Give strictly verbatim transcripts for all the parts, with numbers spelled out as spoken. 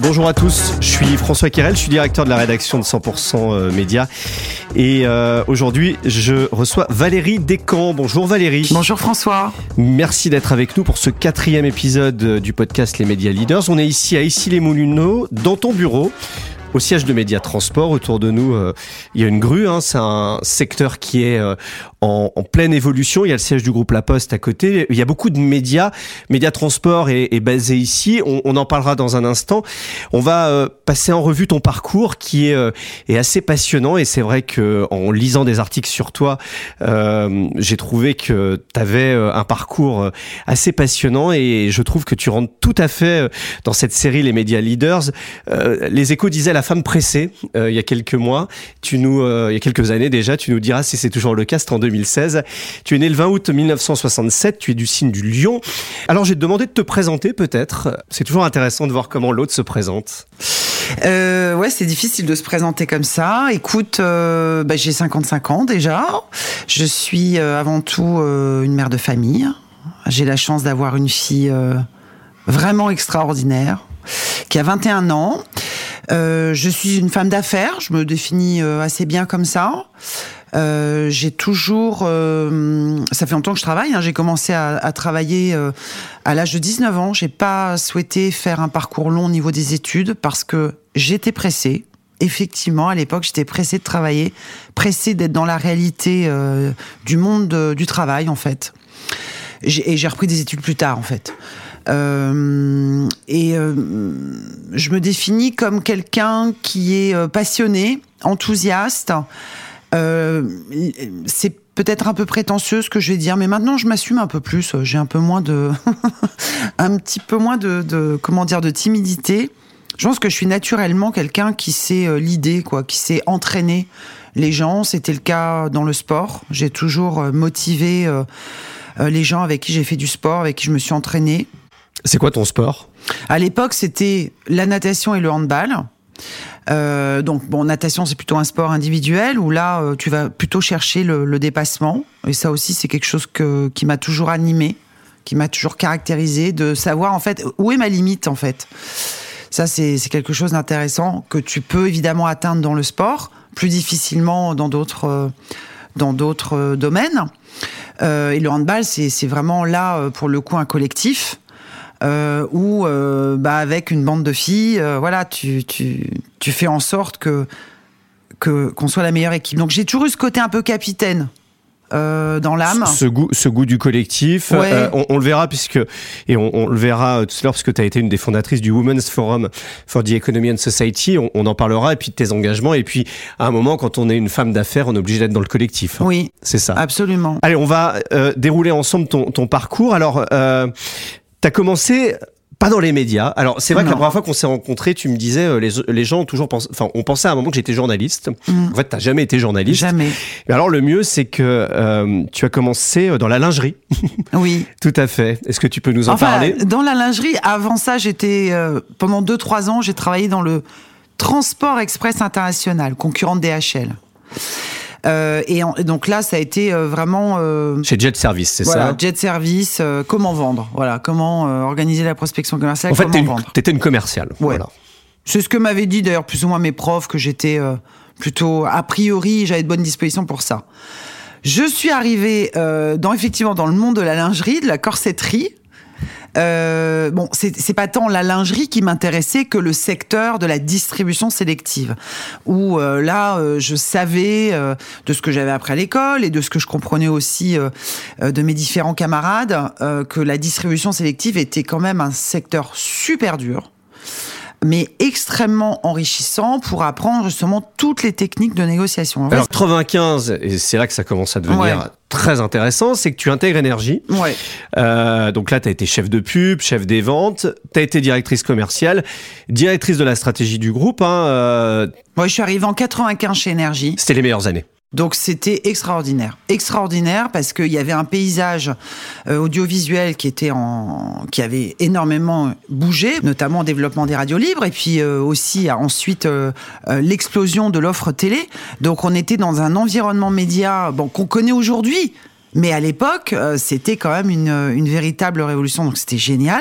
Bonjour à tous, je suis François Quérel, je suis directeur de la rédaction de cent pour cent Média et euh, aujourd'hui je reçois Valérie Descamps. Bonjour Valérie. Bonjour François. Merci d'être avec nous pour ce quatrième épisode du podcast Les Média Leaders. On est ici à Issy-les-Moulineaux, dans ton bureau, au siège de Média Transport. Autour de nous, euh, il y a une grue, hein, c'est un secteur qui est euh, en, en pleine évolution. Il y a le siège du groupe La Poste à côté. Il y a beaucoup de médias. Média Transport est, est basé ici. On, on en parlera dans un instant. On va euh, passer en revue ton parcours qui est, euh, est assez passionnant. Et c'est vrai que en lisant des articles sur toi, euh, j'ai trouvé que tu avais un parcours assez passionnant. Et je trouve que tu rentres tout à fait dans cette série Les Média Leaders. Euh, les Échos disaient la femme pressée euh, il y a quelques mois. Tu nous, euh, il y a quelques années déjà. Tu nous diras si c'est toujours le cas. C'était en deux mille seize. Tu es né le vingt août mille neuf cent soixante-sept. Tu es du signe du Lion. Alors, j'ai demandé de te présenter peut-être. C'est toujours intéressant de voir comment l'autre se présente. Euh, ouais, c'est difficile de se présenter comme ça. Écoute, euh, bah, j'ai cinquante-cinq ans déjà. Je suis euh, avant tout euh, une mère de famille. J'ai la chance d'avoir une fille euh, vraiment extraordinaire qui a vingt et un ans. Euh, je suis une femme d'affaires. Je me définis euh, assez bien comme ça. Euh, j'ai toujours, euh, ça fait longtemps que je travaille. Hein, j'ai commencé à, à travailler euh, à l'âge de dix-neuf ans. J'ai pas souhaité faire un parcours long au niveau des études parce que j'étais pressée. Effectivement, à l'époque, j'étais pressée de travailler, pressée d'être dans la réalité euh, du monde de, du travail, en fait. J'ai, et j'ai repris des études plus tard, en fait. Euh, et euh, je me définis comme quelqu'un qui est euh, passionné, enthousiaste. Euh, c'est peut-être un peu prétentieux ce que je vais dire, mais maintenant je m'assume un peu plus. J'ai un peu moins de, un petit peu moins de, de, comment dire, de timidité. Je pense que je suis naturellement quelqu'un qui sait euh, l'idée, quoi, qui sait entraîner les gens. C'était le cas dans le sport. J'ai toujours euh, motivé euh, euh, les gens avec qui j'ai fait du sport, avec qui je me suis entraînée. C'est quoi ton sport ? À l'époque, c'était la natation et le handball. Euh, donc, bon, natation, c'est plutôt un sport individuel où là, euh, tu vas plutôt chercher le, le dépassement. Et ça aussi, c'est quelque chose que, qui m'a toujours animée, qui m'a toujours caractérisée, de savoir, en fait, où est ma limite, en fait. Ça, c'est, c'est quelque chose d'intéressant que tu peux évidemment atteindre dans le sport, plus difficilement dans d'autres, euh, dans d'autres euh, domaines. Euh, et le handball, c'est, c'est vraiment là, pour le coup, un collectif. Euh, où euh, bah avec une bande de filles, euh, voilà, tu tu tu fais en sorte que que qu'on soit la meilleure équipe. Donc j'ai toujours eu ce côté un peu capitaine euh, dans l'âme. Ce, ce goût, ce goût du collectif. Ouais. Euh, on, on le verra puisque et on, on le verra tout à l'heure parce que tu as été une des fondatrices du Women's Forum for the Economy and Society. On, on en parlera et puis de tes engagements et puis à un moment quand on est une femme d'affaires, on est obligé d'être dans le collectif. Hein. Oui, c'est ça. Absolument. Allez, on va euh, dérouler ensemble ton ton parcours. Alors. Euh, T'as commencé pas dans les médias. Alors c'est vrai non. que la première fois qu'on s'est rencontrés, tu me disais euh, les les gens ont toujours pensé, enfin on pensait à un moment que j'étais journaliste. Mmh. En fait, t'as jamais été journaliste. Jamais. Mais alors le mieux, c'est que euh, tu as commencé dans la lingerie. Oui. Tout à fait. Est-ce que tu peux nous en enfin, parler ? Dans la lingerie, avant ça, j'étais euh, pendant deux trois ans, j'ai travaillé dans le Transport Express International, concurrent de D H L. Euh, et, en, et donc là, ça a été euh, vraiment... Euh, Chez Jet Service, c'est voilà, ça ? Jet Service, euh, comment vendre, voilà, comment euh, organiser la prospection commerciale, en fait, comment t'es une, vendre. t'étais une commerciale. Ouais. Voilà. C'est ce que m'avaient dit d'ailleurs plus ou moins mes profs, que j'étais euh, plutôt... A priori, j'avais de bonnes dispositions pour ça. Je suis arrivée euh, dans, effectivement dans le monde de la lingerie, de la corsetterie. Euh, bon, c'est, c'est pas tant la lingerie qui m'intéressait que le secteur de la distribution sélective, où euh, là, euh, je savais euh, de ce que j'avais appris à l'école et de ce que je comprenais aussi euh, euh, de mes différents camarades, euh, que la distribution sélective était quand même un secteur super dur, mais extrêmement enrichissant pour apprendre justement toutes les techniques de négociation. En Alors, quatre-vingt-quinze, et c'est là que ça commence à devenir ouais. très intéressant, c'est que tu intègres Énergie. Ouais. Euh, donc là, tu as été chef de pub, chef des ventes, tu as été directrice commerciale, directrice de la stratégie du groupe. Hein, euh... Ouais, je suis arrivée en quatre-vingt-quinze chez Énergie. C'était les meilleures années. Donc c'était extraordinaire, extraordinaire parce qu'il y avait un paysage euh, audiovisuel qui était en, qui avait énormément bougé, notamment au développement des radios libres et puis euh, aussi ensuite euh, euh, l'explosion de l'offre télé. Donc on était dans un environnement média, bon, qu'on connaît aujourd'hui, mais à l'époque euh, c'était quand même une, une véritable révolution. Donc c'était génial.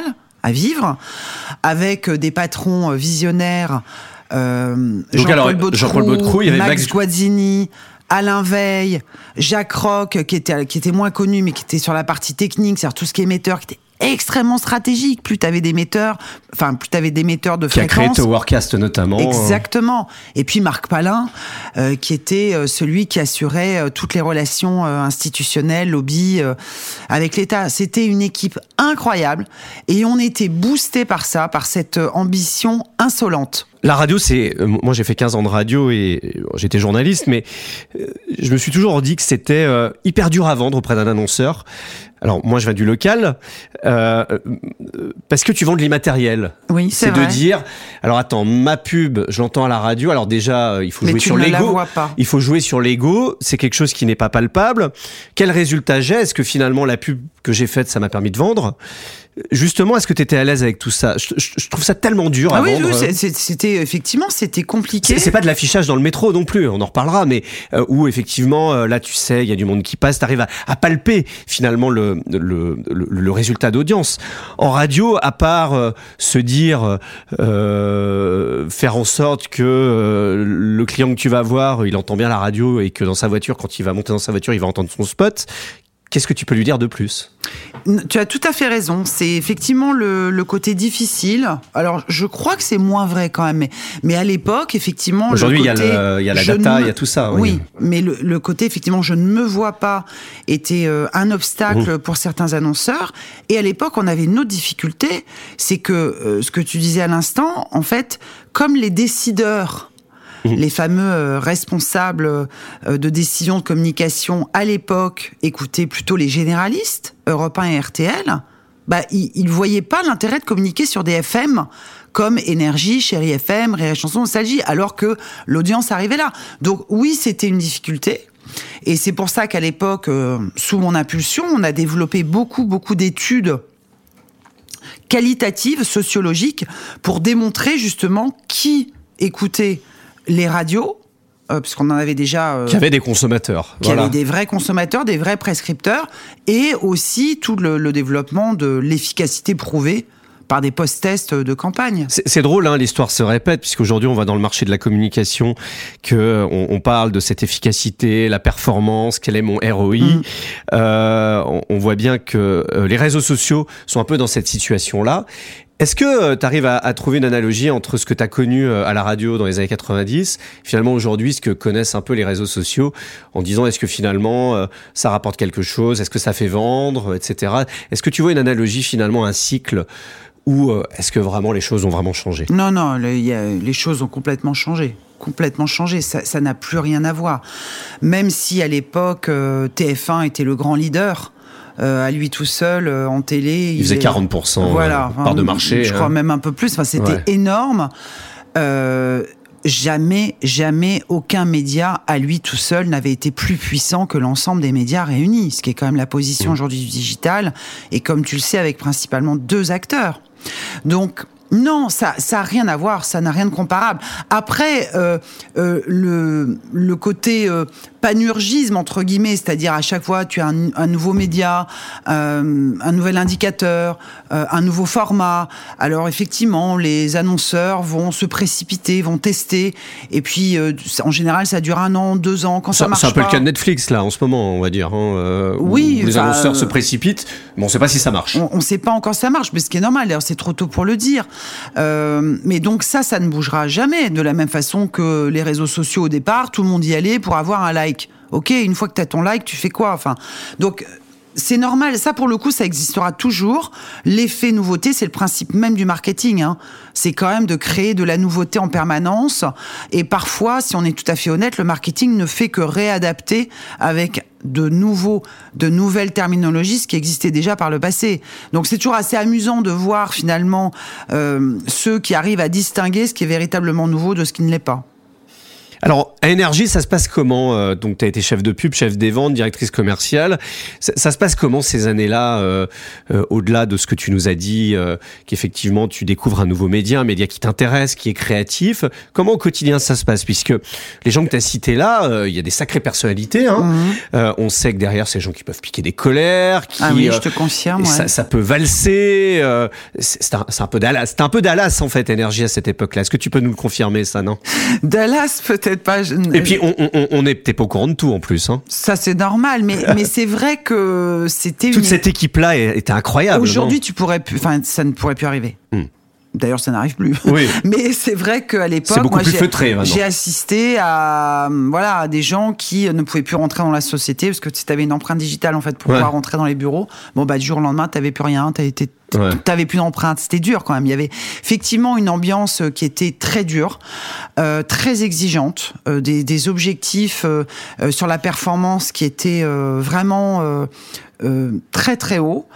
à vivre, avec des patrons visionnaires, euh, Jean-Paul Baudecroux, Jean-Paul Baudecroux, il y avait Max Max Guazzini, Alain Veil, Jacques Roch, qui était, qui était moins connu, mais qui était sur la partie technique, c'est-à-dire tout ce qui est émetteur, qui était extrêmement stratégique. Plus tu avais d'émetteurs, enfin, plus tu avais d'émetteurs de fréquences. Qui a créé Towercast notamment. Exactement. Et puis Marc Palin, euh, qui était euh, celui qui assurait euh, toutes les relations euh, institutionnelles, lobby, euh, avec l'État. C'était une équipe incroyable. Et on était boosté par ça, par cette euh, ambition insolente. La radio, c'est... Euh, moi, j'ai fait quinze ans de radio et euh, j'étais journaliste, mais euh, je me suis toujours dit que c'était euh, hyper dur à vendre auprès d'un annonceur. Alors, moi, je viens du local, euh, parce que tu vends de l'immatériel. Oui, c'est, c'est vrai. de dire, alors attends, ma pub, je l'entends à la radio, alors déjà, il faut mais jouer tu sur ne l'ego. La vois pas. Il faut jouer sur l'ego, c'est quelque chose qui n'est pas palpable. Quel résultat j'ai ? Est-ce que finalement, la pub que j'ai faite, ça m'a permis de vendre ? Justement, est-ce que tu étais à l'aise avec tout ça ? je, je, je trouve ça tellement dur ah à oui, vendre. Oui, c'est, c'est, c'était effectivement, c'était compliqué. C'est, c'est pas de l'affichage dans le métro non plus, on en reparlera, mais euh, où effectivement, euh, là, tu sais, il y a du monde qui passe, t'arrives à, à palper finalement le, le, le, le résultat d'audience. En radio, à part euh, se dire, euh, faire en sorte que euh, le client que tu vas voir, il entend bien la radio et que dans sa voiture, quand il va monter dans sa voiture, il va entendre son spot. Qu'est-ce que tu peux lui dire de plus ? Tu as tout à fait raison. C'est effectivement le, le côté difficile. Alors, je crois que c'est moins vrai quand même. Mais, mais à l'époque, effectivement... Aujourd'hui, il y, le y a la data, il me... y a tout ça. Oui, oui mais le, le côté, effectivement, je ne me vois pas, était euh, un obstacle mmh. pour certains annonceurs. Et à l'époque, on avait une autre difficulté. C'est que, euh, ce que tu disais à l'instant, en fait, comme les décideurs... les fameux euh, responsables euh, de décision de communication à l'époque écoutaient plutôt les généralistes, Europe un et R T L, bah, ils ne voyaient pas l'intérêt de communiquer sur des F M comme Énergie, Chérie F M, Rire et Chanson, Nostalgie, alors que l'audience arrivait là. Donc oui, c'était une difficulté. Et c'est pour ça qu'à l'époque, euh, sous mon impulsion, on a développé beaucoup, beaucoup d'études qualitatives, sociologiques, pour démontrer justement qui écoutait les radios, euh, puisqu'on en avait déjà... Euh, qui avaient des consommateurs. Qui voilà. avaient des vrais consommateurs, des vrais prescripteurs, et aussi tout le, le développement de l'efficacité prouvée par des post-tests de campagne. C'est, c'est drôle, hein, l'histoire se répète, puisqu'aujourd'hui on va dans le marché de la communication, que on, on parle de cette efficacité, la performance, quel est mon R O I. Mmh. Euh, on, on voit bien que euh, les réseaux sociaux sont un peu dans cette situation-là. Est-ce que tu arrives à, à trouver une analogie entre ce que tu as connu à la radio dans les années quatre-vingt-dix, finalement aujourd'hui ce que connaissent un peu les réseaux sociaux, en disant est-ce que finalement euh, ça rapporte quelque chose, est-ce que ça fait vendre, et cetera. Est-ce que tu vois une analogie finalement, un cycle, ou euh, est-ce que vraiment les choses ont vraiment changé ? Non, non, le, y a, les choses ont complètement changé. Complètement changé, ça, ça n'a plus rien à voir. Même si à l'époque, euh, T F un était le grand leader, Euh, à lui tout seul, euh, en télé. Il, il faisait est... quarante pour cent voilà, part de marché. Je hein. crois même un peu plus. Enfin, c'était ouais. énorme. Euh, jamais, jamais aucun média, à lui tout seul, n'avait été plus puissant que l'ensemble des médias réunis. Ce qui est quand même la position mmh. aujourd'hui du digital. Et comme tu le sais, avec principalement deux acteurs. Donc... Non, ça, ça a rien à voir, ça n'a rien de comparable. Après, euh, euh, le, le côté euh, panurgisme, entre guillemets, c'est-à-dire à chaque fois tu as un, un nouveau média, euh, un nouvel indicateur, euh, un nouveau format. Alors effectivement, les annonceurs vont se précipiter, vont tester, et puis euh, en général ça dure un an, deux ans, quand ça, ça marche pas. C'est un peu le cas de Netflix là en ce moment, on va dire. Hein, euh, oui. Les bah, annonceurs se précipitent, mais on ne sait pas si ça marche. On ne sait pas encore si ça marche, mais ce qui est normal, d'ailleurs c'est trop tôt pour le dire. Euh, mais donc ça, ça ne bougera jamais. De la même façon que les réseaux sociaux au départ, tout le monde y allait pour avoir un like. Ok, une fois que tu as ton like, tu fais quoi ? Enfin, donc c'est normal. Ça, pour le coup, ça existera toujours. L'effet nouveauté, c'est le principe même du marketing. Hein. C'est quand même de créer de la nouveauté en permanence. Et parfois, si on est tout à fait honnête, le marketing ne fait que réadapter avec de nouveaux, de nouvelles terminologies, ce qui existait déjà par le passé. Donc c'est toujours assez amusant de voir finalement euh, ceux qui arrivent à distinguer ce qui est véritablement nouveau de ce qui ne l'est pas. Alors, à Énergie, ça se passe comment euh, Donc, tu as été chef de pub, chef des ventes, directrice commerciale. Ça, ça se passe comment ces années-là, euh, euh, au-delà de ce que tu nous as dit, euh, qu'effectivement, tu découvres un nouveau média, un média qui t'intéresse, qui est créatif. Comment au quotidien ça se passe? Puisque les gens que tu as cités là, il euh, y a des sacrées personnalités. Hein. Mmh. Euh, on sait que derrière, c'est des gens qui peuvent piquer des colères. Qui, ah oui, je te confirme. Ouais. Ça, ça peut valser. Euh, c'est, c'est, un, c'est, un peu Dallas, c'est un peu Dallas, en fait, Énergie à cette époque-là. Est-ce que tu peux nous le confirmer, ça, non? Dallas, peut-être. Peut-être pas. Et puis on, on, on est peut-être pas au courant de tout en plus. Hein. Ça c'est normal, mais mais c'est vrai que c'était toute une... cette équipe-là était incroyable. Aujourd'hui, tu pourrais, enfin, ça ne pourrait plus arriver. Hmm. D'ailleurs, ça n'arrive plus. Oui. Mais c'est vrai qu'à l'époque, c'est beaucoup moi, plus j'ai, feutré, j'ai assisté à, voilà, à des gens qui ne pouvaient plus rentrer dans la société parce que tu avais une empreinte digitale en fait pour ouais. pouvoir rentrer dans les bureaux. Bon bah du jour au lendemain, tu n'avais plus rien, tu été Ouais. T'avais plus d'empreinte, c'était dur quand même. Il y avait effectivement une ambiance qui était très dure, euh, très exigeante, euh, des, des objectifs euh, euh, sur la performance qui étaient euh, vraiment euh, euh, très très hauts.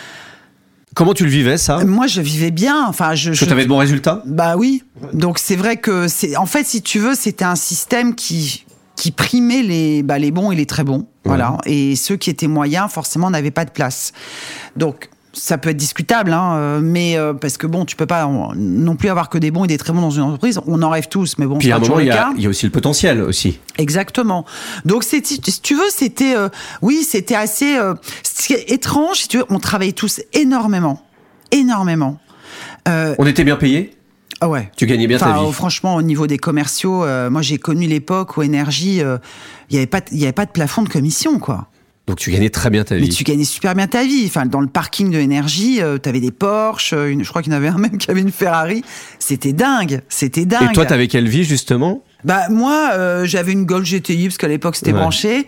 Comment tu le vivais, ça? Moi, je vivais bien. Enfin, je. Tu avais de bons résultats? Bah oui. Donc c'est vrai que c'est. En fait, si tu veux, c'était un système qui qui primait les bah, les bons et les très bons. Ouais. Voilà. Et ceux qui étaient moyens, forcément, n'avaient pas de place. Donc. Ça peut être discutable, hein, mais euh, parce que bon, tu peux pas on, non plus avoir que des bons et des très bons dans une entreprise. On en rêve tous, mais bon. Puis c'est à un pas moment, il y, y a aussi le potentiel aussi. Exactement. Donc, c'est, si tu veux, c'était, euh, oui, c'était assez euh, c'était étrange. Si tu veux, on travaillait tous énormément, énormément. Euh, on était bien payés. Ah ouais. Tu gagnais bien enfin, ta vie. Franchement, au niveau des commerciaux, euh, moi, j'ai connu l'époque où Énergie, il euh, y avait pas, il y avait pas de plafond de commission, quoi. Donc tu gagnais très bien ta vie. Mais tu gagnais super bien ta vie. Enfin, dans le parking de Énergie, euh, t'avais des Porsche, une, je crois qu'il y en avait un même qui avait une Ferrari. C'était dingue, c'était dingue. Et toi, t'avais quelle vie justement? Bah moi, euh, j'avais une Golf G T I parce qu'à l'époque c'était ouais. branché.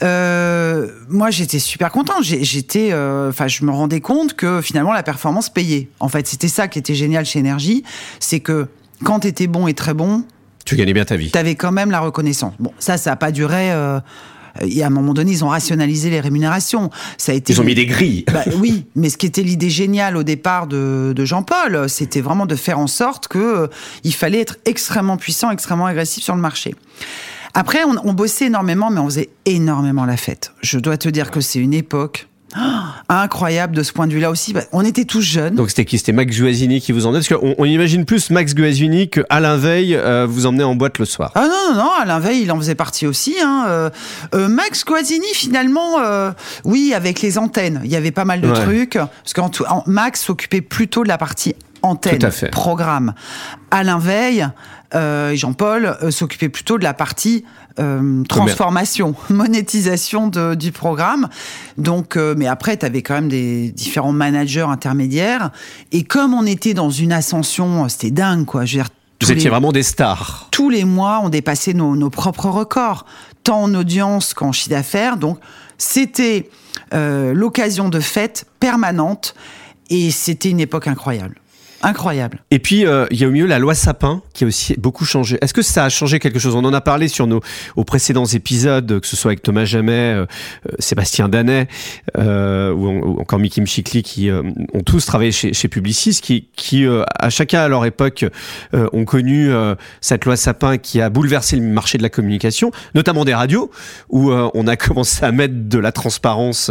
Euh, moi, j'étais super contente. J'étais, enfin, euh, je me rendais compte que finalement la performance payait. En fait, c'était ça qui était génial chez Énergie, c'est que quand t'étais bon et très bon, tu gagnais bien ta vie. T'avais quand même la reconnaissance. Bon, ça, ça a pas duré. Euh, Et à un moment donné, ils ont rationalisé les rémunérations. Ça a été... Ils ont mis des grilles. Bah, oui, mais ce qui était l'idée géniale au départ de, de Jean-Paul, c'était vraiment de faire en sorte qu'il euh, fallait être extrêmement puissant, extrêmement agressif sur le marché. Après, on, on bossait énormément, mais on faisait énormément la fête. Je dois te dire que c'est une époque... Oh, incroyable de ce point de vue-là aussi. On était tous jeunes. Donc c'était qui? C'était Max Guazzini qui vous emmenait? Parce qu'on on imagine plus Max Guazzini que Alain Veil euh, vous emmenait en boîte le soir. Ah non, non, non, Alain Veil, il en faisait partie aussi. Hein. Euh, euh, Max Guazzini, finalement, euh, oui, avec les antennes. Il y avait pas mal de ouais. trucs. Parce que Max s'occupait plutôt de la partie antenne, programme. Alain Veil euh, et Jean-Paul euh, s'occupaient plutôt de la partie Euh, transformation, monétisation de, du programme. Donc, euh, mais après, tu avais quand même des différents managers intermédiaires. Et comme on était dans une ascension, c'était dingue, quoi. Je veux dire, vous étiez les, vraiment des stars. Tous les mois, on dépassait nos, nos propres records, tant en audience qu'en chiffre d'affaires. Donc, c'était euh, l'occasion de fête permanente. Et c'était une époque incroyable. Incroyable. Et puis, euh, il y a au milieu la loi Sapin qui a aussi beaucoup changé. Est-ce que ça a changé quelque chose? On en a parlé sur nos aux précédents épisodes, que ce soit avec Thomas Jamet, euh, Sébastien Danet euh, ou, ou encore Miki Mchikli, qui euh, ont tous travaillé chez, chez Publicis, qui, qui euh, à chacun à leur époque, euh, ont connu euh, cette loi Sapin qui a bouleversé le marché de la communication, notamment des radios, où euh, on a commencé à mettre de la transparence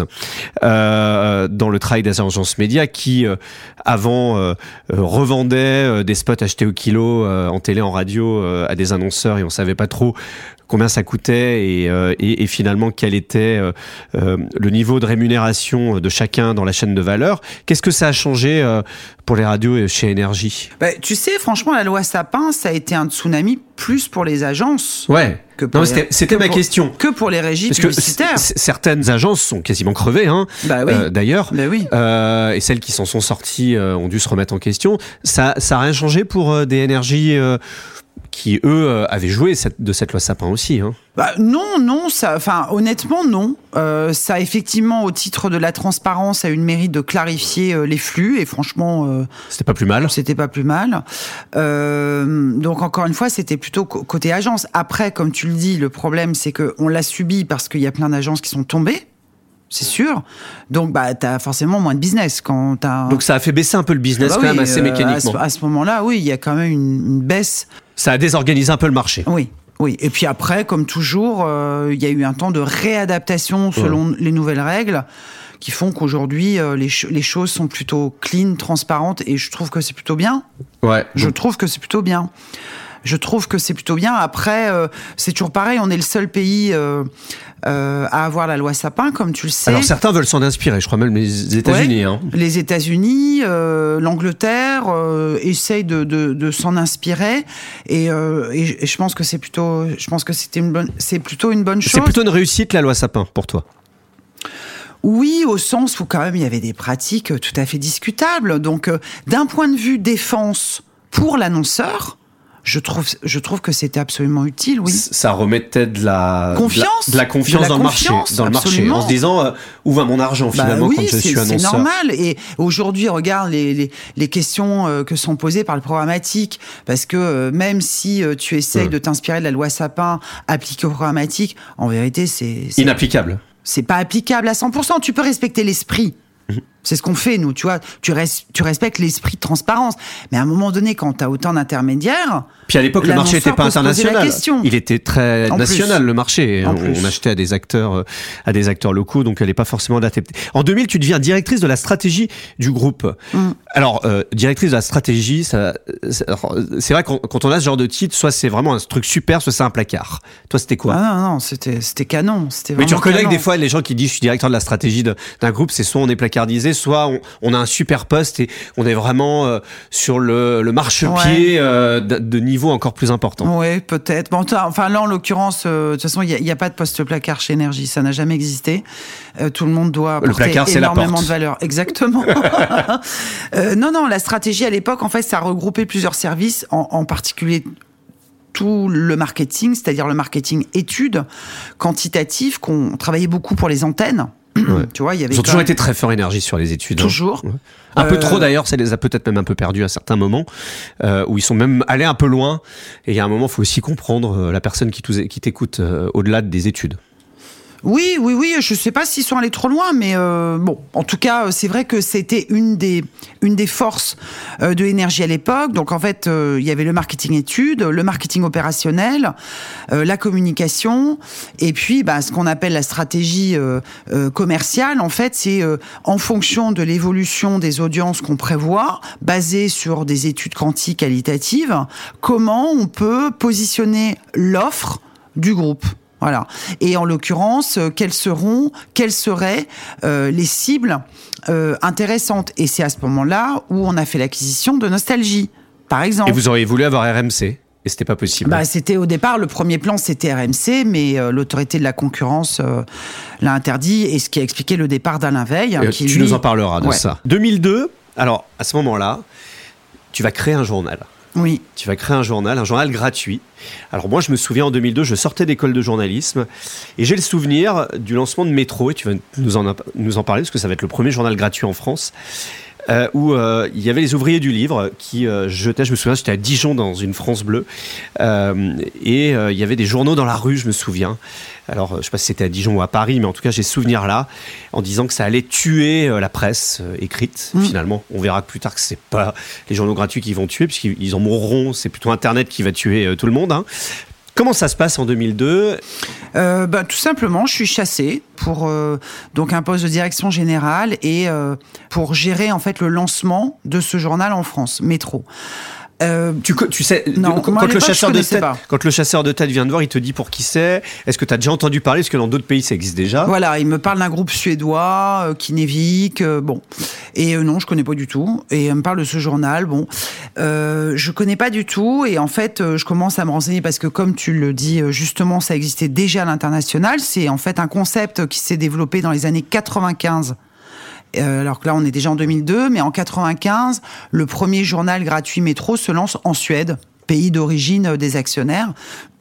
euh, dans le travail des agences médias qui, euh, avant... Euh, revendait euh, des spots achetés au kilo euh, en télé, en radio euh, à des annonceurs et on savait pas trop combien ça coûtait et, euh, et, et finalement quel était euh, euh, le niveau de rémunération de chacun dans la chaîne de valeur. Qu'est-ce que ça a changé euh, pour les radios et chez Énergie? Bah, tu sais, franchement, la loi Sapin, ça a été un tsunami plus pour les agences. Ouais. Que pour non, les, c'était, c'était que ma pour, question. Que pour les régies Parce publicitaires. Que c- certaines agences sont quasiment crevées, hein, bah oui. euh, d'ailleurs. Bah oui. Euh, et celles qui s'en sont sorties euh, ont dû se remettre en question. Ça, ça a rien changé pour euh, des énergies euh, qui, eux, euh, avaient joué cette, de cette loi Sapin aussi. Hein. Bah, non, non, ça, enfin, honnêtement, non. Euh, ça, effectivement, au titre de la transparence, a eu le mérite de clarifier euh, les flux, et franchement... Euh, c'était pas plus mal. C'était pas plus mal. Euh, donc, encore une fois, c'était plutôt côté agence. Après, comme tu le dis, le problème, c'est qu'on l'a subi parce qu'il y a plein d'agences qui sont tombées. C'est sûr. Donc, bah, t'as forcément moins de business quand t'as... Donc, ça a fait baisser un peu le business bah, quand oui, même assez euh, mécaniquement. À ce, à ce moment-là, oui, il y a quand même une, une baisse. Ça a désorganisé un peu le marché. Oui. Oui, et puis après, comme toujours, euh, il y a eu un temps de réadaptation selon ouais. les nouvelles règles qui font qu'aujourd'hui, euh, les, ch- les choses sont plutôt clean, transparentes, et je trouve que c'est plutôt bien. Ouais. Je trouve que c'est plutôt bien. Je trouve que c'est plutôt bien. Après, euh, c'est toujours pareil, on est le seul pays euh, euh, à avoir la loi Sapin, comme tu le sais. Alors certains veulent s'en inspirer, je crois même les États-Unis. Ouais, hein. Les États-Unis, euh, l'Angleterre euh, essayent de, de, de s'en inspirer, et, euh, et, et je pense que c'est plutôt, je pense que c'était une bonne, c'est plutôt une bonne chose. C'est plutôt une réussite la loi Sapin pour toi. Oui, au sens où quand même il y avait des pratiques tout à fait discutables. Donc, euh, d'un point de vue défense pour l'annonceur, je trouve, je trouve que c'était absolument utile, oui. Ça remettait de la confiance, de la, de la confiance de la dans confiance, le marché, dans le marché, en se disant euh, où va mon argent finalement bah oui, quand je c'est, suis annonceur. C'est normal. Et aujourd'hui, regarde les, les, les questions euh, que sont posées par le programmatique, parce que euh, même si euh, tu essayes mmh. de t'inspirer de la loi Sapin appliquée au programmatique, en vérité, c'est, c'est inapplicable. C'est pas applicable à cent pour cent. Tu peux respecter l'esprit. C'est ce qu'on fait, nous, tu vois. Tu, res- tu respectes l'esprit de transparence. Mais à un moment donné, quand tu as autant d'intermédiaires... Puis à l'époque, le marché n'était pas international. Il était très en national, plus. le marché. On, on achetait à des acteurs, à des acteurs locaux, donc elle n'est pas forcément adaptée. En deux mille, tu deviens directrice de la stratégie du groupe. Mm. Alors, euh, directrice de la stratégie, ça, c'est, c'est vrai, quand, quand on a ce genre de titre, soit c'est vraiment un truc super, soit c'est un placard. Toi, c'était quoi? Ah non, non, c'était, c'était canon. C'était Mais tu reconnais canon. que des fois, les gens qui disent je suis directeur de la stratégie de, d'un groupe, c'est soit on est placardisé, soit on, on a un super poste et on est vraiment euh, sur le, le marchepied ouais. euh, de, de niveau encore plus important. Oui, peut-être. Bon, enfin là, en l'occurrence, euh, de toute façon, il n'y a, a pas de poste placard chez Énergie. Ça n'a jamais existé. Euh, tout le monde doit le apporter placard, énormément de valeur. Exactement. euh, non, non, la stratégie à l'époque, en fait, ça regroupait plusieurs services, en, en particulier tout le marketing, c'est-à-dire le marketing études quantitatif, qu'on travaillait beaucoup pour les antennes. Ouais. Tu vois, il y avait Ils ont toujours même... été très fort énergie sur les études. Toujours. Hein. Ouais. Un euh... peu trop d'ailleurs, ça les a peut-être même un peu perdus à certains moments, euh, où ils sont même allés un peu loin. Et il y a un moment, il faut aussi comprendre euh, la personne qui, qui t'écoute euh, au-delà des études. Oui, oui, oui, je sais pas s'ils sont allés trop loin, mais euh, bon, en tout cas, c'est vrai que c'était une des, une des forces euh, de Énergie à l'époque. Donc en fait, euh, il y avait le marketing études, le marketing opérationnel, euh, la communication, et puis bah, ce qu'on appelle la stratégie euh, euh, commerciale. En fait, c'est euh, en fonction de l'évolution des audiences qu'on prévoit, basée sur des études quanti qualitatives, comment on peut positionner l'offre du groupe. Voilà. Et en l'occurrence, euh, quelles seront, quelles seraient euh, les cibles euh, intéressantes. Et c'est à ce moment-là où on a fait l'acquisition de Nostalgie, par exemple. Et vous auriez voulu avoir R M C, et c'était pas possible. Bah, c'était au départ, le premier plan, c'était R M C, mais euh, l'autorité de la concurrence euh, l'a interdit, et ce qui a expliqué le départ d'Alain Veil. Euh, qui, tu lui... nous en parleras de ouais. ça. deux mille deux, alors à ce moment-là, tu vas créer un journal. Oui. Tu vas créer un journal, un journal gratuit. Alors moi, je me souviens, en deux mille deux, je sortais d'école de journalisme et j'ai le souvenir du lancement de Métro, et tu vas nous en, nous en parler parce que ça va être le premier journal gratuit en France, euh, où euh, il y avait les ouvriers du livre qui euh, jetaient, je me souviens, j'étais à Dijon dans une France bleue, euh, et euh, il y avait des journaux dans la rue, je me souviens. Alors, je ne sais pas si c'était à Dijon ou à Paris, mais en tout cas, j'ai ce souvenir-là, en disant que ça allait tuer euh, la presse euh, écrite, mmh. finalement. On verra plus tard que ce n'est pas les journaux gratuits qui vont tuer, puisqu'ils en mourront, c'est plutôt Internet qui va tuer euh, tout le monde. Hein. Comment ça se passe en deux mille deux ? euh, ben, Tout simplement, je suis chassée pour euh, donc un poste de direction générale et euh, pour gérer en fait, le lancement de ce journal en France, Métro. Euh, tu, tu sais, non, quand, moi, le chasseur de tête, pas. quand le chasseur de tête vient de voir, il te dit pour qui c'est. Est-ce que tu as déjà entendu parler ? Est-ce que dans d'autres pays, ça existe déjà ? Voilà, il me parle d'un groupe suédois, euh, Kinnevik, euh, bon. Et euh, non, je connais pas du tout. Et il me parle de ce journal, bon. Euh, je connais pas du tout. Et en fait, euh, je commence à me renseigner parce que, comme tu le dis justement, ça existait déjà à l'international. C'est en fait un concept qui s'est développé dans les années quatre-vingt-quinze. Alors que là, on est déjà en deux mille deux, mais en quatre-vingt-quinze, le premier journal gratuit Métro se lance en Suède, pays d'origine des actionnaires,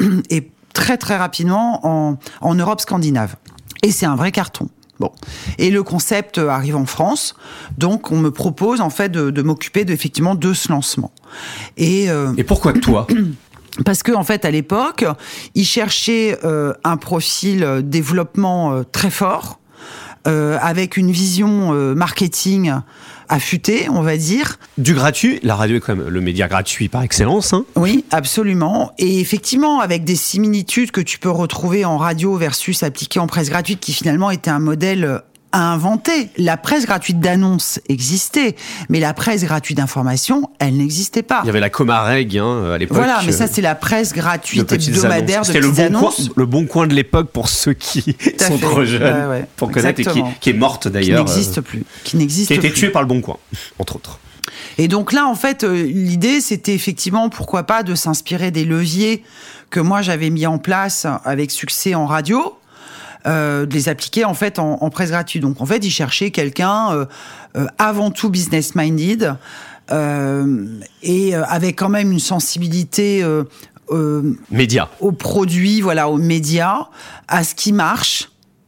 et très très rapidement en, en Europe scandinave. Et c'est un vrai carton. Bon. Et le concept arrive en France, donc on me propose en fait de, de m'occuper de, effectivement de ce lancement. Et, euh, et pourquoi toi ? Parce que en fait, à l'époque, ils cherchaient euh, un profil développement euh, très fort. euh, avec une vision euh, marketing affûtée, on va dire. Du gratuit, la radio est quand même le média gratuit par excellence. Hein. Oui, absolument. Et effectivement, avec des similitudes que tu peux retrouver en radio versus appliquées en presse gratuite, qui finalement était un modèle à inventer. La presse gratuite d'annonce existait, mais la presse gratuite d'information, elle n'existait pas. Il y avait la Comareg hein, à l'époque. Voilà, mais ça c'est la presse gratuite hebdomadaire de petites annonces. C'était le bon annonces. coin, le bon coin de l'époque pour ceux qui sont fait. trop jeunes, ouais, ouais, pour connaître, et qui, qui est morte d'ailleurs. Qui n'existe euh, plus. Qui n'existe Qui a été plus. tuée par le Bon Coin, entre autres. Et donc là, en fait, euh, l'idée, c'était effectivement, pourquoi pas, de s'inspirer des leviers que moi j'avais mis en place avec succès en radio. Euh, de les appliquer en fait en, en presse gratuite. Donc en fait, ils cherchaient quelqu'un euh, euh, avant tout business minded euh, et euh, avec quand même une sensibilité euh, euh, média aux produits, voilà, aux médias, à ce qui marche.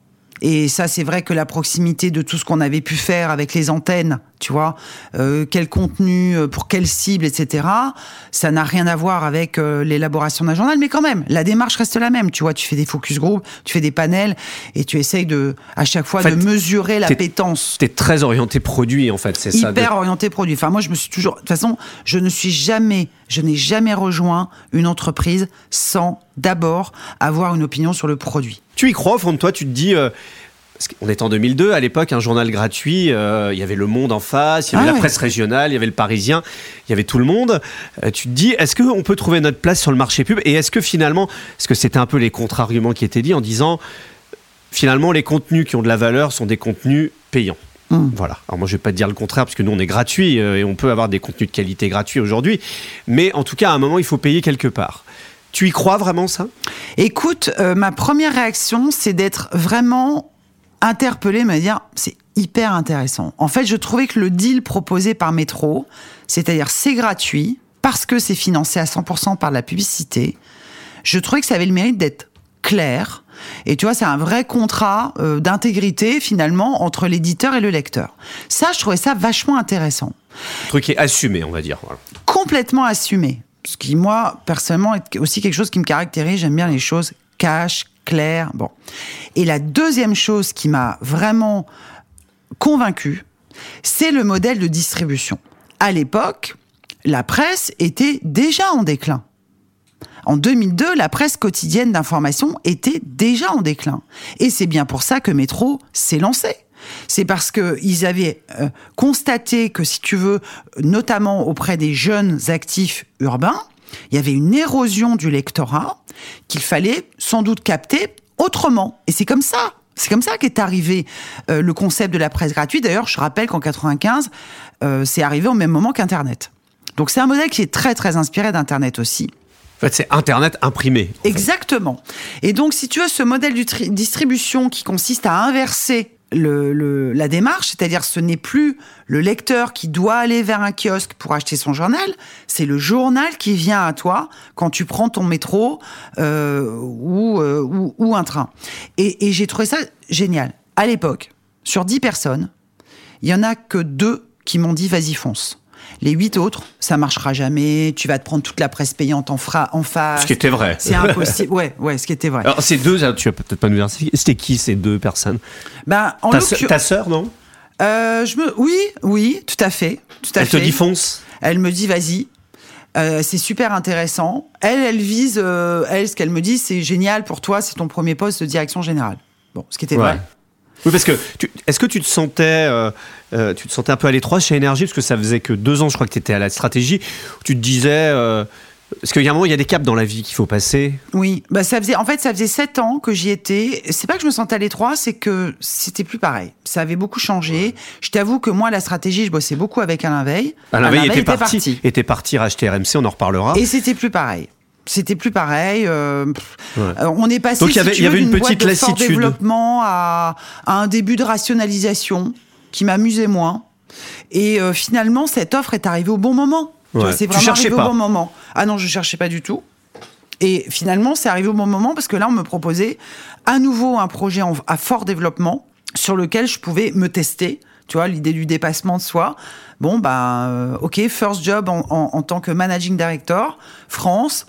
Et ça, c'est vrai que la proximité de tout ce qu'on avait pu faire avec les antennes, tu vois, euh, quel contenu, pour quelle cible, et cetera, ça n'a rien à voir avec euh, l'élaboration d'un journal, mais quand même, la démarche reste la même. Tu vois, tu fais des focus group, tu fais des panels, et tu essayes de, à chaque fois, en fait, de mesurer la pétence. T'es très orienté produit, en fait, c'est Hyper ça. Hyper de... orienté produit. Enfin, moi, je me suis toujours... De toute façon, je ne suis jamais, je n'ai jamais rejoint une entreprise sans d'abord avoir une opinion sur le produit. Tu y crois, au fond de toi, tu te dis... Euh, parce qu'on est en deux mille deux, à l'époque, un journal gratuit, euh, il y avait Le Monde en face, il y avait ah la ouais. presse régionale, il y avait Le Parisien, il y avait tout le monde. Euh, tu te dis, est-ce qu'on peut trouver notre place sur le marché pub ? Et est-ce que finalement, est-ce que c'était un peu les contre-arguments qui étaient dits en disant, finalement, les contenus qui ont de la valeur sont des contenus payants ? Mmh. Voilà. Alors moi, je ne vais pas te dire le contraire, parce que nous, on est gratuit euh, et on peut avoir des contenus de qualité gratuits aujourd'hui. Mais en tout cas, à un moment, il faut payer quelque part. Tu y crois vraiment, ça ? Écoute, euh, ma première réaction, c'est d'être vraiment interpellée, me dire, c'est hyper intéressant. En fait, je trouvais que le deal proposé par Métro, c'est-à-dire c'est gratuit, parce que c'est financé à cent pour cent par la publicité, je trouvais que ça avait le mérite d'être clair. Et tu vois, c'est un vrai contrat euh, d'intégrité, finalement, entre l'éditeur et le lecteur. Ça, je trouvais ça vachement intéressant. Le truc est assumé, on va dire. Voilà. Complètement assumé. Ce qui, moi, personnellement, est aussi quelque chose qui me caractérise. J'aime bien les choses cash, claires. Bon. Et la deuxième chose qui m'a vraiment convaincue, c'est le modèle de distribution. À l'époque, la presse était déjà en déclin. En deux mille deux, la presse quotidienne d'information était déjà en déclin. Et c'est bien pour ça que Métro s'est lancé. C'est parce qu'ils avaient euh, constaté que, si tu veux, notamment auprès des jeunes actifs urbains, il y avait une érosion du lectorat qu'il fallait sans doute capter autrement. Et c'est comme ça. C'est comme ça qu'est arrivé euh, le concept de la presse gratuite. D'ailleurs, je rappelle qu'en quatre-vingt-quinze, euh, c'est arrivé au même moment qu'Internet. Donc c'est un modèle qui est très, très inspiré d'Internet aussi. En fait, c'est Internet imprimé. Exactement. Et donc, si tu veux, ce modèle de tri- distribution qui consiste à inverser Le, le, la démarche, c'est-à-dire ce n'est plus le lecteur qui doit aller vers un kiosque pour acheter son journal, c'est le journal qui vient à toi quand tu prends ton métro euh, ou, euh, ou, ou un train. Et, et j'ai trouvé ça génial. À l'époque, sur dix personnes, il y en a que deux qui m'ont dit « vas-y, fonce ». Les huit autres, ça marchera jamais, tu vas te prendre toute la presse payante en, fra- en face. Ce qui était vrai. C'est impossible. Ouais, ouais, ce qui était vrai. Alors, ces deux, tu vas peut-être pas nous dire, c'était qui ces deux personnes ? Ben, en ta, l'occur... ta sœur, non ? euh, je me... Oui, oui, tout à fait. Tout à elle fait. te dit fonce ? Elle me dit vas-y. Euh, c'est super intéressant. Elle, elle vise, euh, elle, ce qu'elle me dit, c'est génial pour toi, c'est ton premier poste de direction générale. Bon, ce qui était ouais. vrai. Oui, parce que tu, est-ce que tu te sentais, euh, euh, tu te sentais un peu à l'étroit chez Énergie, parce que ça faisait que deux ans, je crois que tu étais à la stratégie, où tu te disais, euh, parce qu'il y a un moment, il y a des caps dans la vie qu'il faut passer. Oui, bah ça faisait, en fait, ça faisait sept ans que j'y étais. C'est pas que je me sentais à l'étroit, c'est que c'était plus pareil. Ça avait beaucoup changé. Je t'avoue que moi, la stratégie, je bossais beaucoup avec Alain Veil. Alain, Alain Veil était, était parti, parti, était parti racheter R M C, on en reparlera. Et c'était plus pareil. C'était plus pareil. Euh, ouais. On est passé, donc il y avait, si tu y avait veux, une d'une petite boîte de fort lassitude. développement à, à un début de rationalisation qui m'amusait moins. Et euh, finalement, cette offre est arrivée au bon moment. Ouais. Tu vois, c'est vraiment arrivé pas. au bon moment. Ah non, je cherchais pas du tout. Et finalement, c'est arrivé au bon moment parce que là, on me proposait à nouveau un projet en, à fort développement sur lequel je pouvais me tester. Tu vois, l'idée du dépassement de soi. Bon, ben, euh, ok, first job en, en, en tant que managing director, France.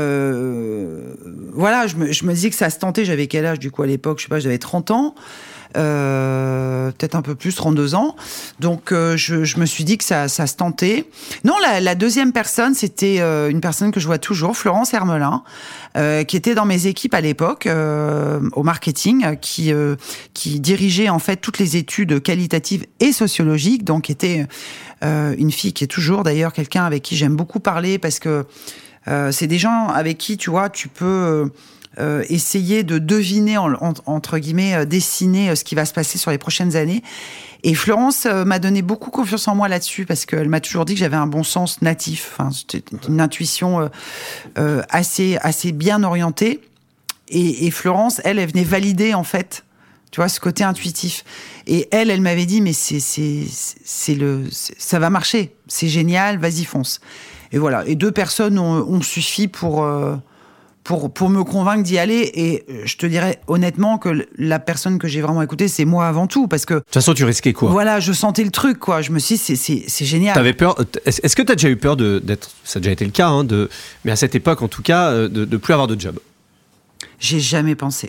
Euh, voilà, je me, je me disais que ça se tentait. J'avais quel âge, du coup, à l'époque ? Je sais pas, j'avais trente ans. euh, peut-être un peu plus, trente-deux ans. Donc, euh, je, je me suis dit que ça, ça se tentait. Non, la, la deuxième personne, c'était euh, une personne que je vois toujours, Florence Hermelin, euh, qui était dans mes équipes à l'époque, euh, au marketing, qui, euh, qui dirigeait en fait toutes les études qualitatives et sociologiques, donc était euh, une fille qui est toujours d'ailleurs quelqu'un avec qui j'aime beaucoup parler, parce que euh, c'est des gens avec qui, tu vois, tu peux... Euh, essayer de deviner, en, en, entre guillemets, euh, dessiner euh, ce qui va se passer sur les prochaines années. Et Florence euh, m'a donné beaucoup confiance en moi là-dessus, parce qu'elle m'a toujours dit que j'avais un bon sens natif, enfin, c'était une intuition euh, euh, assez, assez bien orientée. Et, et Florence, elle, elle venait valider, en fait, tu vois, ce côté intuitif. Et elle, elle m'avait dit, mais c'est, c'est, c'est le, c'est, ça va marcher, c'est génial, vas-y, fonce. Et voilà. Et deux personnes ont, ont suffi pour... Euh, Pour, pour me convaincre d'y aller. Et je te dirais honnêtement que la personne que j'ai vraiment écoutée, c'est moi avant tout. Parce que. De toute façon, tu risquais quoi? Voilà, je sentais le truc, quoi. Je me suis dit, c'est, c'est, c'est génial. T'avais peur. Est-ce que t'as déjà eu peur de, d'être. Ça a déjà été le cas, hein, de, mais à cette époque, en tout cas, de ne plus avoir de job? J'ai jamais pensé.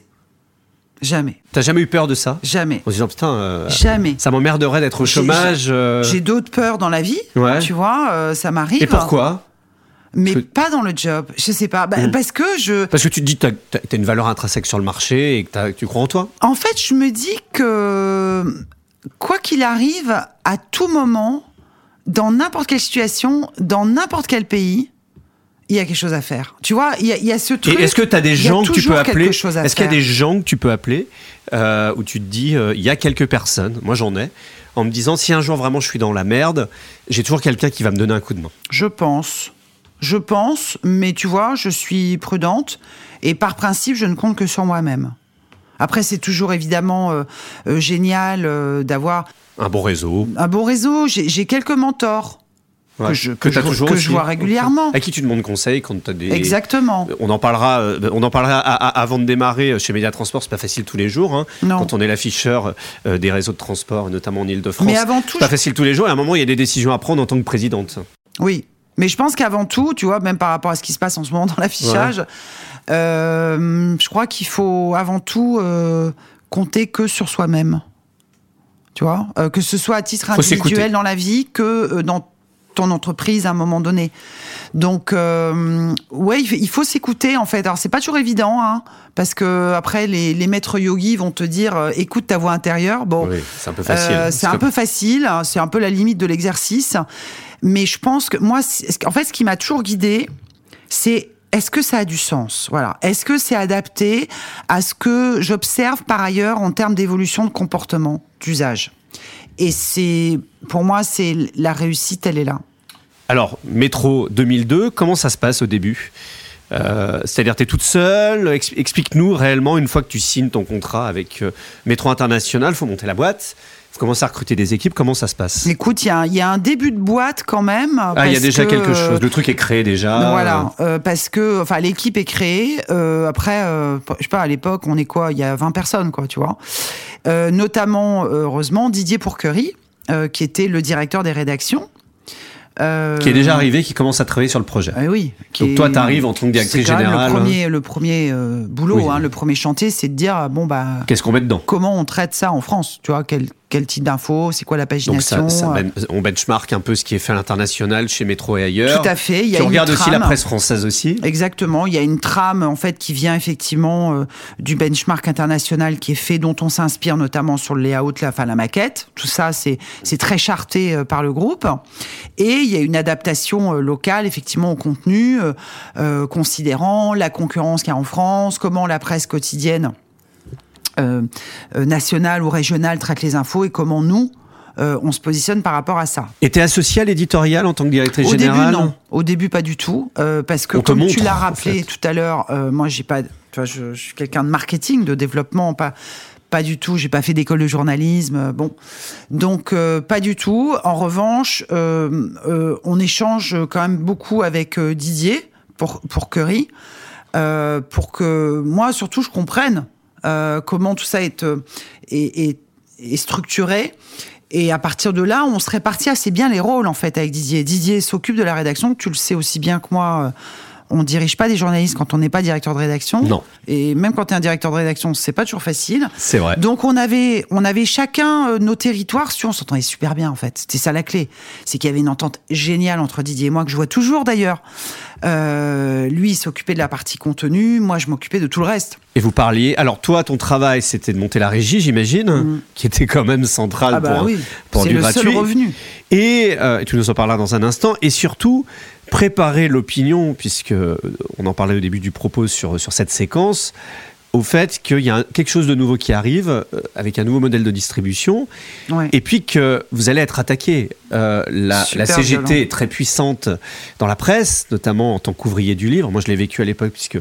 Jamais. T'as jamais eu peur de ça? Jamais. En se disant, putain. Euh, jamais. Ça m'emmerderait d'être au chômage. J'ai, euh... j'ai d'autres peurs dans la vie. Ouais. Tu vois, euh, ça m'arrive. Et pourquoi? Mais que... pas dans le job, je sais pas, bah, mmh. parce que je... Parce que tu te dis que t'as, t'as une valeur intrinsèque sur le marché et que, t'as, que tu crois en toi. En fait, je me dis que, quoi qu'il arrive, à tout moment, dans n'importe quelle situation, dans n'importe quel pays, il y a quelque chose à faire. Tu vois, il y a, il y a ce truc... Et est-ce que tu as des gens que tu peux appeler? Est-ce faire. qu'il y a des gens que tu peux appeler euh, où tu te dis, euh, il y a quelques personnes, moi j'en ai, en me disant, si un jour vraiment je suis dans la merde, j'ai toujours quelqu'un qui va me donner un coup de main. Je pense... Je pense, mais tu vois, je suis prudente et par principe, je ne compte que sur moi-même. Après, c'est toujours évidemment euh, euh, génial euh, d'avoir... Un bon réseau. Un bon réseau. J'ai, j'ai quelques mentors ouais. que je, que que je, que je vois régulièrement. À qui tu demandes conseil quand tu as des... Exactement. On en parlera, on en parlera à, à, avant de démarrer chez Média Transport, c'est pas facile tous les jours. Hein, non. Quand on est l'afficheur euh, des réseaux de transport, notamment en Ile-de-France. Mais avant tout... C'est pas facile tous les jours et à un moment, il y a des décisions à prendre en tant que présidente. Oui. Mais je pense qu'avant tout, tu vois, même par rapport à ce qui se passe en ce moment dans l'affichage, ouais. euh, je crois qu'il faut avant tout euh, compter que sur soi-même. Tu vois, euh, que ce soit à titre faut individuel s'écouter. Dans la vie, que euh, dans ton entreprise à un moment donné. Donc, euh, ouais, il faut s'écouter en fait. Alors, c'est pas toujours évident, hein, parce que après, les, les maîtres yogis vont te dire, euh, écoute ta voix intérieure. Bon, oui, c'est un peu facile. Euh, c'est un que... peu facile. C'est un peu la limite de l'exercice. Mais je pense que moi, en fait, ce qui m'a toujours guidée, c'est est-ce que ça a du sens? Voilà. Est-ce que c'est adapté à ce que j'observe par ailleurs en termes d'évolution de comportement, d'usage? Et c'est, pour moi, c'est la réussite, elle est là. Alors, Métro deux mille deux, comment ça se passe au début? Euh, c'est-à-dire, tu es toute seule. Explique-nous réellement, une fois que tu signes ton contrat avec euh, Métro International, il faut monter la boîte. Vous commencez à recruter des équipes, comment ça se passe? Écoute, il y, y a un début de boîte quand même. Ah, il y a déjà que, quelque chose, le truc est créé déjà. Voilà, euh, parce que enfin, l'équipe est créée. Euh, après, euh, je sais pas, à l'époque, on est quoi? Il y a vingt personnes, quoi, tu vois. Euh, notamment, heureusement, Didier Pourquerie, euh, qui était le directeur des rédactions. Euh, qui est déjà arrivé, qui commence à travailler sur le projet. Euh, oui. Donc est, toi, tu arrives en tant que directrice générale. Le premier, le premier euh, boulot, oui. hein, le premier chantier, c'est de dire bon bah. Qu'est-ce qu'on met dedans? Comment on traite ça en France? Tu vois, quel, quel type d'infos? C'est quoi la pagination? Donc ça, ça ben, on benchmark un peu ce qui est fait à l'international chez Métro et ailleurs. Tout à fait. Il y a tu une regardes trame. aussi la presse française aussi. Exactement. Il y a une trame en fait qui vient effectivement euh, du benchmark international qui est fait, dont on s'inspire notamment sur le layout, la, enfin, la maquette. Tout ça, c'est c'est très charté euh, par le groupe. Et il y a une adaptation locale, effectivement, au contenu, euh, euh, considérant la concurrence qu'il y a en France, comment la presse quotidienne euh, euh, nationale ou régionale traite les infos et comment nous, euh, on se positionne par rapport à ça. Et t'es associée à l'éditorial en tant que directrice Au générale? Au début, non. Au début, pas du tout. Euh, parce que, on comme montre, tu l'as rappelé en fait. tout à l'heure, euh, moi, j'ai pas... Tu vois, je, je suis quelqu'un de marketing, de développement, pas... Pas du tout, j'ai pas fait d'école de journalisme, bon. Donc, euh, pas du tout. En revanche, euh, euh, on échange quand même beaucoup avec euh, Didier pour, pour Curry, euh, pour que moi, surtout, je comprenne euh, comment tout ça est, est, est, est structuré. Et à partir de là, on se répartit assez bien les rôles, en fait, avec Didier. Didier s'occupe de la rédaction, tu le sais aussi bien que moi. on dirige pas des journalistes quand on n'est pas directeur de rédaction. Non. Et même quand tu es un directeur de rédaction, c'est pas toujours facile. C'est vrai. Donc on avait, on avait chacun euh, nos territoires. Si on s'entendait super bien en fait. C'était ça la clé. C'est qu'il y avait une entente géniale entre Didier et moi que je vois toujours d'ailleurs. Euh, lui, il s'occupait de la partie contenu. Moi, je m'occupais de tout le reste. Et vous parliez... Alors toi, ton travail, c'était de monter la régie, j'imagine, mmh. qui était quand même centrale ah bah pour, oui. pour c'est du le gratuit. seul revenu. Et, euh, et tu nous en parleras dans un instant. Et surtout, préparer l'opinion, puisque on en parlait au début du propos sur, sur cette séquence, au fait qu'il y a quelque chose de nouveau qui arrive, euh, avec un nouveau modèle de distribution, ouais. et puis que vous allez être attaqué. Euh, la, la C G T violent. est très puissante dans la presse, notamment en tant qu'ouvrier du livre. Moi, je l'ai vécu à l'époque, puisque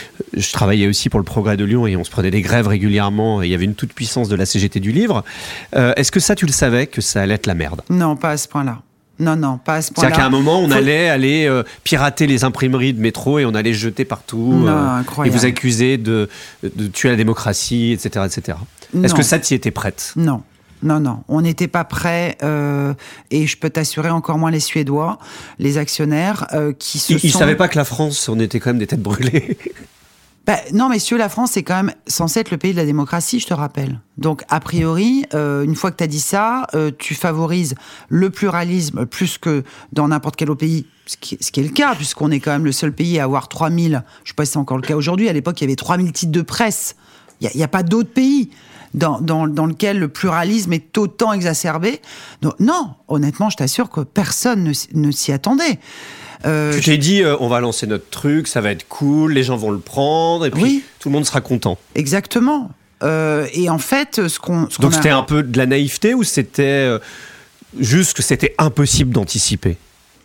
je travaillais aussi pour le Progrès de Lyon, et on se prenait des grèves régulièrement, et il y avait une toute puissance de la C G T du livre. Euh, est-ce que ça, tu le savais, que ça allait être la merde ? Non, pas à ce point-là. Non, non, pas à ce point-là. C'est-à-dire qu'à un moment, on Faut... allait aller euh, pirater les imprimeries de métro et on allait jeter partout non, euh, incroyable. et vous accuser de, de tuer la démocratie, et cetera, et cetera. Est-ce que ça, tu y étais prête ? Non. Non, non, on n'était pas prêts, euh, et je peux t'assurer encore moins les Suédois, les actionnaires, euh, qui se ils, sont... Ils ne savaient pas que la France, on était quand même des têtes brûlées. Bah, non, messieurs, la France, c'est quand même censé être le pays de la démocratie, je te rappelle. Donc, a priori, euh, une fois que tu as dit ça, euh, tu favorises le pluralisme plus que dans n'importe quel autre pays, ce qui, ce qui est le cas, puisqu'on est quand même le seul pays à avoir trois mille, je ne sais pas si c'est encore le cas aujourd'hui, à l'époque, il y avait trois mille titres de presse. Il n'y a, a pas d'autre pays dans, dans, dans lequel le pluralisme est autant exacerbé. Donc, non, honnêtement, je t'assure que personne ne, ne s'y attendait. Euh, tu t'es dit, euh, on va lancer notre truc, ça va être cool, les gens vont le prendre, et puis oui. tout le monde sera content. Exactement. Euh, et en fait, ce qu'on... Ce Donc qu'on c'était a... un peu de la naïveté ou c'était euh, juste que c'était impossible d'anticiper ?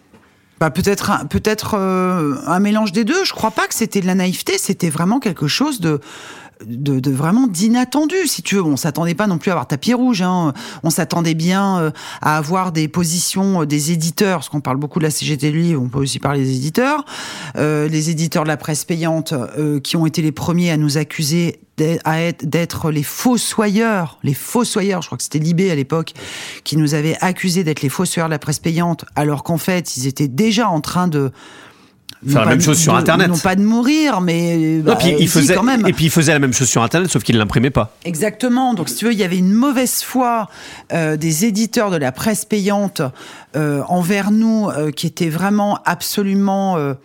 Bah, peut-être un, peut-être euh, un mélange des deux. Je crois pas que c'était de la naïveté, c'était vraiment quelque chose de... De, de vraiment d'inattendu, si tu veux. On s'attendait pas non plus à avoir tapis rouge, hein. On s'attendait bien euh, à avoir des positions euh, des éditeurs, parce qu'on parle beaucoup de la C G T du livre, on peut aussi parler des éditeurs, euh, les éditeurs de la presse payante euh, qui ont été les premiers à nous accuser d'être les fossoyeurs, les fossoyeurs, je crois que c'était Libé à l'époque, qui nous avait accusés d'être les fossoyeurs de la presse payante, alors qu'en fait, ils étaient déjà en train de faire la même chose de, sur Internet. Non pas de mourir, mais bah, non, puis il faisait, quand même. Et puis il faisait la même chose sur Internet, sauf qu'il ne l'imprimait pas. Exactement. Donc si tu veux, il y avait une mauvaise foi euh, des éditeurs de la presse payante euh, envers nous, euh, qui était vraiment absolument euh,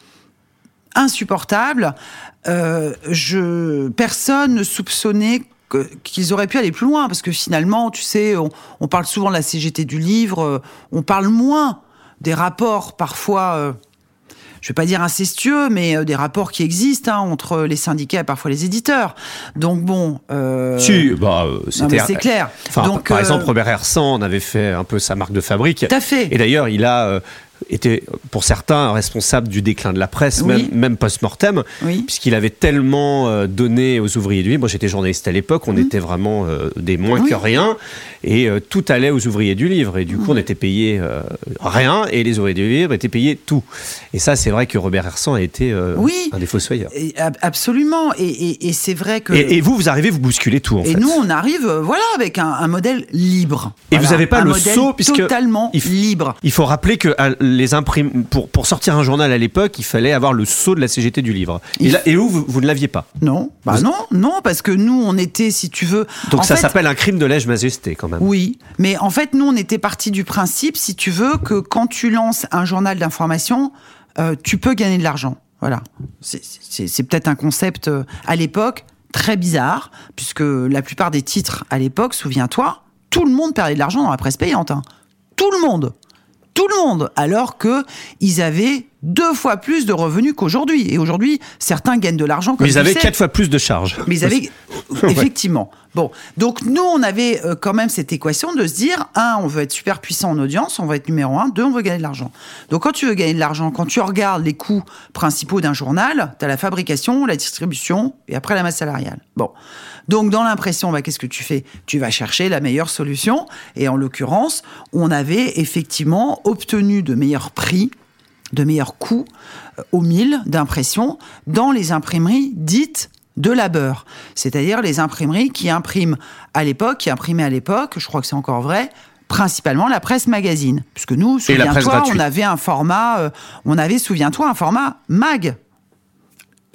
insupportable. Euh, je, personne ne soupçonnait que, qu'ils auraient pu aller plus loin, parce que finalement, tu sais, on, on parle souvent de la C G T du livre, euh, on parle moins des rapports parfois... Euh, je vais pas dire incestueux, mais euh, des rapports qui existent hein, entre les syndicats et parfois les éditeurs. Donc bon... Euh... Si, bah, euh, c'était... Non, mais c'est clair. Enfin, Donc, par euh... exemple, Robert Hersant en avait fait un peu sa marque de fabrique. Tout à fait. Et d'ailleurs, il a... Euh, était pour certains responsable du déclin de la presse, oui. même, même post-mortem, oui. puisqu'il avait tellement euh, donné aux ouvriers du livre. Moi, j'étais journaliste à l'époque, on mmh. était vraiment euh, des moins oui. que rien, et euh, tout allait aux ouvriers du livre. Et du coup, mmh. on était payé euh, rien, et les ouvriers du livre étaient payés tout. Et ça, c'est vrai que Robert Hersant a été euh, oui. un des fossoyeurs. Et, absolument. Et, et, et c'est vrai que... Et, et vous, vous arrivez, vous bousculez tout, en et fait. Et nous, on arrive, euh, voilà, avec un, un modèle libre. Et voilà, vous n'avez pas un le modèle saut, puisque... totalement il f... libre. Il faut rappeler que les imprimes... Pour, pour sortir un journal à l'époque, il fallait avoir le sceau de la C G T du livre. Et, là, et où vous, vous ne l'aviez pas. Non, bah vous... non, non, parce que nous, on était, si tu veux... Donc en ça fait, s'appelle un crime de lèse-majesté, quand même. Oui, mais en fait, nous, on était partis du principe, si tu veux, que quand tu lances un journal d'information, euh, tu peux gagner de l'argent. Voilà. C'est, c'est, c'est peut-être un concept, euh, à l'époque, très bizarre, puisque la plupart des titres, à l'époque, souviens-toi, tout le monde perdait de l'argent dans la presse payante. Hein. Tout le monde. Tout le monde, alors qu'ils avaient deux fois plus de revenus qu'aujourd'hui. Et aujourd'hui, certains gagnent de l'argent comme Mais ils tu avaient sais. quatre fois plus de charges. Mais ils avaient... Effectivement. Bon, donc nous, on avait euh, quand même cette équation de se dire, un, on veut être super puissant en audience, on veut être numéro un. Deux, on veut gagner de l'argent. Donc quand tu veux gagner de l'argent, quand tu regardes les coûts principaux d'un journal, tu as la fabrication, la distribution et après la masse salariale. Bon. Donc, dans l'impression, bah, qu'est-ce que tu fais ? Tu vas chercher la meilleure solution. Et en l'occurrence, on avait effectivement obtenu de meilleurs prix, de meilleurs coûts euh, au mille d'impression dans les imprimeries dites de labeur. C'est-à-dire les imprimeries qui impriment à l'époque, qui imprimaient à l'époque, je crois que c'est encore vrai, principalement la presse magazine. Puisque nous, souviens-toi, on avait un format, euh, on avait, souviens-toi, un format mag.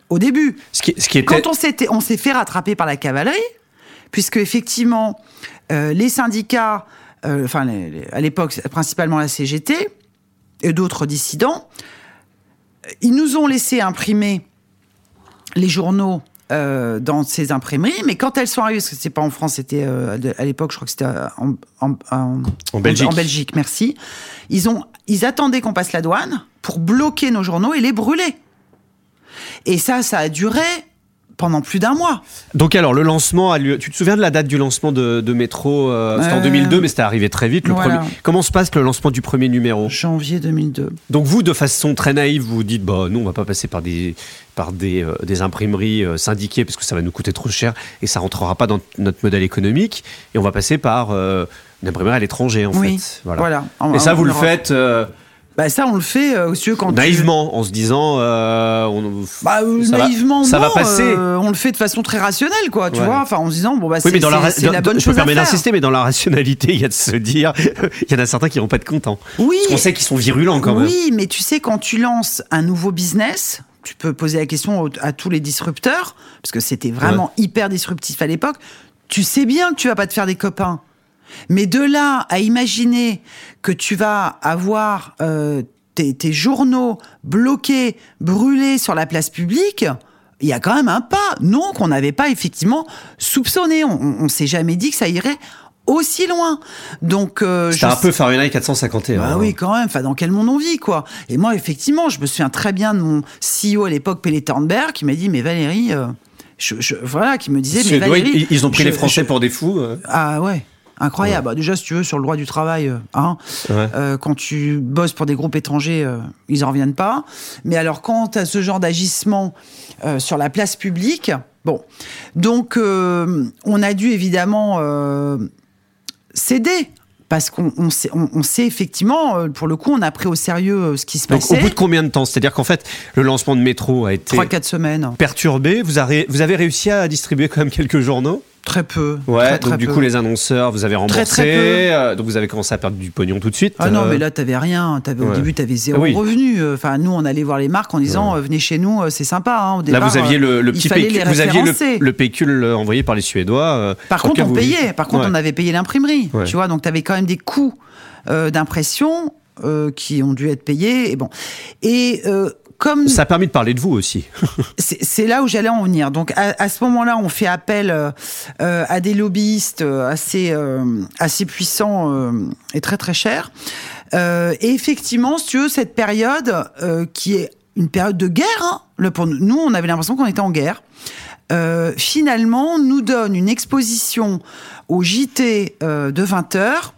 au début. Ce qui, ce qui était... Quand on s'est, on s'est fait rattraper par la cavalerie, puisque effectivement, euh, les syndicats, euh, enfin les, les, à l'époque principalement la C G T et d'autres dissidents, ils nous ont laissé imprimer les journaux euh, dans ces imprimeries, mais quand elles sont arrivées, parce que c'est pas en France, c'était euh, à l'époque, je crois que c'était en, en, en, en Belgique. En Belgique, merci. Ils ont, ils attendaient qu'on passe la douane pour bloquer nos journaux et les brûler. Et ça, ça a duré pendant plus d'un mois. Donc alors, le lancement a lieu... Tu te souviens de la date du lancement de, de Métro euh, C'était euh... en deux mille deux, mais c'était arrivé très vite. Le voilà. premier... Comment se passe le lancement du premier numéro ? Janvier deux mille deux. Donc vous, de façon très naïve, vous vous dites, bah, nous, on va pas passer par des, par des, euh, des imprimeries euh, syndiquées, parce que ça va nous coûter trop cher, et ça rentrera pas dans notre modèle économique, et on va passer par euh, une imprimerie à l'étranger, en oui, fait. Voilà. voilà. En, et ça, vous le faites... Euh, Bah ça, on le fait euh, aussi quand naïvement, tu... en se disant, euh, on... bah, ça naïvement, va, ça non, va passer. Euh, on le fait de façon très rationnelle, quoi. Tu ouais. vois, enfin, en se disant, bon bah, c'est, oui, mais dans c'est, la, c'est dans, la bonne je chose me permets à faire. d'insister, mais dans la rationalité, il y a de se dire, il y en a certains qui vont pas être contents. Oui. Parce qu'on sait qu'ils sont virulents quand oui, même. Oui, mais tu sais, quand tu lances un nouveau business, tu peux poser la question à tous les disrupteurs, parce que c'était vraiment ouais. hyper disruptif à l'époque. Tu sais bien que tu vas pas te faire des copains, mais de là à imaginer que tu vas avoir euh, Tes, tes journaux bloqués, brûlés sur la place publique, il y a quand même un pas. Non, qu'on n'avait pas effectivement soupçonné. On, on s'est jamais dit que ça irait aussi loin. Donc, euh, c'était un peu Fahrenheit quatre cent cinquante et un. Bah hein. Oui, quand même. Enfin, dans quel monde on vit, quoi. Et moi, effectivement, je me souviens très bien de mon C E O à l'époque, Pelle Thornberg, qui m'a dit, mais Valérie, euh, je, je, voilà, qui me disait, mais Valérie, ils, ils ont pris je, les Français je, pour des fous. Euh. Ah ouais. Incroyable. Ouais. Bah, déjà, si tu veux, sur le droit du travail, hein, ouais. euh, quand tu bosses pour des groupes étrangers, euh, ils en reviennent pas. Mais alors, quand tu as ce genre d'agissement euh, sur la place publique, bon. Donc, euh, on a dû évidemment euh, céder. Parce qu'on on sait, on, on sait effectivement, pour le coup, on a pris au sérieux ce qui se passait. Donc, au bout de combien de temps ? C'est-à-dire qu'en fait, le lancement de Métro a été... trois quatre semaines. Perturbé. Vous avez, vous avez réussi à distribuer quand même quelques journaux ? Très peu. Ouais, très, donc très du peu. coup, les annonceurs, vous avez remboursé. Très, très peu. Euh, donc vous avez commencé à perdre du pognon tout de suite. Ah non, euh... mais là, t'avais rien. T'avais, ouais. Au début, t'avais zéro oui. revenu. Enfin, nous, on allait voir les marques en disant, ouais. euh, venez chez nous, c'est sympa. Hein. Au départ, là, vous aviez le, le petit pécule, vous aviez le, le pécule envoyé par les Suédois. Euh, par contre, on vous... payait. Par contre, ouais. on avait payé l'imprimerie. Ouais. Tu vois, donc t'avais quand même des coûts euh, d'impression euh, qui ont dû être payés. Et bon. Et euh, comme ça a permis de parler de vous aussi. c'est, c'est là où j'allais en venir. Donc à, à ce moment-là, on fait appel euh, à des lobbyistes assez euh, assez puissants euh, et très très chers. Euh, et effectivement, si tu veux, cette période euh, qui est une période de guerre, hein, le, pour nous, on avait l'impression qu'on était en guerre. Euh, finalement, nous donne une exposition au J T euh, de vingt heures,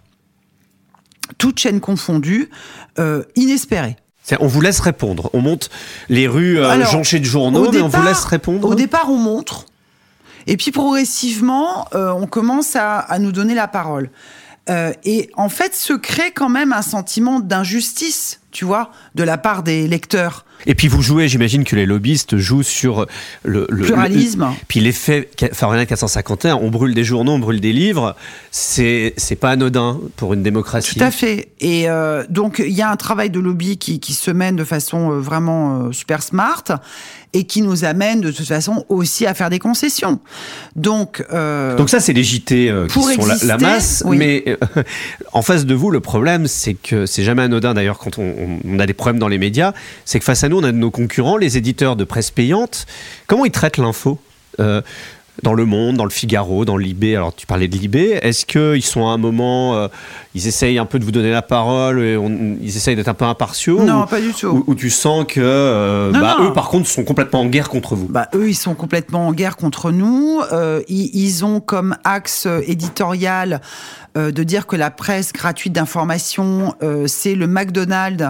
toutes chaînes confondues, euh, inespérée. On vous laisse répondre. On monte les rues euh, Alors, jonchées de journaux, mais départ, on vous laisse répondre. Au départ, on montre. Et puis, progressivement, euh, on commence à, à nous donner la parole. Euh, et en fait, se crée quand même un sentiment d'injustice, tu vois, de la part des lecteurs. Et puis vous jouez, j'imagine que les lobbyistes jouent sur le, le pluralisme. Le, puis l'effet Fahrenheit quatre cent cinquante et un, on brûle des journaux, on brûle des livres, c'est c'est pas anodin pour une démocratie. Tout à fait. Et euh, donc il y a un travail de lobby qui, qui se mène de façon euh, vraiment euh, super smart et qui nous amène de toute façon aussi à faire des concessions. Donc euh, donc ça c'est les J T euh, qui sont exister, la, la masse, oui. mais euh, en face de vous le problème c'est que c'est jamais anodin d'ailleurs quand on, on, on a des problèmes dans les médias, c'est que face à nous, on a nos concurrents, les éditeurs de presse payante. Comment ils traitent l'info euh, dans Le Monde, dans Le Figaro, dans Libé? Alors, tu parlais de Libé. Est-ce qu'ils sont à un moment, euh, ils essayent un peu de vous donner la parole, et on, ils essayent d'être un peu impartiaux? Non, ou, pas du tout. Ou, ou tu sens que euh, non, bah, non. eux, par contre, sont complètement en guerre contre vous? Bah, eux, ils sont complètement en guerre contre nous. Euh, ils, ils ont comme axe éditorial euh, de dire que la presse gratuite d'information, euh, c'est le McDonald's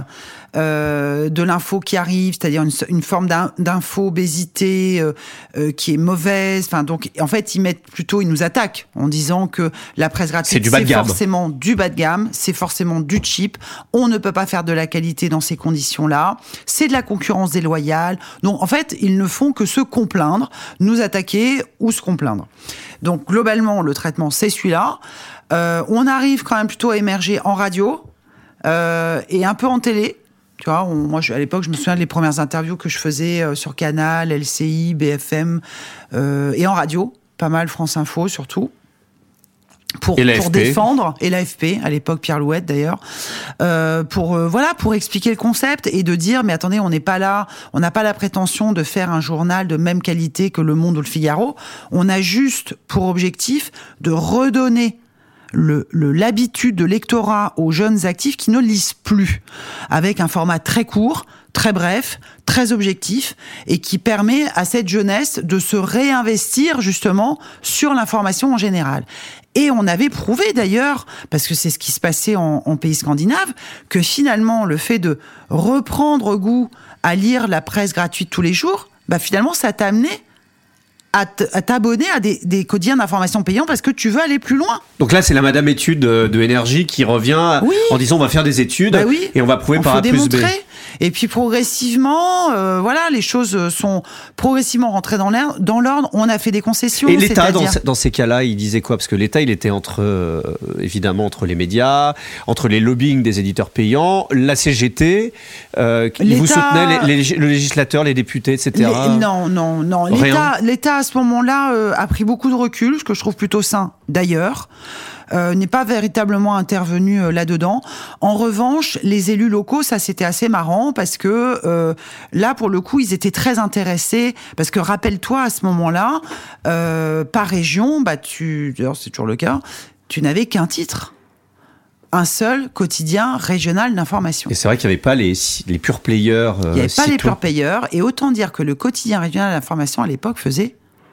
Euh, de l'info qui arrive, c'est-à-dire une, une forme d'in, d'info-obésité euh, euh, qui est mauvaise. Enfin, donc, en fait, ils mettent plutôt, ils nous attaquent en disant que la presse gratuite, c'est, du c'est forcément du bas de gamme, c'est forcément du cheap. On ne peut pas faire de la qualité dans ces conditions-là. C'est de la concurrence déloyale. Donc, en fait, ils ne font que se complaindre, nous attaquer ou se complaindre. Donc, globalement, le traitement, c'est celui-là. Euh, on arrive quand même plutôt à émerger en radio euh, et un peu en télé. Tu vois, on, moi, je, à l'époque, je me souviens des premières interviews que je faisais euh, sur Canal, L C I, B F M euh, et en radio, pas mal France Info surtout. Pour, pour défendre, et l'A F P, à l'époque Pierre Louette d'ailleurs, euh, pour euh, voilà, pour expliquer le concept et de dire mais attendez, on n'est pas là, on n'a pas la prétention de faire un journal de même qualité que Le Monde ou Le Figaro, on a juste pour objectif de redonner Le, le, l'habitude de lectorat aux jeunes actifs qui ne lisent plus, avec un format très court, très bref, très objectif, et qui permet à cette jeunesse de se réinvestir justement sur l'information en général. Et on avait prouvé d'ailleurs, parce que c'est ce qui se passait en, en pays scandinaves, que finalement le fait de reprendre goût à lire la presse gratuite tous les jours, bah finalement ça t'a amené à t'abonner à des, des quotidiens d'information payants parce que tu veux aller plus loin. Donc là, c'est la Madame Étude de, de Énergie qui revient oui. en disant on va faire des études bah oui. et on va prouver on par A plus B. Et puis progressivement, euh, voilà, les choses sont progressivement rentrées dans l'ordre. Dans l'ordre, on a fait des concessions. Et l'État, dans, dans ces cas-là, il disait quoi ? Parce que l'État, il était entre, euh, évidemment, entre les médias, entre les lobbying des éditeurs payants, la C G T, euh, il vous soutenait, les, les, le législateur, les députés, et cetera. Les, non, non, non. L'État, l'État, à ce moment-là, euh, a pris beaucoup de recul, ce que je trouve plutôt sain, d'ailleurs. Euh, n'est pas véritablement intervenu euh, là-dedans. En revanche, les élus locaux, ça c'était assez marrant parce que euh, là, pour le coup, ils étaient très intéressés parce que rappelle-toi à ce moment-là, euh, par région, bah tu, d'ailleurs c'est toujours le cas, tu n'avais qu'un titre. Un seul quotidien régional d'information. Et c'est vrai qu'il n'y avait pas les, les pure players. Euh, Il n'y avait pas citois. les pure players. Et autant dire que le quotidien régional d'information à l'époque faisait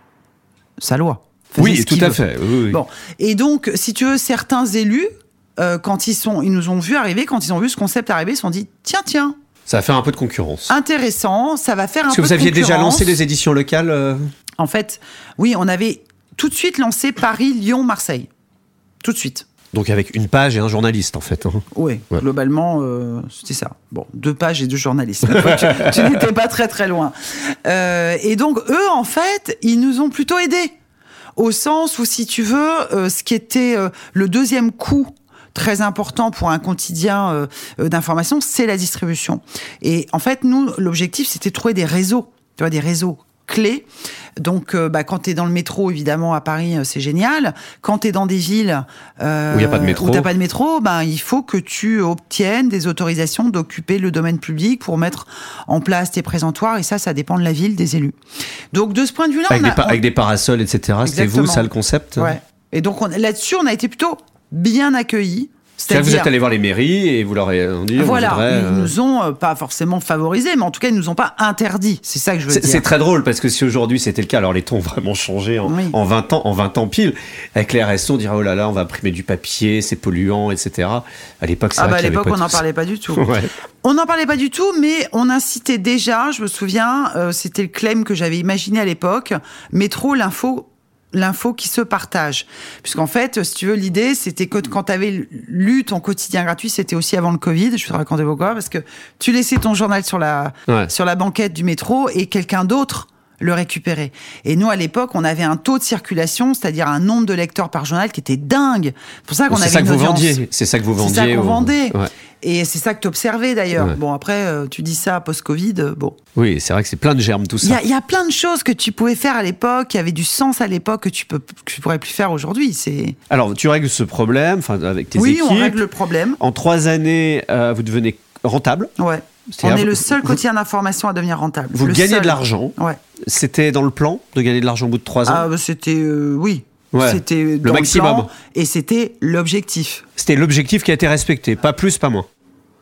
sa loi. Oui, tout à fait. Oui, oui. Bon, et donc, si tu veux, certains élus, euh, quand ils sont, ils nous ont vu arriver, quand ils ont vu ce concept arriver, ils se sont dit tiens, tiens. Ça va faire un peu de concurrence. Intéressant, ça va faire un Est-ce peu de concurrence. Est-ce que vous aviez déjà lancé des éditions locales euh... En fait, oui, on avait tout de suite lancé Paris, Lyon, Marseille. Tout de suite. Donc avec une page et un journaliste, en fait. Hein. Oui, ouais. Globalement, euh, c'était ça. Bon, deux pages et deux journalistes. tu, tu n'étais pas très, très loin. Euh, et donc, eux, en fait, ils nous ont plutôt aidés. Au sens où, si tu veux, euh, ce qui était euh, le deuxième coût très important pour un quotidien euh, d'information, c'est la distribution. Et en fait, nous, l'objectif, c'était de trouver des réseaux, tu vois, des réseaux clés. Donc, euh, bah, quand tu es dans le métro, évidemment, à Paris, euh, c'est génial. Quand tu es dans des villes euh, où il n'y a pas de métro, où t'as pas de métro, bah, il faut que tu obtiennes des autorisations d'occuper le domaine public pour mettre en place tes présentoirs. Et ça, ça dépend de la ville, des élus. Donc, de ce point de vue-là... Avec, on a, des, pa- on... avec des parasols, et cetera. C'était vous, ça, le concept ? Ouais. Et donc, on, là-dessus, on a été plutôt bien accueillis. C'est-à-dire que vous êtes allé voir les mairies et vous leur avez dit... Voilà, voudrait, ils euh... nous ont euh, pas forcément favorisés, mais en tout cas, ils nous ont pas interdits. C'est ça que je veux c'est, dire. C'est très drôle, parce que si aujourd'hui c'était le cas, alors les temps ont vraiment changé en, oui. en vingt ans, en vingt ans pile. Avec les R S O, on dirait, oh là là, on va imprimer du papier, c'est polluant, et cetera. À l'époque, c'est ah vrai bah, qu'il y à l'époque, avait pas on n'en ça. parlait pas du tout. Ouais. On n'en parlait pas du tout, mais on incitait déjà, je me souviens, euh, c'était le claim que j'avais imaginé à l'époque, métro, l'info... l'info qui se partage. Puisqu'en fait, si tu veux, l'idée, c'était que quand tu avais lu ton quotidien gratuit, c'était aussi avant le Covid, je vais te raconter pourquoi, parce que tu laissais ton journal sur la, ouais. sur la banquette du métro et quelqu'un d'autre le récupérait. Et nous, à l'époque, on avait un taux de circulation, c'est-à-dire un nombre de lecteurs par journal qui était dingue. C'est pour ça qu'on c'est avait ça une que vous audience. Vendiez. C'est ça que vous vendiez. C'est ça qu'on au... vendait. Ouais. Et c'est ça que tu observais d'ailleurs. Ouais. Bon, après, euh, tu dis ça post-Covid, euh, bon. Oui, c'est vrai que c'est plein de germes tout ça. Il y, y a plein de choses que tu pouvais faire à l'époque, qui avaient du sens à l'époque, que tu peux, que tu pourrais plus faire aujourd'hui. C'est... Alors, tu règles ce problème, enfin, avec tes oui, équipes. Oui, on règle le problème. En trois années, euh, vous devenez rentable. Ouais. On est le seul quotidien d'information à devenir rentable. Vous le gagnez seul. de l'argent. Ouais. C'était dans le plan de gagner de l'argent au bout de trois ans. Ah, bah c'était euh, oui. Ouais. C'était le maximum. Le plan, et c'était l'objectif. C'était l'objectif qui a été respecté, pas plus, pas moins.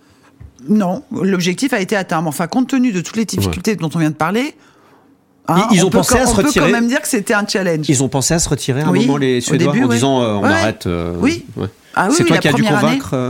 Non, l'objectif a été atteint. Mais enfin, compte tenu de toutes les difficultés ouais. dont on vient de parler, hein, ils on ont peut, pensé à on se peut retirer. quand même dire que c'était un challenge. Ils ont pensé à se retirer à un oui, moment, les Suédois, début, en ouais. disant euh, on ouais. arrête. Euh, oui. Ouais. Ah, oui. C'est oui, toi la qui as dû convaincre. Année,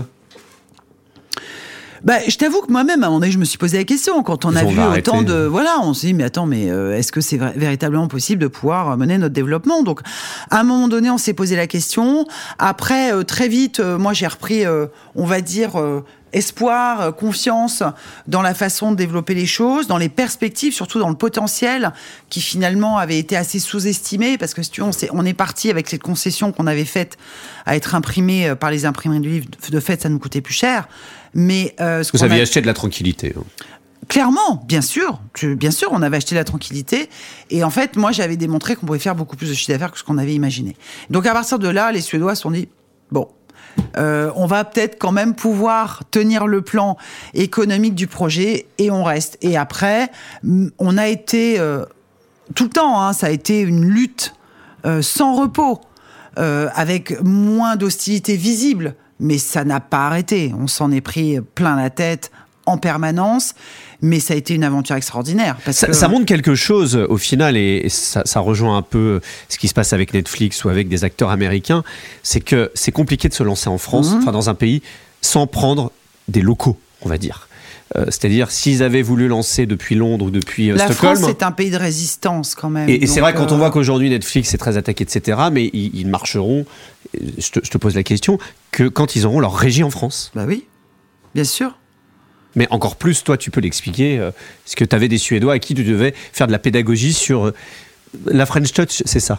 Bah, je t'avoue que moi-même, à un moment donné, je me suis posé la question. Quand on Ils a vu arrêter. autant de... Voilà, on s'est dit, mais attends, mais euh, est-ce que c'est v- véritablement possible de pouvoir mener notre développement ? Donc, à un moment donné, on s'est posé la question. Après, euh, très vite, euh, moi, j'ai repris, euh, on va dire... Euh, espoir, euh, confiance dans la façon de développer les choses, dans les perspectives, surtout dans le potentiel qui finalement avait été assez sous-estimé parce que si tu veux, on, s'est, on est parti avec cette concession qu'on avait faite à être imprimé par les imprimeries de livres. De fait, ça nous coûtait plus cher. Mais euh, ce Vous qu'on aviez a... acheté de la tranquillité. Hein. Clairement, bien sûr, tu, bien sûr, on avait acheté la tranquillité. Et en fait, moi, j'avais démontré qu'on pouvait faire beaucoup plus de chiffre d'affaires que ce qu'on avait imaginé. Donc, à partir de là, les Suédois se sont dit, bon, euh, on va peut-être quand même pouvoir tenir le plan économique du projet et on reste. Et après, on a été, euh, tout le temps, hein, ça a été une lutte euh, sans repos, euh, avec moins d'hostilité visible. Mais ça n'a pas arrêté. On s'en est pris plein la tête en permanence, mais ça a été une aventure extraordinaire. Parce ça, que... ça montre quelque chose au final, et ça, ça rejoint un peu ce qui se passe avec Netflix ou avec des acteurs américains, c'est que c'est compliqué de se lancer en France, mm-hmm. enfin dans un pays, sans prendre des locaux, on va dire. Euh, c'est-à-dire, s'ils avaient voulu lancer depuis Londres ou depuis euh, la Stockholm... La France, c'est un pays de résistance, quand même. Et, et c'est vrai, euh... quand on voit qu'aujourd'hui, Netflix est très attaqué, et cetera, mais ils, ils marcheront, je te, je te pose la question, que quand ils auront leur régie en France. Bah oui, bien sûr. Mais encore plus, toi, tu peux l'expliquer, euh, parce que tu avais des Suédois à qui tu devais faire de la pédagogie sur... Euh, la French Touch, c'est ça?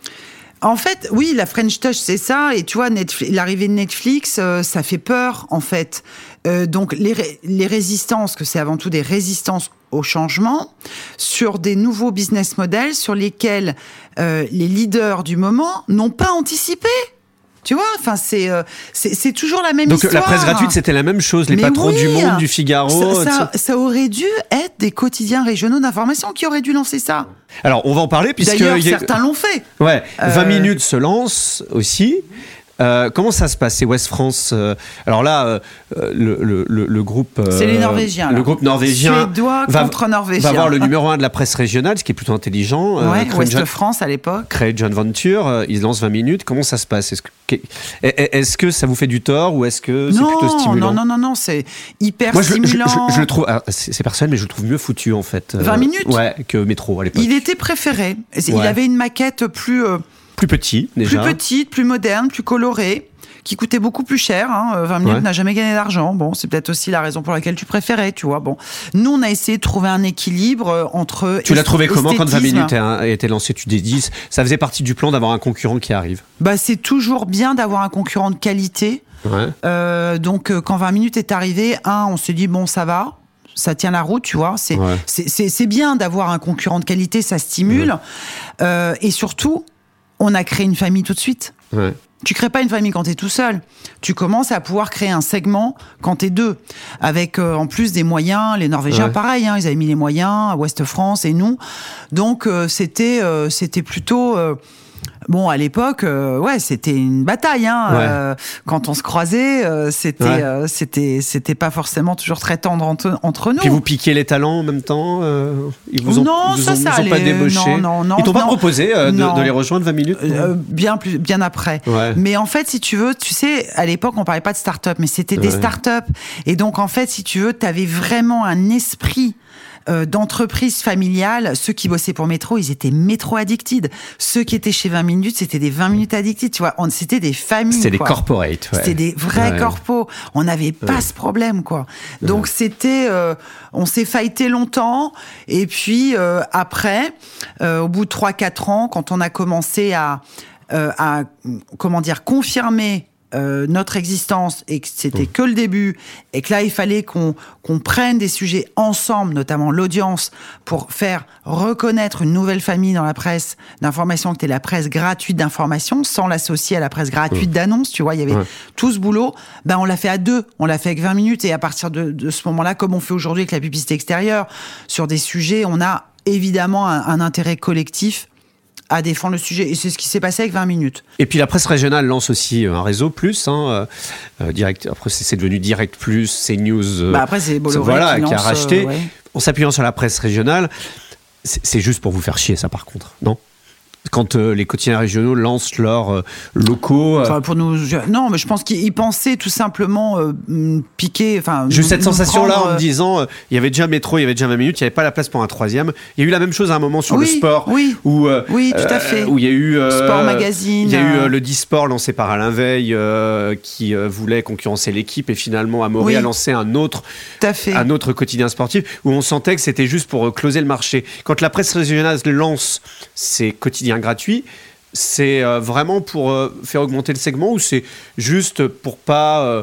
En fait, oui, la French Touch, c'est ça. Et tu vois, Netflix, l'arrivée de Netflix, euh, ça fait peur, en fait. Euh, donc, les, ré, les résistances, que c'est avant tout des résistances au changement, sur des nouveaux business models sur lesquels euh, les leaders du moment n'ont pas anticipé. Tu vois, enfin, c'est, euh, c'est, c'est toujours la même Donc, histoire. Donc, la presse gratuite, c'était la même chose. Les Mais patrons oui, du Monde, du Figaro... Ça, ça, ça aurait dû être des quotidiens régionaux d'information qui auraient dû lancer ça. Alors, on va en parler, puisque... D'ailleurs, a... certains l'ont fait. Ouais, euh... vingt minutes se lance aussi. Euh, comment ça se passe? C'est Ouest France. Euh, alors là, euh, le, le, le, le groupe. Euh, c'est les Norvégiens. Le là. groupe norvégien. Suédois va, contre Norvégiens. Va avoir le numéro un de la presse régionale, ce qui est plutôt intelligent. Ouais, euh, Ouest John, France à l'époque. Créé John Venture. Euh, ils lancent vingt minutes. Comment ça se passe? Est-ce que, est-ce que ça vous fait du tort ou est-ce que c'est non, plutôt stimulant? Non, non, non, non, c'est hyper Moi, je, stimulant. Je, je, je le trouve. C'est, c'est personnel, mais je le trouve mieux foutu en fait. Euh, vingt minutes. Ouais, que Métro à l'époque. Il était préféré. Il ouais. avait une maquette plus. Euh, plus petit déjà. Plus petite, plus moderne, plus colorée. Qui coûtait beaucoup plus cher. Hein. vingt minutes ouais. n'a jamais gagné d'argent. Bon, c'est peut-être aussi la raison pour laquelle tu préférais, tu vois. Bon, nous, on a essayé de trouver un équilibre entre. Tu l'as trouvé comment quand vingt minutes a été lancé? Tu t'es dit, ça faisait partie du plan d'avoir un concurrent qui arrive? Bah, c'est toujours bien d'avoir un concurrent de qualité. Ouais. Euh, donc, quand vingt minutes est arrivé, un, on s'est dit, bon, ça va. Ça tient la route, tu vois. C'est, ouais. c'est, c'est, c'est bien d'avoir un concurrent de qualité, ça stimule. Ouais. Euh, et surtout, on a créé une famille tout de suite. Ouais. Tu crées pas une famille quand t'es tout seul. Tu commences à pouvoir créer un segment quand t'es deux. Avec, euh, en plus, des moyens. Les Norvégiens, ouais. pareil, hein, ils avaient mis les moyens à Ouest France et nous. Donc, euh, c'était, euh, c'était plutôt... Euh, Bon, à l'époque, euh, ouais, c'était une bataille. Hein. Ouais. Euh, quand on se croisait, euh, c'était, ouais. euh, c'était, c'était pas forcément toujours très tendre entre, entre nous. Puis vous piquiez les talents en même temps. Euh, ils vous ont, non, vous ça, ont, ça vous ont pas débauché. Non, non, non. Ils t'ont non, pas proposé euh, de, de les rejoindre vingt minutes. Euh, bien plus, bien après. Ouais. Mais en fait, si tu veux, tu sais, à l'époque, on parlait pas de start-up, mais c'était ouais. des start-up. Et donc, en fait, si tu veux, t'avais vraiment un esprit. Euh, d'entreprise familiale, ceux qui bossaient pour Métro, ils étaient Métro addicted. Ceux qui étaient chez vingt minutes, c'était des vingt minutes addicted. Tu vois, on, c'était des familles. C'était quoi. des corporates. Ouais. C'était des vrais ouais. corpos. On n'avait pas ouais. ce problème, quoi. Donc ouais. c'était, euh, on s'est fighté longtemps. Et puis euh, après, euh, au bout de trois quatre ans, quand on a commencé à, euh, à comment dire, confirmer. Euh, notre existence et que c'était mmh. que le début et que là il fallait qu'on, qu'on prenne des sujets ensemble, notamment l'audience, pour faire reconnaître une nouvelle famille dans la presse d'information, qui était la presse gratuite d'information, sans l'associer à la presse gratuite mmh. d'annonce, tu vois, il y avait ouais. tout ce boulot, ben on l'a fait à deux, on l'a fait avec vingt minutes et à partir de, de ce moment-là, comme on fait aujourd'hui avec la publicité extérieure, sur des sujets, on a évidemment un, un intérêt collectif à défendre le sujet. Et c'est ce qui s'est passé avec vingt minutes. Et puis la presse régionale lance aussi un réseau plus. Hein, euh, direct, après, c'est, c'est devenu Direct Plus, CNews. Euh, bah après, c'est Bolloré voilà, qui, qui lance, a racheté. Euh, ouais. En s'appuyant sur la presse régionale, c'est, c'est juste pour vous faire chier, ça, par contre, non ? Quand euh, les quotidiens régionaux lancent leurs euh, locaux. Euh... Enfin, pour nous, je... Non, mais je pense qu'ils pensaient tout simplement euh, piquer. Enfin, j'ai eu cette sensation-là prendre... en me disant, euh, il y avait déjà Métro, il y avait déjà vingt minutes, il n'y avait pas la place pour un troisième. Il y a eu la même chose à un moment sur oui, le sport. Oui, où, euh, oui, tout à fait. Euh, où il y a eu. Euh, Sport Magazine. Il y a eu euh, le Disport lancé par Alain Veil euh, qui euh, voulait concurrencer l'équipe et finalement Amaury oui. a lancé un autre, tout à fait. un autre quotidien sportif où on sentait que c'était juste pour euh, closer le marché. Quand la presse régionale lance ses quotidiens gratuits, c'est euh, vraiment pour euh, faire augmenter le segment ou c'est juste pour pas euh,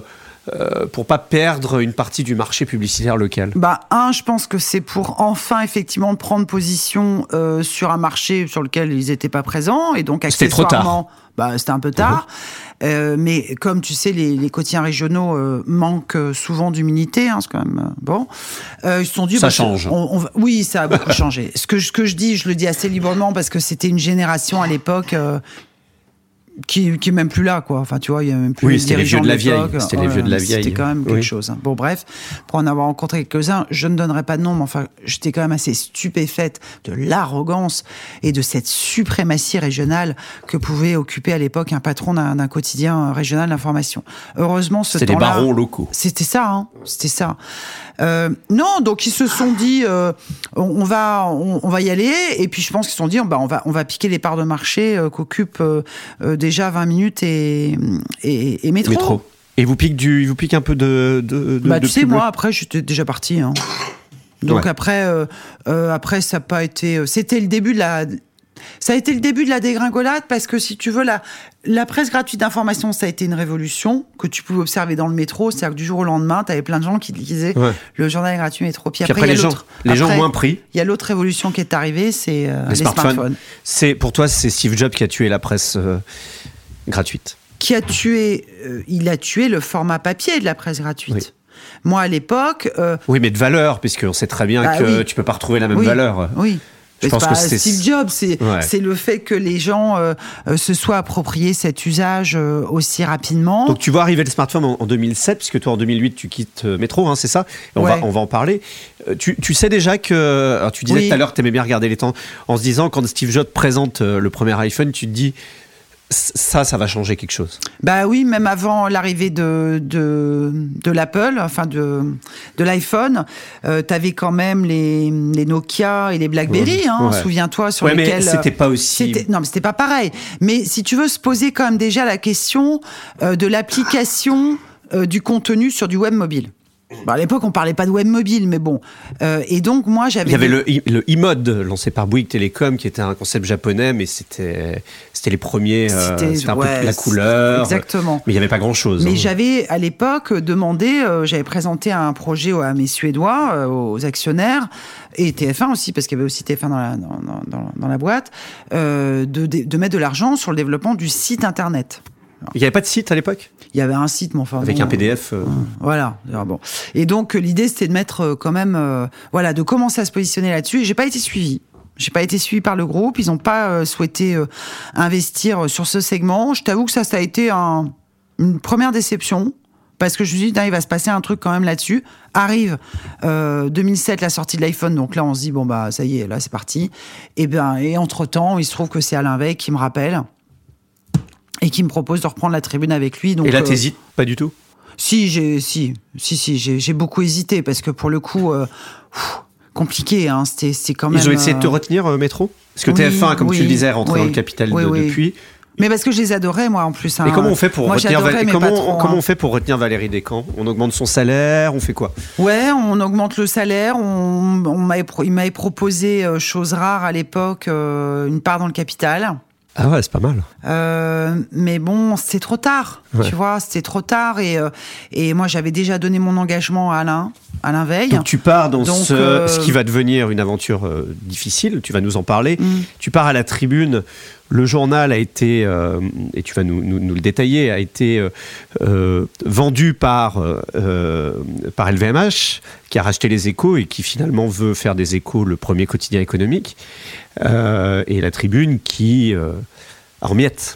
euh, pour pas perdre une partie du marché publicitaire local? Bah, un, je pense que c'est pour enfin effectivement prendre position euh, sur un marché sur lequel ils n'étaient pas présents et donc accessoirement, c'était trop tard. Bah, c'était un peu tard. Mmh. Euh, mais comme tu sais, les, les quotidiens régionaux euh, manquent souvent d'humilité, hein, c'est quand même euh, bon. Euh, ils se sont dit, ça bah, change. On, on va... Oui, ça a beaucoup changé. Ce que, ce que je dis, je le dis assez librement parce que c'était une génération à l'époque. Euh, Qui, qui est même plus là, quoi. Enfin, tu vois, il y a même plus. Oui, c'était les vieux de la vieille. C'était ouais, les vieux de la vieille. C'était quand même quelque oui. chose. Hein. Bon, bref, pour en avoir rencontré quelques-uns, je ne donnerai pas de nom, mais enfin, j'étais quand même assez stupéfaite de l'arrogance et de cette suprématie régionale que pouvait occuper à l'époque un patron d'un, d'un quotidien régional d'information. Heureusement, ce c'était temps-là. C'était des barons locaux. C'était ça, hein. C'était ça. Euh, non, donc ils se sont dit, euh, on, on va, on, on va y aller. Et puis je pense qu'ils se sont dit, bah, on va, on va piquer les parts de marché euh, qu'occupent euh, euh, déjà vingt minutes et, et, et métro. métro. Et vous pique du, vous pique un peu de, de, de bah tu de sais, pub. moi après j'étais déjà parti. Hein. Donc ouais. après, euh, euh, après ça n'a pas été. C'était le début de la. Ça a été le début de la dégringolade parce que si tu veux, la, la presse gratuite d'information, ça a été une révolution que tu pouvais observer dans le métro. C'est-à-dire que du jour au lendemain, tu avais plein de gens qui lisaient ouais. le journal gratuit métro. Puis, Puis après, après il y a les, gens, les après, gens ont moins pris. Il y a l'autre révolution qui est arrivée, c'est euh, les, les smartphones. smartphones. C'est, pour toi, c'est Steve Jobs qui a tué la presse euh, gratuite. Qui a tué, euh, il a tué le format papier de la presse gratuite. Oui. Moi, à l'époque... Euh, oui, mais de valeur, puisqu'on sait très bien bah, que oui. tu peux pas retrouver la même oui. valeur. Oui. Je pense que c'est Steve Jobs, c'est, ouais. c'est le fait que les gens euh, euh, se soient appropriés cet usage euh, aussi rapidement. Donc tu vois arriver le smartphone en, en deux mille sept, puisque toi en deux mille huit tu quittes euh, Métro, hein, c'est ça. Et on, ouais. va, on va en parler. Euh, tu, tu sais déjà que, alors tu disais oui. tout à l'heure que tu aimais bien regarder les temps, en se disant quand Steve Jobs présente euh, le premier iPhone, tu te dis ça, ça va changer quelque chose. Bah oui, même avant l'arrivée de, de, de l'Apple, enfin de, de l'iPhone, euh, t'avais quand même les, les Nokia et les BlackBerry, ouais. hein, ouais. souviens-toi, sur ouais, lesquels... mais c'était pas aussi... C'était, non, mais c'était pas pareil. Mais si tu veux, se poser quand même déjà la question euh, de l'application euh, du contenu sur du web mobile. Bon, à l'époque, on parlait pas de web mobile, mais bon. Euh, et donc, moi, j'avais... Il y avait des... le, le e-mode lancé par Bouygues Telecom, qui était un concept japonais, mais c'était, c'était les premiers... C'était, euh, c'était un ouais, peu la couleur. Exactement. Mais il n'y avait pas grand-chose. Mais hein. j'avais, à l'époque, demandé... Euh, j'avais présenté un projet à mes Suédois, euh, aux actionnaires, et T F un aussi, parce qu'il y avait aussi T F un dans la, dans, dans, dans la boîte, euh, de, de mettre de l'argent sur le développement du site Internet. Alors, il n'y avait pas de site à l'époque ? Il y avait un site, mais enfin... Avec bon, un P D F euh... Voilà. Alors bon. Et donc, l'idée, c'était de mettre euh, quand même... Euh, voilà, de commencer à se positionner là-dessus. Et j'ai pas été suivie. J'ai pas été suivie par le groupe. Ils n'ont pas euh, souhaité euh, investir sur ce segment. Je t'avoue que ça, ça a été un, une première déception. Parce que je me suis dit, il va se passer un truc quand même là-dessus. Arrive euh, deux mille sept, la sortie de l'iPhone. Donc là, on se dit, bon, bah, ça y est, là, c'est parti. Et, ben, et entre-temps, il se trouve que c'est Alain Veil qui me rappelle... et qui me propose de reprendre la tribune avec lui. Donc, et là, euh, t'hésites pas du tout ? Si, j'ai, si, si, si, j'ai, j'ai beaucoup hésité parce que pour le coup, euh, pff, compliqué, hein, c'était, c'était quand même. Ils ont essayé de te retenir, euh, Métro ? Parce que oui, T F un, comme oui, tu le disais, est rentré oui, dans le capital oui, de, oui. depuis. Mais parce que je les adorais, moi, en plus. Hein. Et comment on fait pour moi, retenir Val... comment, patrons, comment hein. on fait pour retenir Valérie Descamps ? On augmente son salaire, on fait quoi ? Ouais, on augmente le salaire. On, on m'avait, il m'avait proposé, euh, chose rare à l'époque, euh, une part dans le capital. Ah ouais, c'est pas mal. Euh, mais bon, c'était trop tard, ouais. tu vois, c'était trop tard. Et, euh, et moi, j'avais déjà donné mon engagement à Alain, Alain Veil. Donc tu pars dans Donc, ce, euh... ce qui va devenir une aventure euh, difficile, tu vas nous en parler. Mm. Tu pars à la Tribune. Le journal a été, euh, et tu vas nous, nous, nous le détailler, a été euh, euh, vendu par, euh, par L V M H, qui a racheté les Échos et qui finalement veut faire des Échos le premier quotidien économique. Euh, et la Tribune qui euh, en miettes.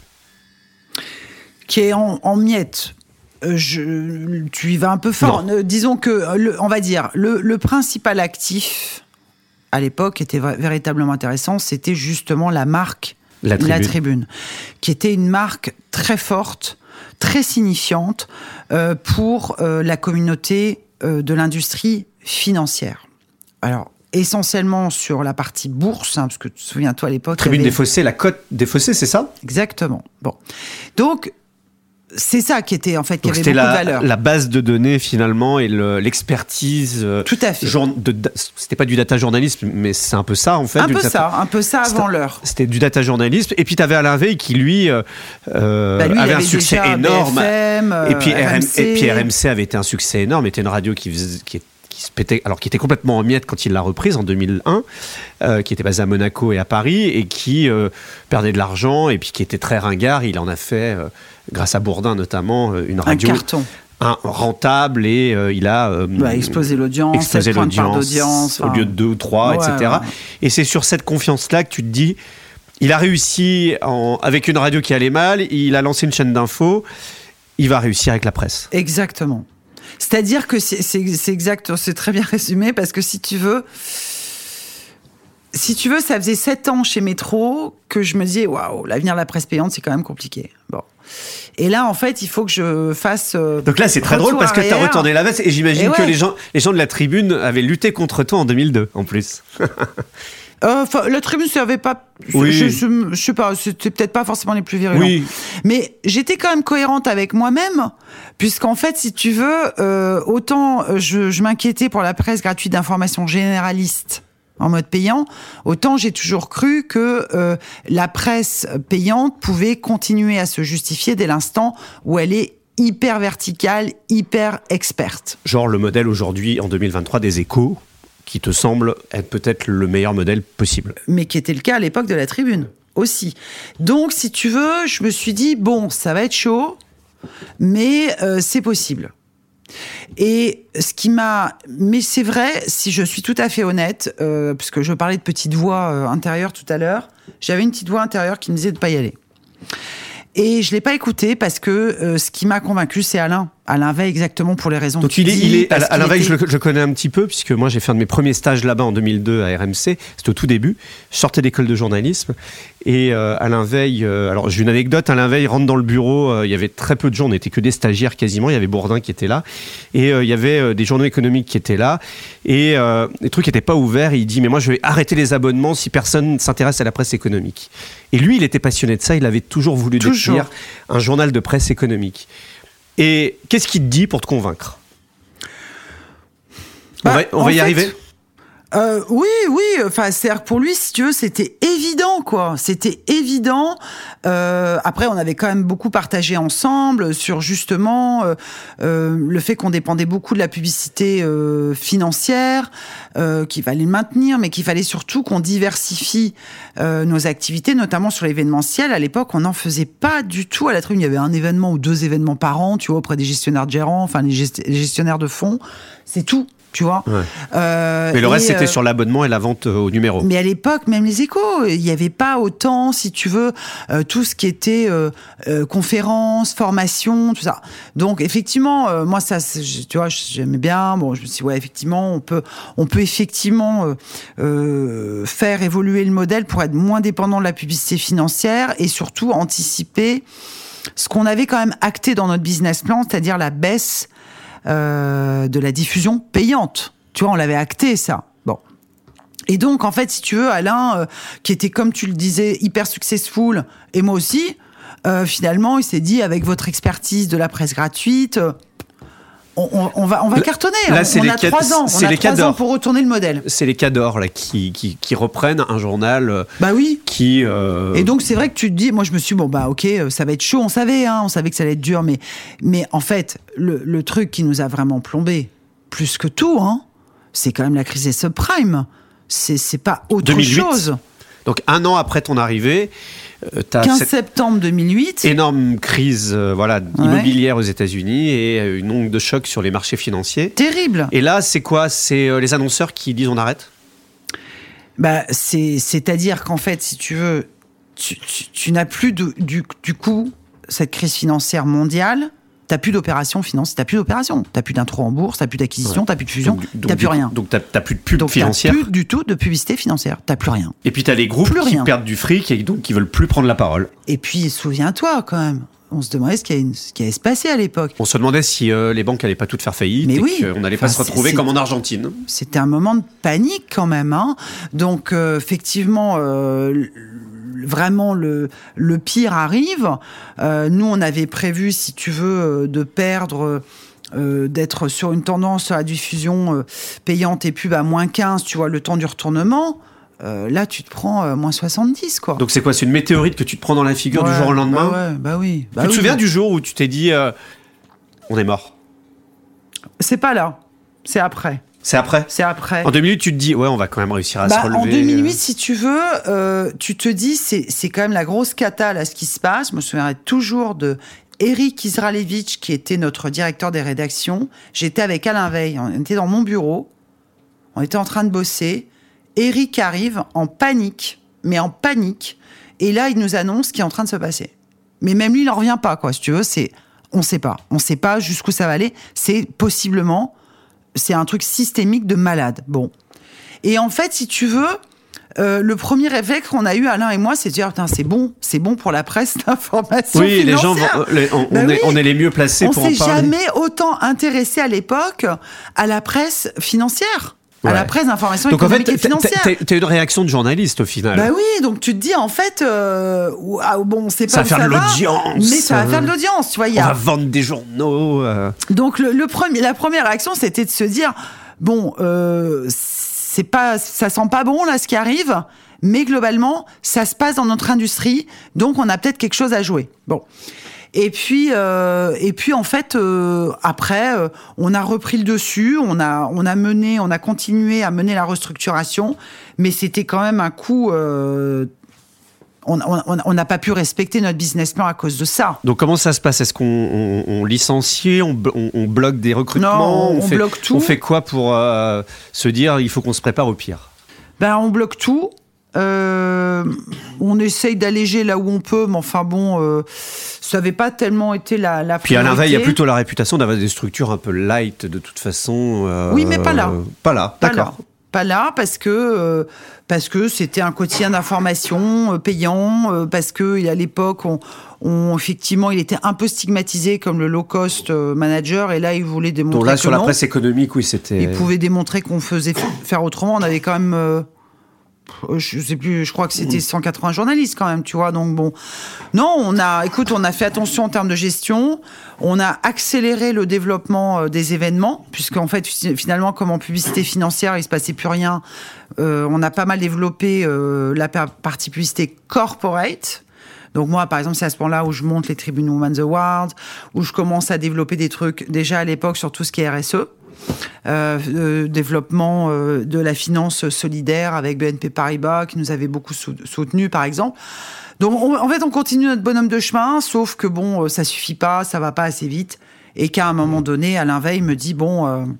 Qui est en, en miettes. Euh, je, tu y vas un peu fort. Euh, disons que, le, on va dire, le, le principal actif à l'époque était v- véritablement intéressant, c'était justement la marque La Tribune. La Tribune, qui était une marque très forte, très signifiante euh, pour euh, la communauté euh, de l'industrie financière. Alors, essentiellement sur la partie bourse, hein, parce que souviens-toi à l'époque... Tribune avait... des Fossés, la cote des Fossés, c'est ça ? Exactement. Bon. Donc, c'est ça qui était en fait qui Donc avait c'était beaucoup la, de valeur. la base de données finalement et le, l'expertise. euh, Tout à fait. jour- de, de- c'était pas du data journalisme, mais c'est un peu ça en fait. Un d'une peu certaine- ça, un peu ça avant C'était- l'heure. C'était du data journalisme. Et puis tu avais Alain Veil qui lui, euh, euh, Bah, lui, il avait un avait succès déjà énorme. B F M, et, puis euh, R M, R M C. et puis R M C avait été un succès énorme. Était une radio qui faisait, qui, qui se pétait, alors qui était complètement en miettes quand il l'a reprise en deux mille un, euh, qui était basée à Monaco et à Paris et qui euh, perdait de l'argent et puis qui était très ringard. Il en a fait, euh, grâce à Bourdin notamment, euh, une Un radio carton. un, rentable et euh, il a euh, Bah, exploser l'audience, explosé sept points de part l'audience d'audience. au enfin. lieu de deux ou trois, Ouais, et cetera. ouais. Et c'est sur cette confiance-là que tu te dis, il a réussi en- avec une radio qui allait mal, il a lancé une chaîne d'infos, il va réussir avec la presse. Exactement. C'est-à-dire que c'est, c'est, c'est exact, c'est très bien résumé parce que si tu veux, si tu veux, ça faisait sept ans chez Métro que je me disais waouh, l'avenir de la presse payante c'est quand même compliqué. Bon. Et là, en fait, il faut que je fasse. Euh, Donc là, c'est très retour drôle parce que tu as arrière. retourné la veste et j'imagine Et que ouais. les gens, les gens de la tribune avaient lutté contre toi en deux mille deux en plus. Euh, la tribune, ça avait pas. Oui. Je, je, je sais pas, c'était peut-être pas forcément les plus virulents. Oui. Mais j'étais quand même cohérente avec moi-même, puisqu'en fait, si tu veux, euh, autant je, je m'inquiétais pour la presse gratuite d'information généraliste en mode payant, autant j'ai toujours cru que euh, la presse payante pouvait continuer à se justifier dès l'instant où elle est hyper verticale, hyper experte. Genre le modèle aujourd'hui en deux mille vingt-trois des Échos, qui te semble être peut-être le meilleur modèle possible. Mais qui était le cas à l'époque de la Tribune aussi. Donc, si tu veux, je me suis dit, bon, ça va être chaud, mais euh, c'est possible. Et ce qui m'a... Mais c'est vrai, si je suis tout à fait honnête, euh, parce que je parlais de petite voix euh, intérieure tout à l'heure, j'avais une petite voix intérieure qui me disait de ne pas y aller. Et je ne l'ai pas écouté parce que euh, ce qui m'a convaincu, c'est Alain. Alain Veil, exactement pour les raisons Donc que tu il est, dis. il est, parce Alain qu'il Veil, était- je le, je le connais un petit peu, puisque moi j'ai fait un de mes premiers stages là-bas en deux mille deux à R M C, c'était au tout début, je sortais d'école de journalisme, et euh, Alain Veil, euh, alors j'ai une anecdote, Alain Veil rentre dans le bureau, euh, il y avait très peu de gens, on n'était que des stagiaires quasiment, il y avait Bourdin qui était là, et euh, il y avait euh, des journaux économiques qui étaient là, et euh, les trucs n'étaient pas ouverts, et il dit mais moi je vais arrêter les abonnements si personne ne s'intéresse à la presse économique. Et lui il était passionné de ça, il avait toujours voulu Toujours. détenir un journal de presse économique. Et qu'est-ce qu'il te dit pour te convaincre ? On Bah, va, on en va y fait, arriver ? Euh, oui, oui. Enfin, c'est-à-dire que pour lui, si tu veux, c'était évident, quoi. C'était évident. Euh, après, on avait quand même beaucoup partagé ensemble sur justement euh, euh, le fait qu'on dépendait beaucoup de la publicité euh, financière, euh, qu'il fallait le maintenir, mais qu'il fallait surtout qu'on diversifie euh, nos activités, notamment sur l'événementiel. À l'époque, on n'en faisait pas du tout à la Tribune. Il y avait un événement ou deux événements par an, tu vois, auprès des gestionnaires de gérants, enfin les, gest- les gestionnaires de fonds. C'est tout. Tu vois. Ouais. Euh, Mais le reste, et, c'était euh, sur l'abonnement et la vente euh, au numéro. Mais à l'époque, même les Échos, il n'y avait pas autant, si tu veux, euh, tout ce qui était euh, euh, conférences, formation, tout ça. Donc, effectivement, euh, moi, ça, c'est- tu vois, j'aimais bien. Bon, je me suis dit, ouais, effectivement, on peut, on peut effectivement euh, euh, faire évoluer le modèle pour être moins dépendant de la publicité financière et surtout anticiper ce qu'on avait quand même acté dans notre business plan, c'est-à-dire la baisse Euh, de la diffusion payante. Tu vois, on l'avait acté, ça. Bon. Et donc, en fait, si tu veux, Alain, euh, qui était, comme tu le disais, hyper successful, et moi aussi, euh, finalement, il s'est dit, avec votre expertise de la presse gratuite, euh, on, on- on va, on va Là- cartonner. là, on c'est on les a cas- trois ans. c'est On a les cas trois ans d'or. pour retourner le modèle. C'est les cadors là, qui, qui, qui reprennent un journal euh, Bah oui. qui... euh, Et donc, c'est vrai que tu te dis, moi, je me suis dit, bon, bah, ok, euh, ça va être chaud, on savait, hein, on savait que ça allait être dur, mais, mais en fait, le, le truc qui nous a vraiment plombé, plus que tout, hein, c'est quand même la crise des subprimes. C'est, c'est pas autre deux mille huit. chose. Donc un an après ton arrivée, euh, tu as quinze cette septembre deux mille huit. énorme crise euh, voilà, immobilière aux États-Unis et euh, une onde de choc sur les marchés financiers. Terrible. Et là, c'est quoi ? C'est euh, les annonceurs qui disent on arrête ? Bah, c'est, c'est-à-dire qu'en fait, si tu veux, tu, tu, tu n'as plus de, du, du coup, cette crise financière mondiale, t'as plus d'opérations financières, t'as plus d'opérations, t'as plus d'intro en bourse, t'as plus d'acquisition, Ouais. t'as plus de fusion, Donc, du- donc, t'as du plus coup- rien. Donc t'as t'as plus de pub Donc, financière. t'as plus du tout de publicité financière, t'as plus rien. Et puis t'as les groupes Plus qui rien. perdent du fric et donc qui veulent plus prendre la parole. Et puis, souviens-toi quand même, on se demandait ce qui allait, ce qui allait se passer à l'époque. On se demandait si euh, les banques allaient pas toutes faire faillite Mais et oui. qu'on n'allait pas Enfin, se retrouver c'est- comme en Argentine. C'était un moment de panique quand même, hein. Donc euh, effectivement, euh, vraiment le, le pire arrive, euh, nous, on avait prévu, si tu veux, de perdre... Euh, d'être sur une tendance à la diffusion euh, payante et pub à moins quinze, tu vois, le temps du retournement, euh, là, tu te prends euh, moins soixante-dix, quoi. Donc, c'est quoi? C'est une météorite que tu te prends dans la figure ouais, du jour au lendemain? Bah, ouais, bah oui. Bah tu te oui, souviens oui. du jour où tu t'es dit, euh, on est mort? C'est pas là. C'est après. C'est après? C'est après. En deux minutes, tu te dis, ouais, on va quand même réussir à bah, se relever. En deux mille huit, si tu veux, euh, tu te dis, c'est, c'est quand même la grosse cata, là, ce qui se passe. Je me souviendrai toujours de Eric Israelevich, qui était notre directeur des rédactions. J'étais avec Alain Veil. On était dans mon bureau. On était en train de bosser. Eric arrive en panique, mais en panique. Et là, il nous annonce ce qui est en train de se passer. Mais même lui, il n'en revient pas, quoi. Si tu veux, c'est, on ne sait pas. On ne sait pas jusqu'où ça va aller. C'est possiblement, c'est un truc systémique de malade. Bon. Et en fait, si tu veux, euh, le premier réflexe qu'on a eu, Alain et moi, c'est de dire, putain, c'est bon, c'est bon pour la presse d'information oui, financière. Les gens vont, les, on, bah on, oui. est, on est les mieux placés on pour en parler. On s'est jamais autant intéressé à l'époque à la presse financière. Ouais. À la presse d'information économique donc en fait, et financière. T'as, t'as eu une réaction de journaliste au final. Bah oui, donc tu te dis en fait, euh, ah, bon, c'est pas ça va faire ça de va, l'audience, mais ça va faire de l'audience, tu vois. Y a... On va vendre des journaux. Euh... Donc le, le premier, la première réaction, c'était de se dire, bon, euh, c'est pas, ça sent pas bon là ce qui arrive, mais globalement, ça se passe dans notre industrie, donc on a peut-être quelque chose à jouer. Bon. Et puis, euh, et puis en fait, euh, après, euh, on a repris le dessus, on a, on a mené, on a continué à mener la restructuration, mais c'était quand même un coup. Euh, on n'a pas pu respecter notre business plan à cause de ça. Donc comment ça se passe? Est-ce qu'on on, on licencie, on, on, on bloque des recrutements? Non, on, on fait, bloque tout. On fait quoi pour euh, se dire il faut qu'on se prépare au pire? Ben, on bloque tout. Euh, on essaye d'alléger là où on peut, mais enfin bon, euh, ça n'avait pas tellement été la, la priorité. Puis à l'inverse, il y a plutôt la réputation d'avoir des structures un peu light de toute façon. Euh, oui, mais pas là. Pas là, pas d'accord. Là. Pas là parce que euh, parce que c'était un quotidien d'information euh, payant, euh, parce que à l'époque, on, on effectivement, il était un peu stigmatisé comme le low cost euh, manager, et là, il voulait démontrer. Donc là, que sur non. La presse économique, oui, c'était. Il pouvait démontrer qu'on faisait faire autrement. On avait quand même. Euh, je sais plus, je crois que c'était cent quatre-vingts journalistes quand même, tu vois. Donc bon, non, on a, écoute, on a fait attention en termes de gestion. On a accéléré le développement des événements, puisqu'en fait, finalement, comme en publicité financière, il se passait plus rien. Euh, on a pas mal développé euh, la partie publicité corporate. Donc moi, par exemple, c'est à ce moment-là où je monte les Tribune Women's Awards, où je commence à développer des trucs déjà à l'époque sur tout ce qui est R S E. Euh, euh, développement euh, de la finance solidaire avec B N P Paribas qui nous avait beaucoup sou- soutenu par exemple. Donc on, en fait on continue notre bonhomme de chemin, sauf que bon euh, ça suffit pas, ça va pas assez vite, et qu'à un moment donné Alain Veil me dit bon euh,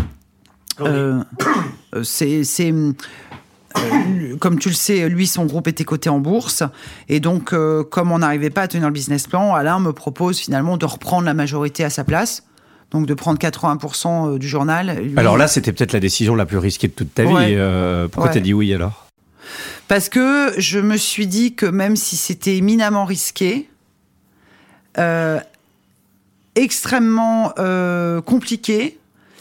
euh, euh, c'est, c'est euh, comme tu le sais, lui son groupe était coté en bourse, et donc euh, comme on n'arrivait pas à tenir le business plan, Alain me propose finalement de reprendre la majorité à sa place. Donc de prendre quatre-vingts pour cent du journal. Lui... Alors là, c'était peut-être la décision la plus risquée de toute ta ouais. vie. Euh, pourquoi ouais. t'as dit oui alors? Parce que je me suis dit que même si c'était éminemment risqué, euh, extrêmement euh, compliqué,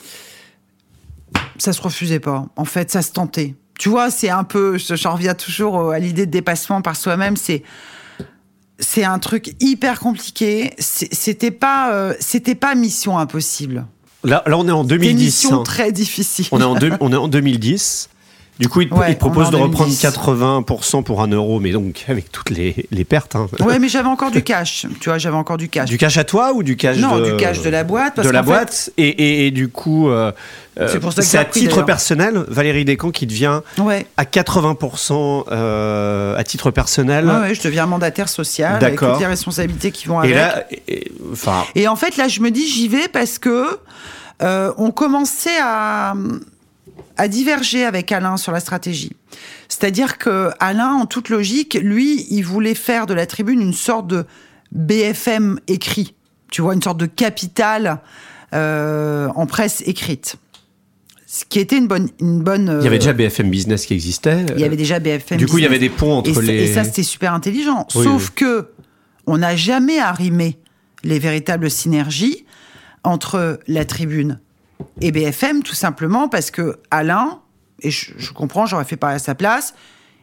ça se refusait pas. En fait, ça se tentait. Tu vois, c'est un peu... J'en reviens toujours à l'idée de dépassement par soi-même. C'est... C'est un truc hyper compliqué. C'était pas, euh, c'était pas mission impossible. Là, là, on est en deux mille dix. C'était une mission hein. très difficile. On est en, deux, on est en deux mille dix. Du coup, il te, ouais, il te propose de deux mille dix. reprendre quatre-vingts pour cent pour un euro, mais donc avec toutes les, les pertes. Hein. Ouais, mais j'avais encore du cash. Tu vois, j'avais encore du cash. Du cash à toi ou du cash non, de... du cash de la boîte. Parce de la boîte. Fait... Et, et, et du coup, euh, c'est, pour ça que c'est à appris, titre d'ailleurs. personnel, Valérie Descamps qui devient ouais. à quatre-vingts pour cent euh, à titre personnel. Ouais, ouais, je deviens mandataire social. D'accord. Avec toutes les responsabilités qui vont avec. Et là, et, enfin... et en fait, là, je me dis, j'y vais parce que euh, on commençait à... à diverger avec Alain sur la stratégie. C'est-à-dire que Alain, en toute logique, lui, il voulait faire de la Tribune une sorte de B F M écrit. Tu vois, une sorte de Capital euh, en presse écrite. Ce qui était une bonne... Une bonne euh... Il y avait déjà B F M Business qui existait. Il y avait déjà B F M Du coup, Business. il y avait des ponts entre et les... Et ça, c'était super intelligent. Oui, Sauf oui. que on n'a jamais arrimé les véritables synergies entre la Tribune et B F M, tout simplement parce que Alain, et je, je comprends, j'aurais fait pareil à sa place,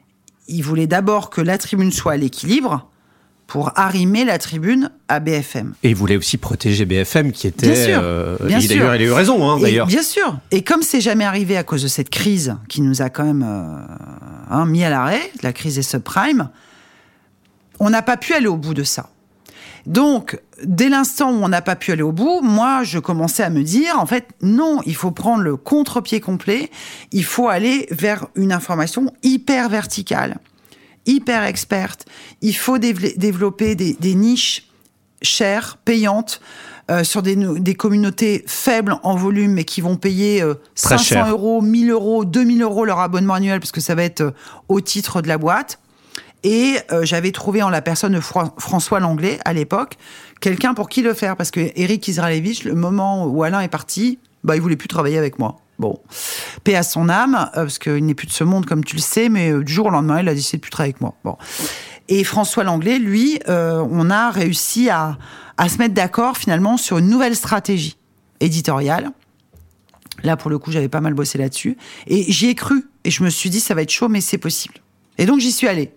il voulait d'abord que la tribune soit à l'équilibre pour arrimer la tribune à B F M. Et il voulait aussi protéger B F M qui était... Bien sûr, euh, bien il, sûr. D'ailleurs, il a eu raison, hein, d'ailleurs. Et, bien sûr. Et comme c'est jamais arrivé à cause de cette crise qui nous a quand même euh, hein, mis à l'arrêt, la crise des subprimes, on n'a pas pu aller au bout de ça. Donc, dès l'instant où on n'a pas pu aller au bout, moi, je commençais à me dire, en fait, non, il faut prendre le contre-pied complet, il faut aller vers une information hyper verticale, hyper experte. Il faut dév- développer des, des niches chères, payantes, euh, sur des, des communautés faibles en volume, mais qui vont payer euh, cinq cents euros, mille euros, deux mille euros leur abonnement annuel, parce que ça va être euh, au titre de la boîte. Et euh, j'avais trouvé en la personne de Fro- François Langlais, à l'époque, quelqu'un pour qui le faire. Parce que Eric Israelevich, le moment où Alain est parti, bah, il voulait plus travailler avec moi. Bon, paix à son âme, euh, parce qu'il n'est plus de ce monde, comme tu le sais, mais euh, du jour au lendemain, il a décidé de plus travailler avec moi. Bon. Et François Langlais, lui, euh, on a réussi à, à se mettre d'accord, finalement, sur une nouvelle stratégie éditoriale. Là, pour le coup, j'avais pas mal bossé là-dessus. Et j'y ai cru. Et je me suis dit, ça va être chaud, mais c'est possible. Et donc, j'y suis allée.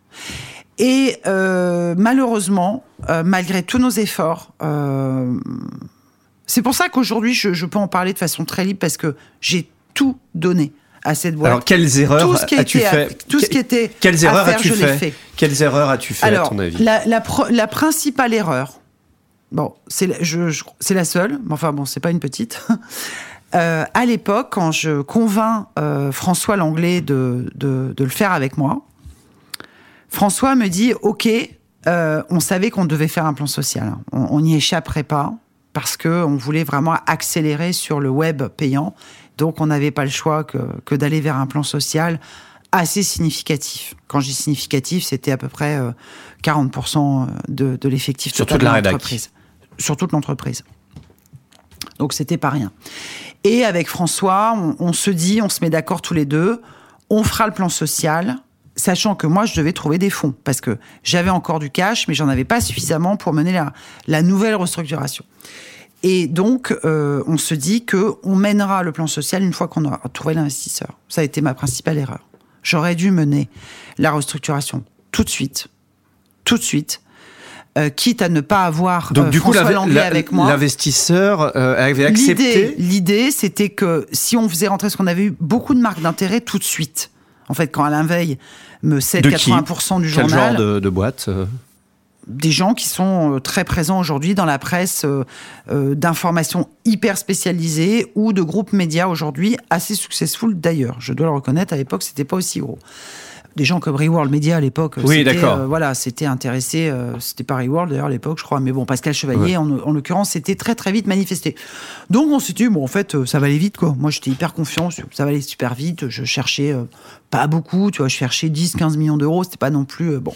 Et euh, malheureusement, euh, malgré tous nos efforts, euh, c'est pour ça qu'aujourd'hui, je, je peux en parler de façon très libre, parce que j'ai tout donné à cette boîte. Alors, quelles erreurs as-tu fait ? Tout ce qui était Quelles à erreurs faire, as-tu je fait l'ai fait. Quelles erreurs as-tu fait, Alors, à ton avis ? la, la, pro, la principale erreur, bon, c'est la, je, je, c'est la seule, mais enfin bon, c'est pas une petite. euh, à l'époque, quand je convainc euh, François Langlais de, de, de le faire avec moi, François me dit, OK, euh, on savait qu'on devait faire un plan social. On n'y échapperait pas, parce qu'on voulait vraiment accélérer sur le web payant. Donc, on n'avait pas le choix que, que d'aller vers un plan social assez significatif. Quand je dis significatif, c'était à peu près euh, quarante pour cent de, de l'effectif sur total toute la de l'entreprise. Sur toute l'entreprise. Donc, c'était pas rien. Et avec François, on, on se dit, on se met d'accord tous les deux, on fera le plan social, sachant que moi, je devais trouver des fonds, parce que j'avais encore du cash, mais j'en avais pas suffisamment pour mener la, la nouvelle restructuration. Et donc, euh, on se dit qu'on mènera le plan social une fois qu'on aura trouvé l'investisseur. Ça a été ma principale erreur. J'aurais dû mener la restructuration tout de suite, tout de suite, euh, quitte à ne pas avoir donc, euh, du François coup, Langlais avec moi. L'investisseur euh, avait accepté. L'idée, l'idée, c'était que si on faisait rentrer, parce qu'on avait eu beaucoup de marques d'intérêt tout de suite. En fait, quand Alain Veil me cède quatre-vingts pour cent du Quel journal... Quel genre de, de boîte euh... Des gens qui sont très présents aujourd'hui dans la presse euh, euh, d'informations hyper spécialisées ou de groupes médias aujourd'hui assez successful d'ailleurs. Je dois le reconnaître, à l'époque, c'était pas aussi gros. Des gens comme Reworld Media à l'époque, oui, c'était, d'accord. Euh, voilà, c'était intéressé, euh, c'était pas Reworld d'ailleurs à l'époque, je crois, mais bon, Pascal Chevalier, ouais. en, en l'occurrence, c'était très très vite manifesté. Donc on s'est dit, bon, en fait, ça va aller vite, quoi. Moi, j'étais hyper confiant, ça va aller super vite, je cherchais euh, pas beaucoup, tu vois, je cherchais dix à quinze millions d'euros, c'était pas non plus, euh, bon.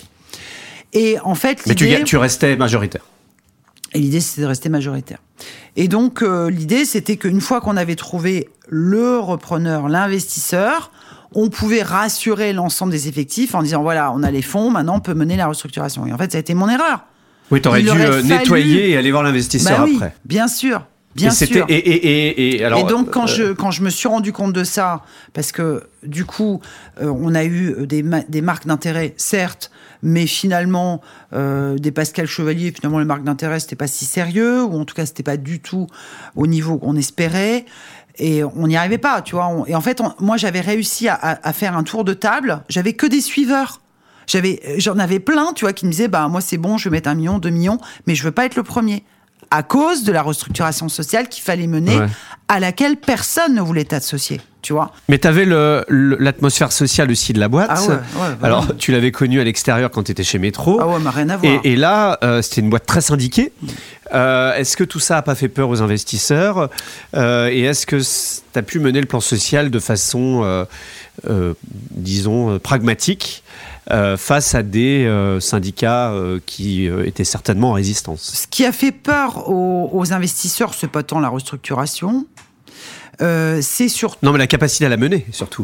Et en fait, mais l'idée... tu, tu restais majoritaire. Et l'idée, c'était de rester majoritaire. Et donc, euh, l'idée, c'était qu'une fois qu'on avait trouvé le repreneur, l'investisseur, on pouvait rassurer l'ensemble des effectifs en disant, voilà, on a les fonds, maintenant on peut mener la restructuration. Et en fait, ça a été mon erreur. Oui, t'aurais dû fallu... nettoyer et aller voir l'investisseur bah oui, après. Bien sûr. Bien et sûr. Et, et, et, et, alors, et donc, quand, euh... je, euh... quand je me suis rendu compte de ça, parce que du coup, euh, on a eu des, ma- des marques d'intérêt, certes, mais finalement, euh, des Pascal Chevalier, finalement, les marques d'intérêt, c'était pas si sérieux, ou en tout cas, c'était pas du tout au niveau qu'on espérait. Et on n'y arrivait pas, tu vois. On, et en fait, on, moi, j'avais réussi à, à, à faire un tour de table. J'avais que des suiveurs. J'avais, j'en avais plein, tu vois, qui me disaient, bah, moi, c'est bon, je vais mettre un million, deux millions, mais je veux pas être le premier. À cause de la restructuration sociale qu'il fallait mener, ouais. à laquelle personne ne voulait t'associer, tu vois. Mais tu avais le, le, l'atmosphère sociale aussi de la boîte. Ah ouais, ouais, alors, tu l'avais connue à l'extérieur quand tu étais chez Métro. Ah ouais, mais rien à voir. Et, et là, euh, c'était une boîte très syndiquée. Euh, est-ce que tout ça n'a pas fait peur aux investisseurs euh, Et est-ce que tu as pu mener le plan social de façon, euh, euh, disons, pragmatique Euh, face à des euh, syndicats euh, qui euh, étaient certainement en résistance. Ce qui a fait peur aux, aux investisseurs, c'est pas tant la restructuration, euh, c'est surtout... Non, mais la capacité à la mener, surtout.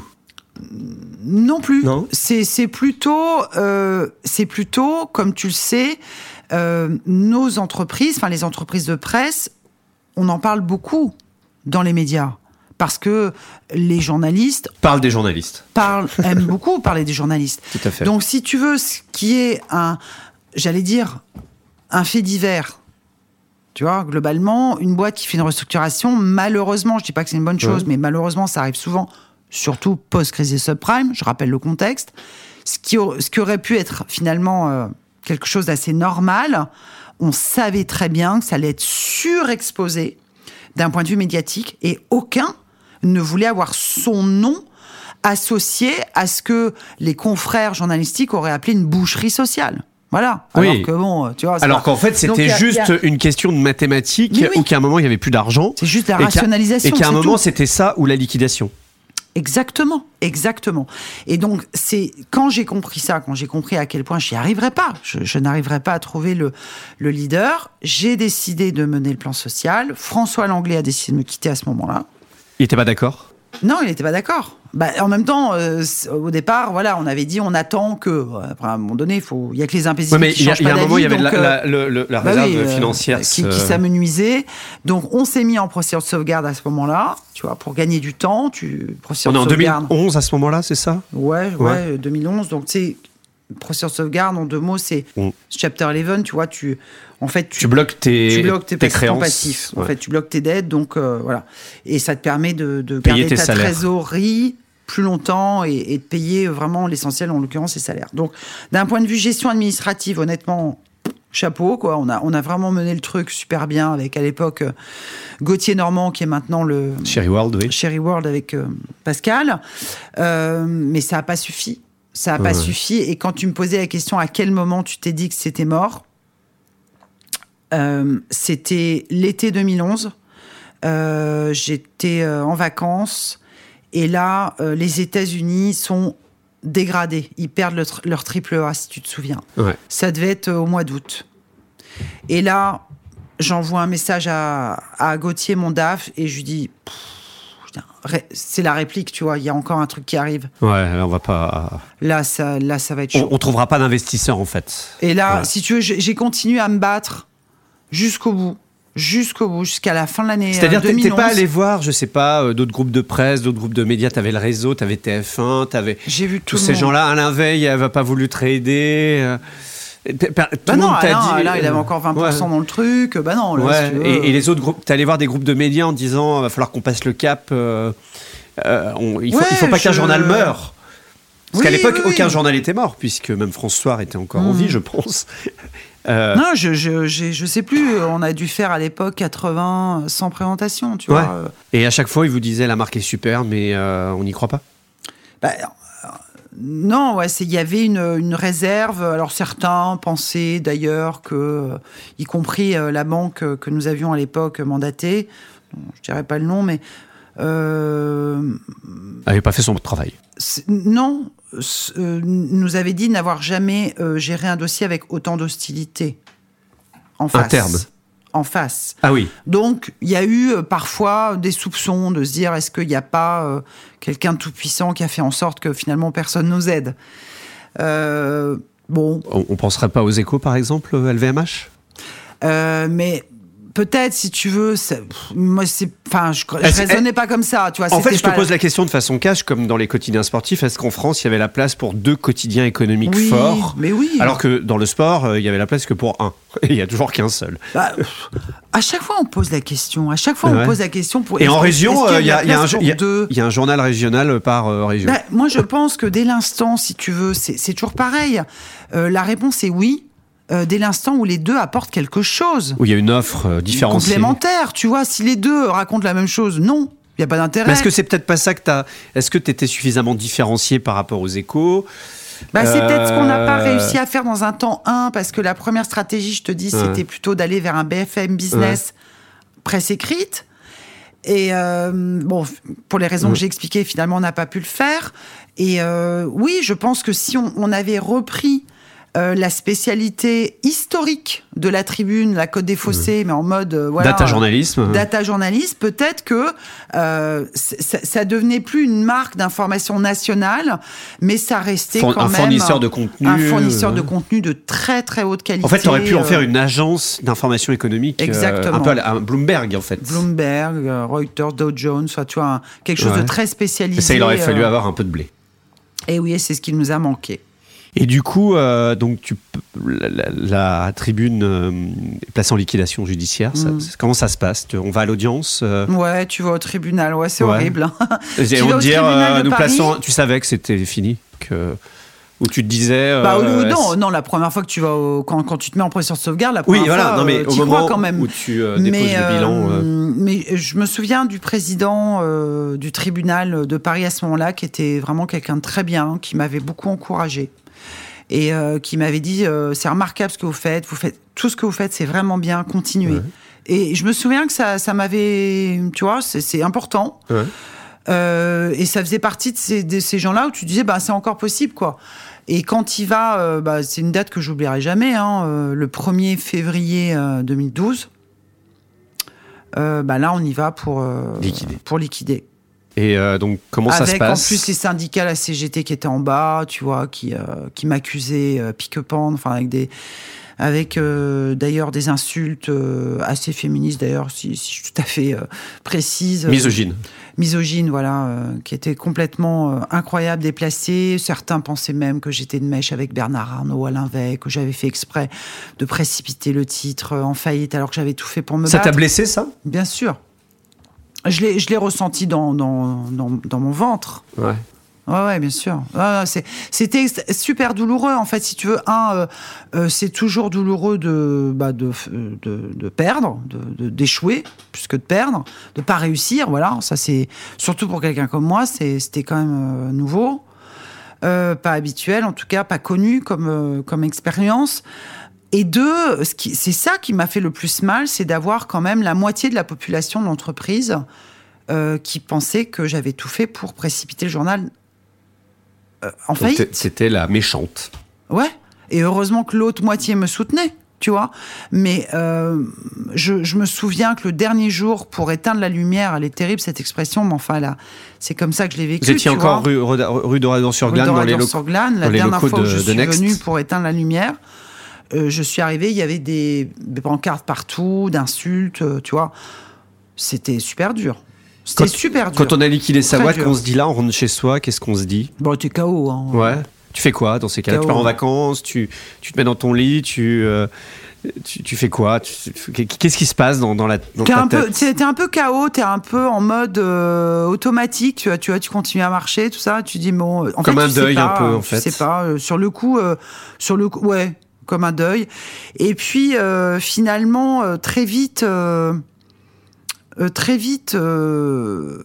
Non plus. Non. C'est, c'est, plutôt, euh, c'est plutôt, comme tu le sais, euh, nos entreprises, enfin les entreprises de presse, on en parle beaucoup dans les médias. parce que les journalistes... Parle des journalistes. Parlent, aiment beaucoup parler des journalistes. Tout à fait. Donc, si tu veux, ce qui est un... J'allais dire, un fait divers... Tu vois, globalement, une boîte qui fait une restructuration, malheureusement, je dis pas que c'est une bonne chose, ouais. mais malheureusement, ça arrive souvent, surtout post-crise des subprimes, je rappelle le contexte, ce qui, ce qui aurait pu être finalement euh, quelque chose d'assez normal, on savait très bien que ça allait être surexposé d'un point de vue médiatique, et aucun ne voulait avoir son nom associé à ce que les confrères journalistiques auraient appelé une boucherie sociale. Voilà. Oui. Alors que bon, tu vois. Alors qu'en fait, c'était a, juste a... une question de mathématiques, oui, oui. ou qu'à un moment il y avait plus d'argent. C'est juste la rationalisation. Et qu'à, et qu'à un moment tout. c'était ça ou la liquidation. Exactement, exactement. Et donc c'est quand j'ai compris ça, quand j'ai compris à quel point j'y arriverais pas, je, je n'arriverais pas à trouver le le leader, j'ai décidé de mener le plan social. François Langlais a décidé de me quitter à ce moment-là. Il était pas d'accord ? Non, il n'était pas d'accord. Bah, en même temps, euh, au départ, voilà, on avait dit on attend que. Après, à un moment donné, il n'y a que les imbéciles ouais, qui changent pas d'avis. Il y a un moment, il y avait donc, la, la, la, la, la bah réserve oui, financière euh, qui, qui s'amenuisait. Donc, on s'est mis en procédure de sauvegarde à ce moment-là, tu vois, pour gagner du temps. Tu, on est en deux mille onze à ce moment-là, c'est ça ? Ouais, ouais, ouais, deux mille onze. Donc, tu sais, procédure de sauvegarde, en deux mots, c'est mm. Chapter onze, tu vois, tu. En fait, tu, tu bloques tes, tu bloques tes, tes créances. Passifs. Ouais. En fait, tu bloques tes dettes, donc euh, voilà. Et ça te permet de, de garder ta salaires. trésorerie plus longtemps et, et de payer vraiment l'essentiel, en l'occurrence, les salaires. Donc, d'un point de vue gestion administrative, honnêtement, chapeau, quoi. On a, on a vraiment mené le truc super bien avec, à l'époque, euh, Gauthier Normand, qui est maintenant le... Cherry World, oui. Cherry World avec euh, Pascal. Euh, mais ça n'a pas suffi. Ça n'a ouais, pas ouais. suffi. Et quand tu me posais la question à quel moment tu t'es dit que c'était mort, Euh, c'était l'été deux mille onze. Euh, j'étais euh, en vacances et là, euh, les États-Unis sont dégradés. Ils perdent le tr- leur triple A, si tu te souviens. Ouais. Ça devait être euh, au mois d'août. Et là, j'envoie un message à, à Gauthier, mon D A F, et je lui dis putain, ré- c'est la réplique, tu vois. Il y a encore un truc qui arrive. Ouais, là, on va pas. Là, ça, là, ça va être chaud. On, on trouvera pas d'investisseurs en fait. Et là, ouais. si tu veux, j'ai, j'ai continué à me battre. Jusqu'au bout, jusqu'au bout, jusqu'à la fin de l'année C'est-à-dire deux mille onze. T'es pas allé voir, je sais pas, euh, d'autres groupes de presse, d'autres groupes de médias, t'avais le réseau, t'avais T F un, t'avais J'ai vu tous ces monde. gens-là. Alain Veil, elle va pas voulu te aider. Euh, tout bah le non, monde t'a Alain, dit. Alain, il avait encore vingt pour cent ouais. dans le truc. Bah non. Là, ouais. si tu veux, et, et les autres groupes, t'es allé voir des groupes de médias en disant, va falloir qu'on passe le cap. Euh, euh, on, il faut, ouais, il faut pas je... qu'un journal meure. Parce oui, qu'à l'époque, oui, aucun oui. journal était mort, puisque même France Soir était encore mmh. en vie, je pense. Euh... Non, je, je, je, je sais plus. On a dû faire à l'époque quatre-vingts, cent présentations, tu ouais. vois. Et à chaque fois, ils vous disaient la marque est super, mais euh, on n'y croit pas. Bah, euh, non, ouais, il y avait une, une réserve. Alors certains pensaient d'ailleurs que, euh, y compris euh, la banque que nous avions à l'époque mandatée, je dirais pas le nom, mais euh, elle n'avait pas fait son travail. Non. Euh, nous avait dit n'avoir jamais euh, géré un dossier avec autant d'hostilité en face. Interne. En face. Ah oui. Donc, il y a eu euh, parfois des soupçons de se dire est-ce qu'il n'y a pas euh, quelqu'un de tout-puissant qui a fait en sorte que finalement personne nous aide. Euh, bon. On ne penserait pas aux Échos, par exemple, L V M H euh, Mais. Peut-être, si tu veux, c'est, moi, c'est, enfin, je, je raisonnais pas comme ça, tu vois. En fait, je te pas... pose la question de façon cash, comme dans les quotidiens sportifs. Est-ce qu'en France, il y avait la place pour deux quotidiens économiques oui, forts, mais oui. alors que dans le sport, il y avait la place que pour un. Il y a toujours qu'un seul. Bah, à chaque fois, on pose la question. À chaque fois, ouais. on pose la question pour. Et en région, il y, y, y, y, y a un journal régional par euh, région. Bah, moi, je pense que dès l'instant, si tu veux, c'est, c'est toujours pareil. Euh, la réponse est oui. Euh, dès l'instant où les deux apportent quelque chose. Où il y a une offre euh, différenciée. Complémentaire, tu vois. Si les deux racontent la même chose, non, il n'y a pas d'intérêt. Mais est-ce que c'est peut-être pas ça que tu as... Est-ce que tu étais suffisamment différencié par rapport aux Échos ? Bah, c'est euh... peut-être ce qu'on n'a pas réussi à faire dans un temps un, parce que la première stratégie, je te dis, ouais. c'était plutôt d'aller vers un B F M Business ouais. presse écrite. Et euh, bon, pour les raisons mmh. que j'ai expliquées, finalement, on n'a pas pu le faire. Et euh, oui, je pense que si on, on avait repris Euh, la spécialité historique de la Tribune, la Côte des Fossés, mmh. mais en mode euh, voilà, data journalisme. Euh, data journalisme, peut-être que euh, ça, ça devenait plus une marque d'information nationale, mais ça restait For, quand un même fournisseur de contenu, un fournisseur euh... de contenu de très très haute qualité. En fait, tu aurais pu en euh... faire une agence d'information économique, exactement. Euh, un peu à, la, à Bloomberg en fait. Bloomberg, euh, Reuters, Dow Jones, soit tu vois un, quelque chose ouais. de très spécialisé. Et ça, il aurait fallu euh... avoir un peu de blé. Et oui, c'est ce qui nous a manqué. Et du coup, euh, donc tu, la, la, la Tribune euh, est placée en liquidation judiciaire. Mmh. Ça, comment ça se passe? On va à l'audience euh... Ouais, tu vas au tribunal. Ouais, c'est ouais. horrible. Et on te dire, euh, nous plaçons. Tu savais que c'était fini, que ou tu te disais. Euh, bah, euh, non, non, la première fois que tu vas au, quand, quand tu te mets en procédure de sauvegarde, la première oui, voilà, fois, non, mais euh, au moment quand même. où tu euh, déposes mais, le bilan. Euh, euh... Mais je me souviens du président euh, du tribunal de Paris à ce moment-là, qui était vraiment quelqu'un de très bien, qui m'avait beaucoup encouragé. Et euh, qui m'avait dit euh, c'est remarquable ce que vous faites, vous faites tout ce que vous faites, c'est vraiment bien, continuez. Ouais. Et je me souviens que ça, ça m'avait, tu vois, c'est, c'est important. Ouais. Euh, et ça faisait partie de ces, de ces gens-là où tu disais bah c'est encore possible quoi. Et quand il va, euh, bah, c'est une date que j'oublierai jamais, hein, euh, le premier février euh, deux mille douze. Euh, bah là on y va pour euh, liquider. Pour liquider. Et euh, donc, comment Avec ça se passe? En plus les syndicats, la C G T qui étaient en bas, tu vois, qui, euh, qui m'accusaient euh, pique-pendre, enfin avec des, avec euh, d'ailleurs des insultes euh, assez féministes d'ailleurs, si, si je suis tout à fait euh, précise. Misogyne. Euh, misogyne, voilà, euh, qui étaient complètement euh, incroyables, déplacés. Certains pensaient même que j'étais de mèche avec Bernard Arnault, Alain Veil, que j'avais fait exprès de précipiter le titre en faillite alors que j'avais tout fait pour me ça battre. Ça t'a blessé, ça? Bien sûr. Je l'ai, je l'ai ressenti dans, dans, dans, dans mon ventre. Ouais. Ouais, ouais, bien sûr. Ouais, c'est, c'était super douloureux, en fait, si tu veux. Un, euh, euh, c'est toujours douloureux de, bah, de, de, de perdre, de, de, d'échouer, plus que de perdre, de pas réussir, voilà. Ça, c'est, surtout pour quelqu'un comme moi, c'est, c'était quand même euh, nouveau. Euh, pas habituel, en tout cas, pas connu comme, euh, comme expérience. Et deux, ce qui, c'est ça qui m'a fait le plus mal, c'est d'avoir quand même la moitié de la population de l'entreprise euh, qui pensait que j'avais tout fait pour précipiter le journal euh, en Donc faillite. C'était la méchante. Ouais, et heureusement que l'autre moitié me soutenait, tu vois. Mais euh, je, je me souviens que le dernier jour, pour éteindre la lumière, elle est terrible cette expression, mais enfin là, c'est comme ça que je l'ai vécu. Vous étiez encore rue, rue d'Oradour-sur-Glane, dans les, lo- la dans les dernière locaux fois de, où je suis Next. venue pour éteindre la lumière. Euh, je suis arrivée, il y avait des, des pancartes partout, d'insultes, euh, tu vois. C'était super dur. C'était quand, super dur. Quand on a liquidé sa boîte, dur. qu'on se dit là, on rentre chez soi, qu'est-ce qu'on se dit? Bon, t'es K O. Hein. Ouais. Tu fais quoi dans ces cas-là? Tu pars en vacances, tu, tu te mets dans ton lit, tu, euh, tu, tu fais quoi? tu, Qu'est-ce qui se passe dans, dans, la, dans t'es ta un tête? peu, t'es, t'es un peu K O, t'es un peu en mode euh, automatique, tu vois, tu vois, tu continues à marcher, tout ça, tu dis bon... En Comme fait, un tu deuil sais pas, un peu, en tu fait. sais pas, euh, sur le coup, euh, sur le coup, ouais... comme un deuil. Et puis, euh, finalement, euh, très vite, euh, euh, très vite, euh,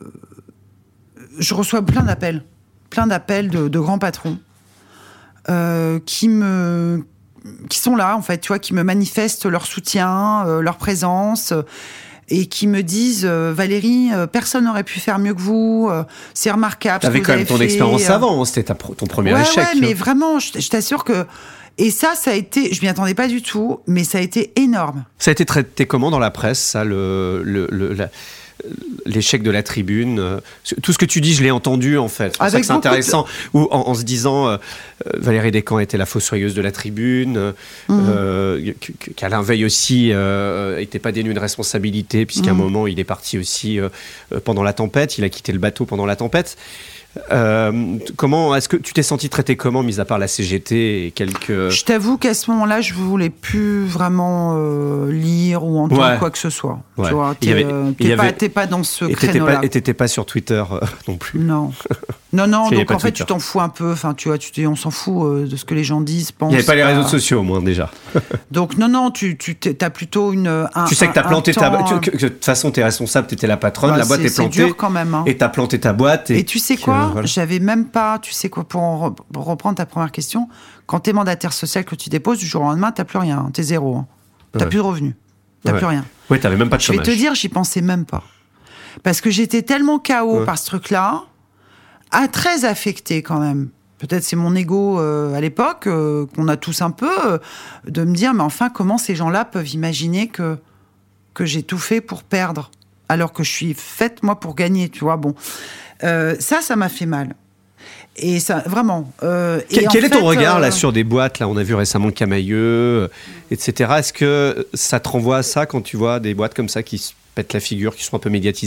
je reçois plein d'appels, plein d'appels de, de grands patrons euh, qui me, qui sont là, en fait, tu vois, qui me manifestent leur soutien, euh, leur présence. Euh, et qui me disent euh, Valérie, euh, personne n'aurait pu faire mieux que vous, euh, c'est remarquable. T'avais quand même ton fait, expérience euh... avant, c'était ta, ton premier ouais, échec. Ouais, mais vraiment, je, je t'assure que. Et ça, ça a été. Je m'y attendais pas du tout, mais ça a été énorme. Ça a été traité comment dans la presse, ça, le, le, le, la, l'échec de la Tribune? Tout ce que tu dis, je l'ai entendu, en fait. C'est pour ça que c'est intéressant. De... Ou en, en se disant, euh, Valérie Descamps était la fossoyeuse de la Tribune, mmh. euh, qu'Alain Veil aussi n'était euh, pas dénué de responsabilité, puisqu'à mmh. un moment, il est parti aussi euh, pendant la tempête. Il a quitté le bateau pendant la tempête. Euh, comment est-ce que tu t'es senti traité comment, mis à part la C G T et quelques... Je t'avoue qu'à ce moment-là, je voulais plus vraiment euh, lire ou entendre ouais. quoi que ce soit. Ouais. Tu vois, t'es, avait, euh, t'es, pas, avait... t'es pas dans ce et créneau-là. Pas, et t'étais pas sur Twitter euh, non plus. Non. Non, non, donc en fait, Twitter. Tu t'en fous un peu. Enfin, tu vois, tu dis, on s'en fout euh, de ce que les gens disent, pensent. Il n'y avait pas les réseaux sociaux, au moins, déjà. Donc, non, non, tu, tu as plutôt une. Un, tu sais que t'as planté ta boîte. Temps... De toute façon, t'es responsable, t'étais la patronne, bah, la boîte c'est, est plantée. C'est dur quand même. Hein. Et t'as planté ta boîte. Et, et tu sais quoi, que, voilà. J'avais même pas. Tu sais quoi, pour, en, pour reprendre ta première question, quand t'es mandataire social que tu déposes, du jour au lendemain, t'as plus rien. Hein, t'es zéro. Hein. T'as ouais. plus de revenus. T'as ouais. plus rien. Oui, t'avais même pas de chômage. Je vais te dire, j'y pensais même pas. Parce que j'étais tellement K O ouais. par ce truc-là, à très affectée quand même peut-être c'est mon ego euh, à l'époque, euh, qu'on a tous un peu, euh, de me dire, mais enfin, comment ces gens-là peuvent imaginer que, que j'ai tout fait pour perdre, alors que je suis faite, moi, pour gagner, tu vois, bon. Euh, ça, ça m'a fait mal. Et ça, vraiment. Euh, quel et quel est fait, ton regard, euh... là, sur des boîtes, là, on a vu récemment Camailleux, euh, et cetera. Est-ce que ça te renvoie à ça quand tu vois des boîtes comme ça qui se pètent la figure, qui sont un peu médiatisées ?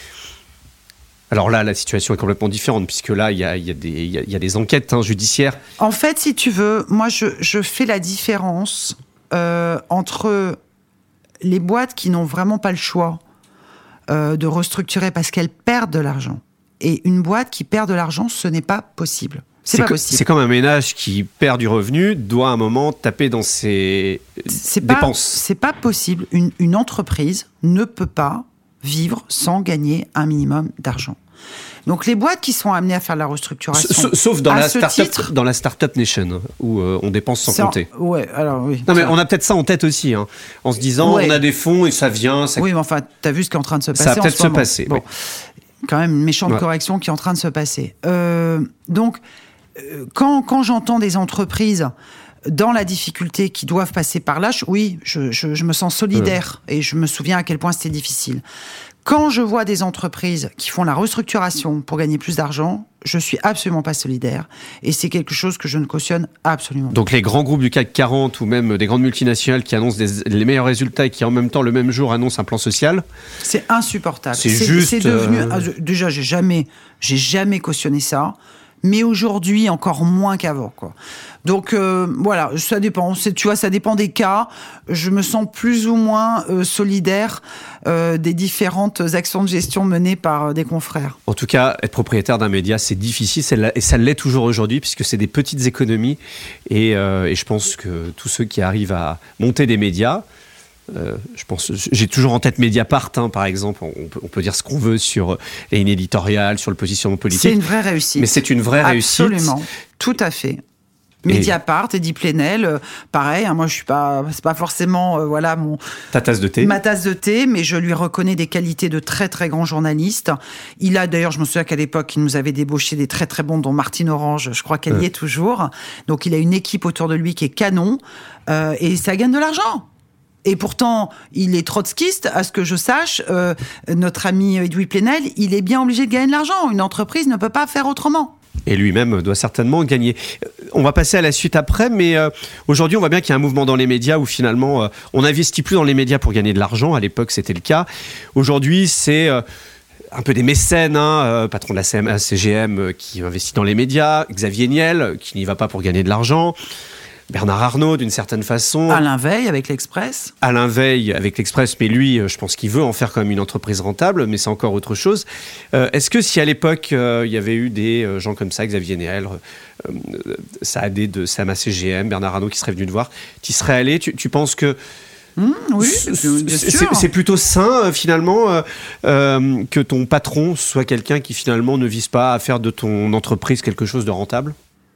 Alors là, la situation est complètement différente, puisque là, il y a, y a, y a, y a des enquêtes hein, judiciaires. En fait, si tu veux, moi, je, je fais la différence euh, entre les boîtes qui n'ont vraiment pas le choix euh, de restructurer parce qu'elles perdent de l'argent, et une boîte qui perd de l'argent, ce n'est pas possible. C'est, c'est pas possible. C'est comme un ménage qui perd du revenu, doit à un moment taper dans ses c'est dépenses. Pas, c'est pas possible. Une, une entreprise ne peut pas vivre sans gagner un minimum d'argent. Donc les boîtes qui sont amenées à faire de la restructuration, sauf dans la start-up, titre, dans la start-up nation où euh, on dépense sans compter. En, ouais, alors oui. Non mais on a peut-être ça en tête aussi, hein, en se disant ouais. on a des fonds et ça vient. Ça... Oui, mais enfin, t'as vu ce qui est en train de se passer. Ça va peut-être en se passer. Bon, oui. Quand même une méchante ouais. correction qui est en train de se passer. Euh, donc euh, quand quand j'entends des entreprises dans la difficulté qui doivent passer par là, je, oui, je, je, je me sens solidaire ouais. et je me souviens à quel point c'était difficile. Quand je vois des entreprises qui font la restructuration pour gagner plus d'argent, je suis absolument pas solidaire. Et c'est quelque chose que je ne cautionne absolument pas. Donc les grands groupes du C A C quarante ou même des grandes multinationales qui annoncent des, les meilleurs résultats et qui en même temps, le même jour, annoncent un plan social. C'est insupportable. C'est, c'est juste... C'est devenu... Euh... Déjà, j'ai jamais, j'ai jamais cautionné ça. Mais aujourd'hui, encore moins qu'avant, quoi. Donc, euh, voilà, ça dépend. C'est, tu vois, ça dépend des cas. Je me sens plus ou moins euh, solidaire euh, des différentes actions de gestion menées par euh, des confrères. En tout cas, être propriétaire d'un média, c'est difficile, c'est, et ça l'est toujours aujourd'hui, puisque c'est des petites économies. Et, euh, et je pense que tous ceux qui arrivent à monter des médias, Euh, je pense, j'ai toujours en tête Mediapart, hein, par exemple. On peut, on peut dire ce qu'on veut sur les lignes éditoriales, sur le positionnement politique. C'est une vraie réussite. Mais c'est une vraie Absolument. réussite. Absolument, tout à fait. Mediapart, Eddy Plenel, euh, pareil. Hein, moi, je suis pas, c'est pas forcément, euh, voilà, mon ta tasse de thé. Ma tasse de thé, mais je lui reconnais des qualités de très très grand journaliste. Il a d'ailleurs, je me souviens qu'à l'époque, il nous avait débauché des très très bons, dont Martine Orange. Je crois qu'elle euh. y est toujours. Donc, il a une équipe autour de lui qui est canon, euh, et ça gagne de l'argent. Et pourtant, il est trotskiste, à ce que je sache. Euh, notre ami Eddy Plenel, il est bien obligé de gagner de l'argent. Une entreprise ne peut pas faire autrement. Et lui-même doit certainement gagner. On va passer à la suite après, mais euh, aujourd'hui, on voit bien qu'il y a un mouvement dans les médias où finalement, euh, on n'investit plus dans les médias pour gagner de l'argent. À l'époque, c'était le cas. Aujourd'hui, c'est... Euh, un peu des mécènes, hein, euh, patron de la C M, C G M euh, qui investit dans les médias, Xavier Niel qui n'y va pas pour gagner de l'argent, Bernard Arnault d'une certaine façon. Alain Veil avec l'Express. Alain Veil avec l'Express, mais lui, je pense qu'il veut en faire quand même une entreprise rentable, mais c'est encore autre chose. Euh, est-ce que si à l'époque, euh, il y avait eu des euh, gens comme ça, Xavier Niel, euh, Saadé de C M A C G M, Bernard Arnault qui serait venu te voir, tu y serais allé, tu, tu penses que Mmh, oui, c'est, c'est, c'est plutôt sain, euh, finalement, euh, euh, que ton patron soit quelqu'un qui, finalement, ne vise pas à faire de ton entreprise quelque chose de rentable ?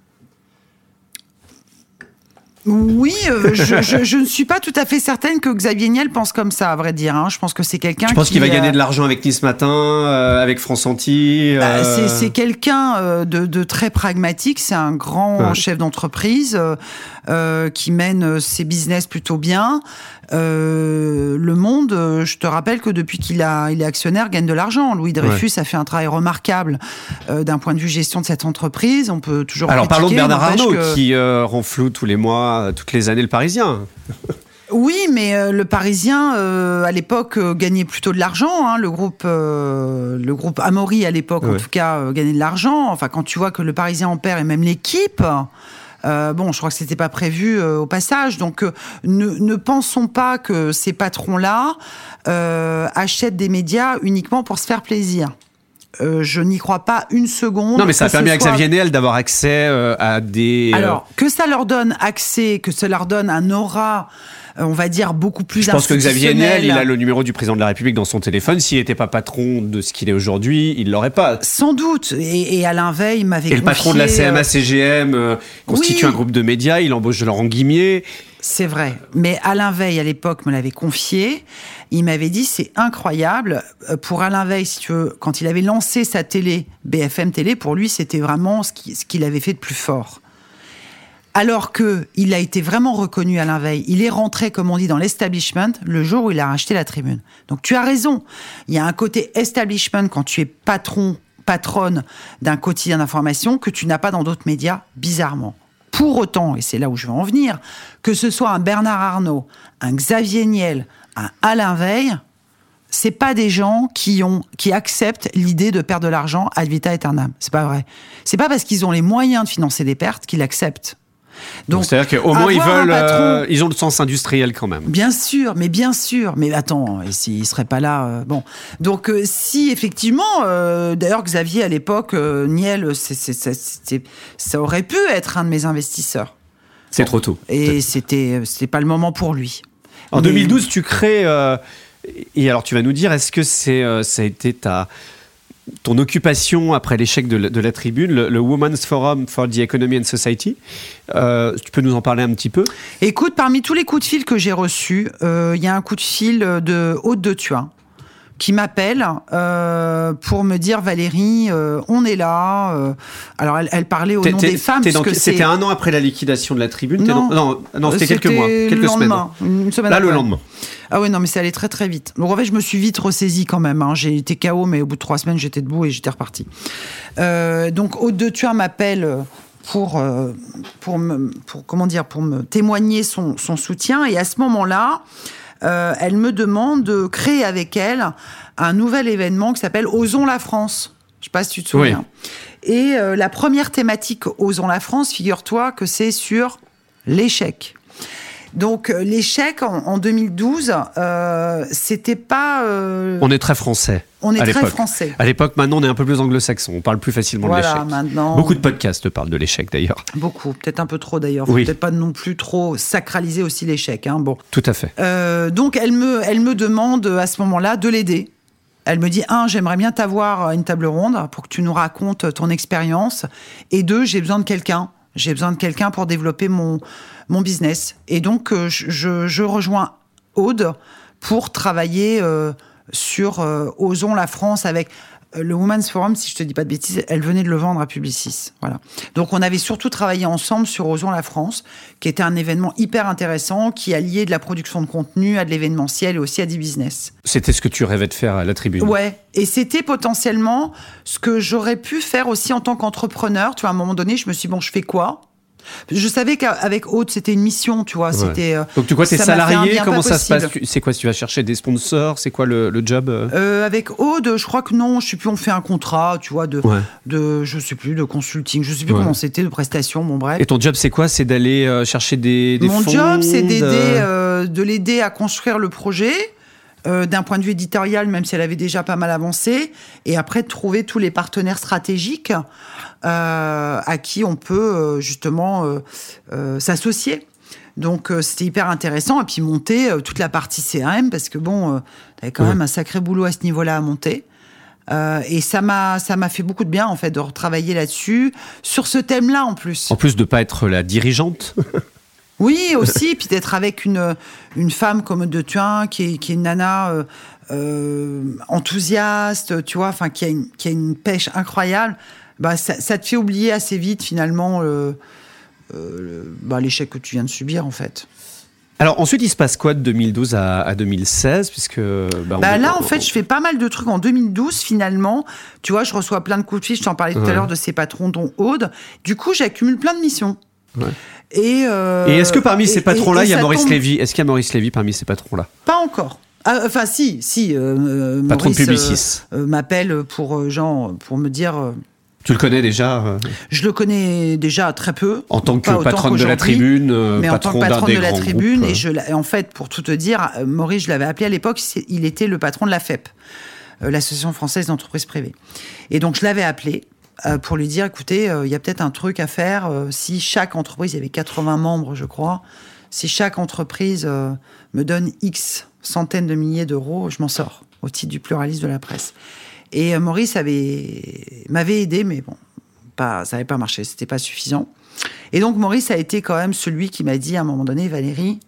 Oui, euh, je, je, je ne suis pas tout à fait certaine que Xavier Niel pense comme ça, à vrai dire. Hein. Je pense que c'est quelqu'un qui... Je pense qui, qu'il va euh... gagner de l'argent avec Nice Matin, euh, avec France Antilles. Euh... Bah, c'est, c'est quelqu'un euh, de, de très pragmatique. C'est un grand ouais. chef d'entreprise euh, euh, qui mène ses business plutôt bien. Euh, le Monde, euh, je te rappelle que depuis qu'il a, il est actionnaire, gagne de l'argent. Louis Dreyfus ouais. a fait un travail remarquable euh, d'un point de vue gestion de cette entreprise. On peut toujours Alors parlons de Bernard Arnault que... qui euh, renfloue tous les mois, toutes les années le Parisien. Oui, mais euh, le Parisien, euh, à l'époque, euh, gagnait plutôt de l'argent. Hein. Le groupe, euh, le groupe Amaury, à l'époque, ouais. en tout cas, euh, gagnait de l'argent. Enfin, quand tu vois que le Parisien en perd, et même l'équipe... Euh, bon, je crois que c'était pas prévu euh, au passage. Donc, euh, ne, ne pensons pas que ces patrons-là euh, achètent des médias uniquement pour se faire plaisir. Euh, je n'y crois pas une seconde. Non, mais ça a permis soit... à Xavier Niel d'avoir accès euh, à des... Alors, que ça leur donne accès, que ça leur donne un aura on va dire, beaucoup plus Je pense que Xavier Niel, il a institutionnelle. le numéro du président de la République dans son téléphone. S'il n'était pas patron de ce qu'il est aujourd'hui, il l'aurait pas. Sans doute. Et, et Alain Veil m'avait Et le patron de la C M A C G M euh, constitue oui. un groupe de médias, il embauche Laurent Guimier. C'est vrai. Mais Alain Veil, à l'époque, me l'avait confié. Il m'avait dit, c'est incroyable. Pour Alain Veil, si tu veux, quand il avait lancé sa télé, B F M Télé, pour lui, c'était vraiment ce qui- ce qu'il avait fait de plus fort. Alors que il a été vraiment reconnu, Alain Veil. Il est rentré, comme on dit, dans l'establishment le jour où il a racheté la Tribune. Donc tu as raison. Il y a un côté establishment quand tu es patron, patronne d'un quotidien d'information que tu n'as pas dans d'autres médias, bizarrement. Pour autant, et c'est là où je veux en venir, que ce soit un Bernard Arnault, un Xavier Niel, un Alain Veil, c'est pas des gens qui ont, qui acceptent l'idée de perdre de l'argent ad vitam aeternam. C'est pas vrai. C'est pas parce qu'ils ont les moyens de financer des pertes qu'ils l'acceptent. Donc, c'est-à-dire qu'au moins ils avoir un veulent, patron- euh, ils ont le sens industriel quand même. Bien sûr, mais bien sûr. Mais attends, et s'il serait pas là, euh, bon. Donc euh, si effectivement, euh, d'ailleurs Xavier à l'époque, euh, Niel, c'est, c'est, c'est, c'est- ça aurait pu être un de mes investisseurs. C'est trop tôt. Et c'était, c'était pas le moment pour lui. En Mais- deux mille douze, tu crées. euh, et alors, tu vas nous dire, est-ce que c'est, euh, ça a été ta, ton occupation après l'échec de, la- de la Tribune, le, le Women's Forum for the Economy and Society? Euh, tu peux nous en parler un petit peu? Écoute, parmi tous les coups de fil que j'ai reçus, euh, il y a un coup de fil de Aude de Thuin qui m'appelle euh, pour me dire Valérie, euh, on est là. euh. Alors elle, elle parlait au T'es- nom t'es- des femmes. t'es dans- puisque C'était c'est... un an après la liquidation de la Tribune. t'es Non. dans- non, non, c'était quelques C'était mois, le quelques semaines. lendemain, une semaine Là, le après. lendemain. Ah ouais, non, mais c'est allé très très vite. Donc en fait, je me suis vite ressaisie quand même. Hein. J'ai été K O, mais au bout de trois semaines, j'étais debout et j'étais repartie. Euh, donc Aude de Thuin m'appelle pour, euh, pour, me, pour, comment dire, pour me témoigner son, son soutien. Et à ce moment-là, euh, elle me demande de créer avec elle un nouvel événement qui s'appelle Osons la France. Je ne sais pas si tu te souviens. Et euh, la première thématique Osons la France, figure-toi que c'est sur l'échec. Donc euh, l'échec en, en deux mille douze, euh, c'était pas. euh, On est très français. on est à très l'époque. français. À l'époque, maintenant, on est un peu plus anglo-saxon. On parle plus facilement Voilà, de l'échec. maintenant. Beaucoup de podcasts parlent de l'échec, d'ailleurs. Beaucoup, peut-être un peu trop d'ailleurs. Faut Oui. peut-être pas non plus trop sacraliser aussi l'échec. Hein. Bon. Tout à fait. Euh, donc elle me, elle me demande à ce moment-là de l'aider. Elle me dit, un, j'aimerais bien t'avoir à une table ronde pour que tu nous racontes ton expérience. Et deux, j'ai besoin de quelqu'un. J'ai besoin de quelqu'un pour développer mon, mon business. Et donc, euh, je, je rejoins Aude pour travailler euh, sur euh, Osons la France avec euh, le Women's Forum, si je te dis pas de bêtises, elle venait de le vendre à Publicis. Voilà. Donc, on avait surtout travaillé ensemble sur Osons la France, qui était un événement hyper intéressant, qui alliait de la production de contenu à de l'événementiel et aussi à du business. C'était ce que tu rêvais de faire à la Tribune. Ouais, et c'était potentiellement ce que j'aurais pu faire aussi en tant qu'entrepreneur. Tu vois, à un moment donné, je me suis dit, bon, je fais quoi ? Je savais qu'avec Aude, c'était une mission, tu vois. Ouais. C'était, euh, Donc, tu quoi, t'es ça m'a fait un salarié? bien Comment pas ça se passe? possible. Tu- C'est quoi? Tu vas chercher des sponsors? C'est quoi le, le job? euh Euh, avec Aude, je crois que non, je sais plus, on fait un contrat, tu vois, de, Ouais. de je sais plus, de consulting, je sais plus Ouais. comment c'était, de prestation, bon bref. Et ton job, c'est quoi? C'est d'aller euh, chercher des, des Mon fonds, job, c'est d'aider, de- euh, de l'aider à construire le projet, euh, d'un point de vue éditorial, même si elle avait déjà pas mal avancé, et après de trouver tous les partenaires stratégiques euh, à qui on peut euh, justement euh, euh, s'associer. Donc euh, c'était hyper intéressant, et puis monter euh, toute la partie C R M, parce que bon, euh, t'avais quand Ouais. même un sacré boulot à ce niveau-là à monter. Euh, et ça m'a, ça m'a fait beaucoup de bien, en fait, de retravailler là-dessus, sur ce thème-là, en plus. En plus de pas être la dirigeante. Oui, aussi, puis d'être avec une, une femme comme de Thuin, qui est, qui est une nana euh, euh, enthousiaste, tu vois, enfin, qui a une, qui a une pêche incroyable, bah, ça, ça te fait oublier assez vite, finalement, le, euh, le- bah, l'échec que tu viens de subir, en fait. Alors ensuite, il se passe quoi de deux mille douze à, à deux mille seize, puisque bah, on Bah est- là, en on- fait, je fais pas mal de trucs en deux mille douze, finalement. Tu vois, je reçois plein de coups de fil, je t'en parlais tout Ouais. à l'heure de ces patrons, dont Aude. Du coup, j'accumule plein de missions. Ouais. Et, euh, Et est-ce que parmi et- ces et- patrons-là, et il y a ça Maurice tombe- Lévy? Est-ce qu'il y a Maurice Lévy parmi ces patrons-là? Pas encore. Ah, enfin, si, si. Euh, euh, Patron de Maurice, Publicis. euh, euh, m'appelle pour, euh, genre, pour me dire... euh, Tu le connais déjà euh, je le connais déjà très peu. en tant que Pas autant patronne de la qu'aujourd'hui, Tribune, euh, mais en tant patron que d'un patronne des de la grands Tribune, groupes, et je, l'a- en fait, pour tout te dire, euh, Maurice, je l'avais appelé à l'époque, c'est- il était le patron de la F E P, euh, l'Association française d'entreprises privées. Et donc, je l'avais appelé euh, pour lui dire, écoutez, euh, il y a peut-être un truc à faire. euh, si chaque entreprise, il y avait quatre-vingts membres, je crois, Si chaque entreprise euh, me donne X centaines de milliers d'euros, je m'en sors au titre du pluralisme de la presse. Et euh, Maurice avait, m'avait aidé, mais bon, pas, ça n'avait pas marché, c'était pas suffisant. Et donc Maurice a été quand même celui qui m'a dit à un moment donné, Valérie,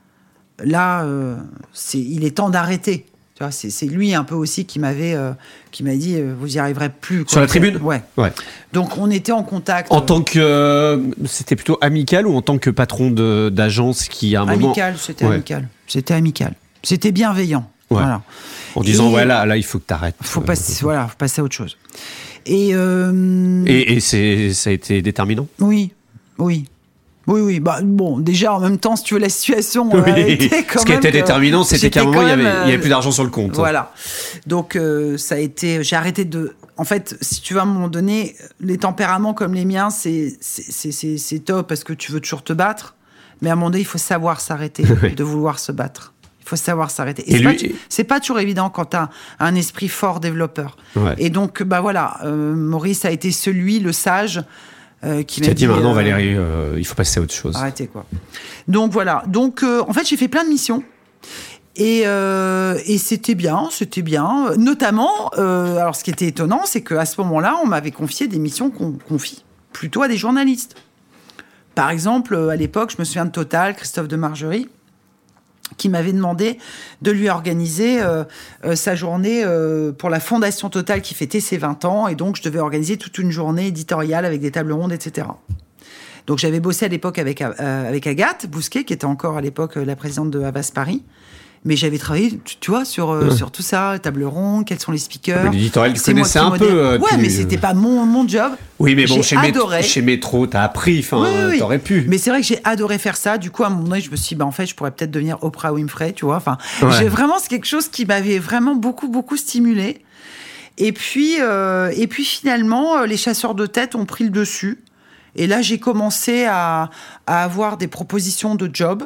là, euh, c'est, il est temps d'arrêter. Tu vois, c'est, c'est lui un peu aussi qui m'avait, euh, qui m'a dit, euh, vous y arriverez plus. Quoi. Sur la tribune ? Ouais. Ouais. Donc on était en contact. En tant que, euh, c'était plutôt amical ou en tant que patron de, d'agence qui à un moment. Amical, c'était ouais. amical. C'était amical. C'était bienveillant. Ouais. Voilà. En disant, et voilà, là, là, il faut que t'arrêtes. Faut passer, voilà, faut passer à autre chose. Et, euh, et, et c'est, ça a été déterminant ? Oui, oui. Oui, oui. Bah, bon, déjà, en même temps, si tu veux, la situation oui. euh, était quand Ce qui même était déterminant, c'était qu'à un moment, il n'y avait, euh, il y avait plus d'argent sur le compte. Voilà. Donc, euh, ça a été... J'ai arrêté de... En fait, si tu veux, à un moment donné, les tempéraments comme les miens, c'est, c'est, c'est, c'est, c'est top parce que tu veux toujours te battre. Mais à un moment donné, il faut savoir s'arrêter de vouloir se battre. Il faut savoir s'arrêter. Et, et c'est, lui... pas, c'est pas toujours évident quand tu as un esprit fort développeur. Ouais. Et donc, bah voilà, euh, Maurice a été celui, le sage... Euh, qui tu m'a as dit, dit maintenant, euh, Valérie, euh, il faut passer à autre chose. Arrêtez, quoi. Donc, voilà. Donc, euh, en fait, j'ai fait plein de missions. Et, euh, et c'était bien, c'était bien. Notamment, euh, alors, ce qui était étonnant, c'est qu'à ce moment-là, on m'avait confié des missions qu'on confie plutôt à des journalistes. Par exemple, à l'époque, je me souviens de Total, Christophe de Margerie, qui m'avait demandé de lui organiser euh, euh, sa journée euh, pour la Fondation Total qui fêtait ses vingt ans. Et donc, je devais organiser toute une journée éditoriale avec des tables rondes, et cetera. Donc, j'avais bossé à l'époque avec, euh, avec Agathe Bousquet, qui était encore à l'époque la présidente de Havas Paris. Mais j'avais travaillé, tu, tu vois, sur, euh, ouais. sur tout ça, table ronde, quels sont les speakers. L'éditorial, tu connaissais un peu. Euh, ouais, tu... mais c'était pas mon, mon job. Oui, mais bon, j'ai chez, adoré. Métro, chez Métro, t'as appris, enfin, oui, oui, t'aurais pu. Mais c'est vrai que j'ai adoré faire ça. Du coup, à un moment donné, je me suis dit, bah, en fait, je pourrais peut-être devenir Oprah Winfrey, tu vois. Enfin, ouais. j'ai vraiment, c'est quelque chose qui m'avait vraiment beaucoup, beaucoup stimulé. Et puis, euh, et puis finalement, les chasseurs de tête ont pris le dessus. Et là, j'ai commencé à, à avoir des propositions de job,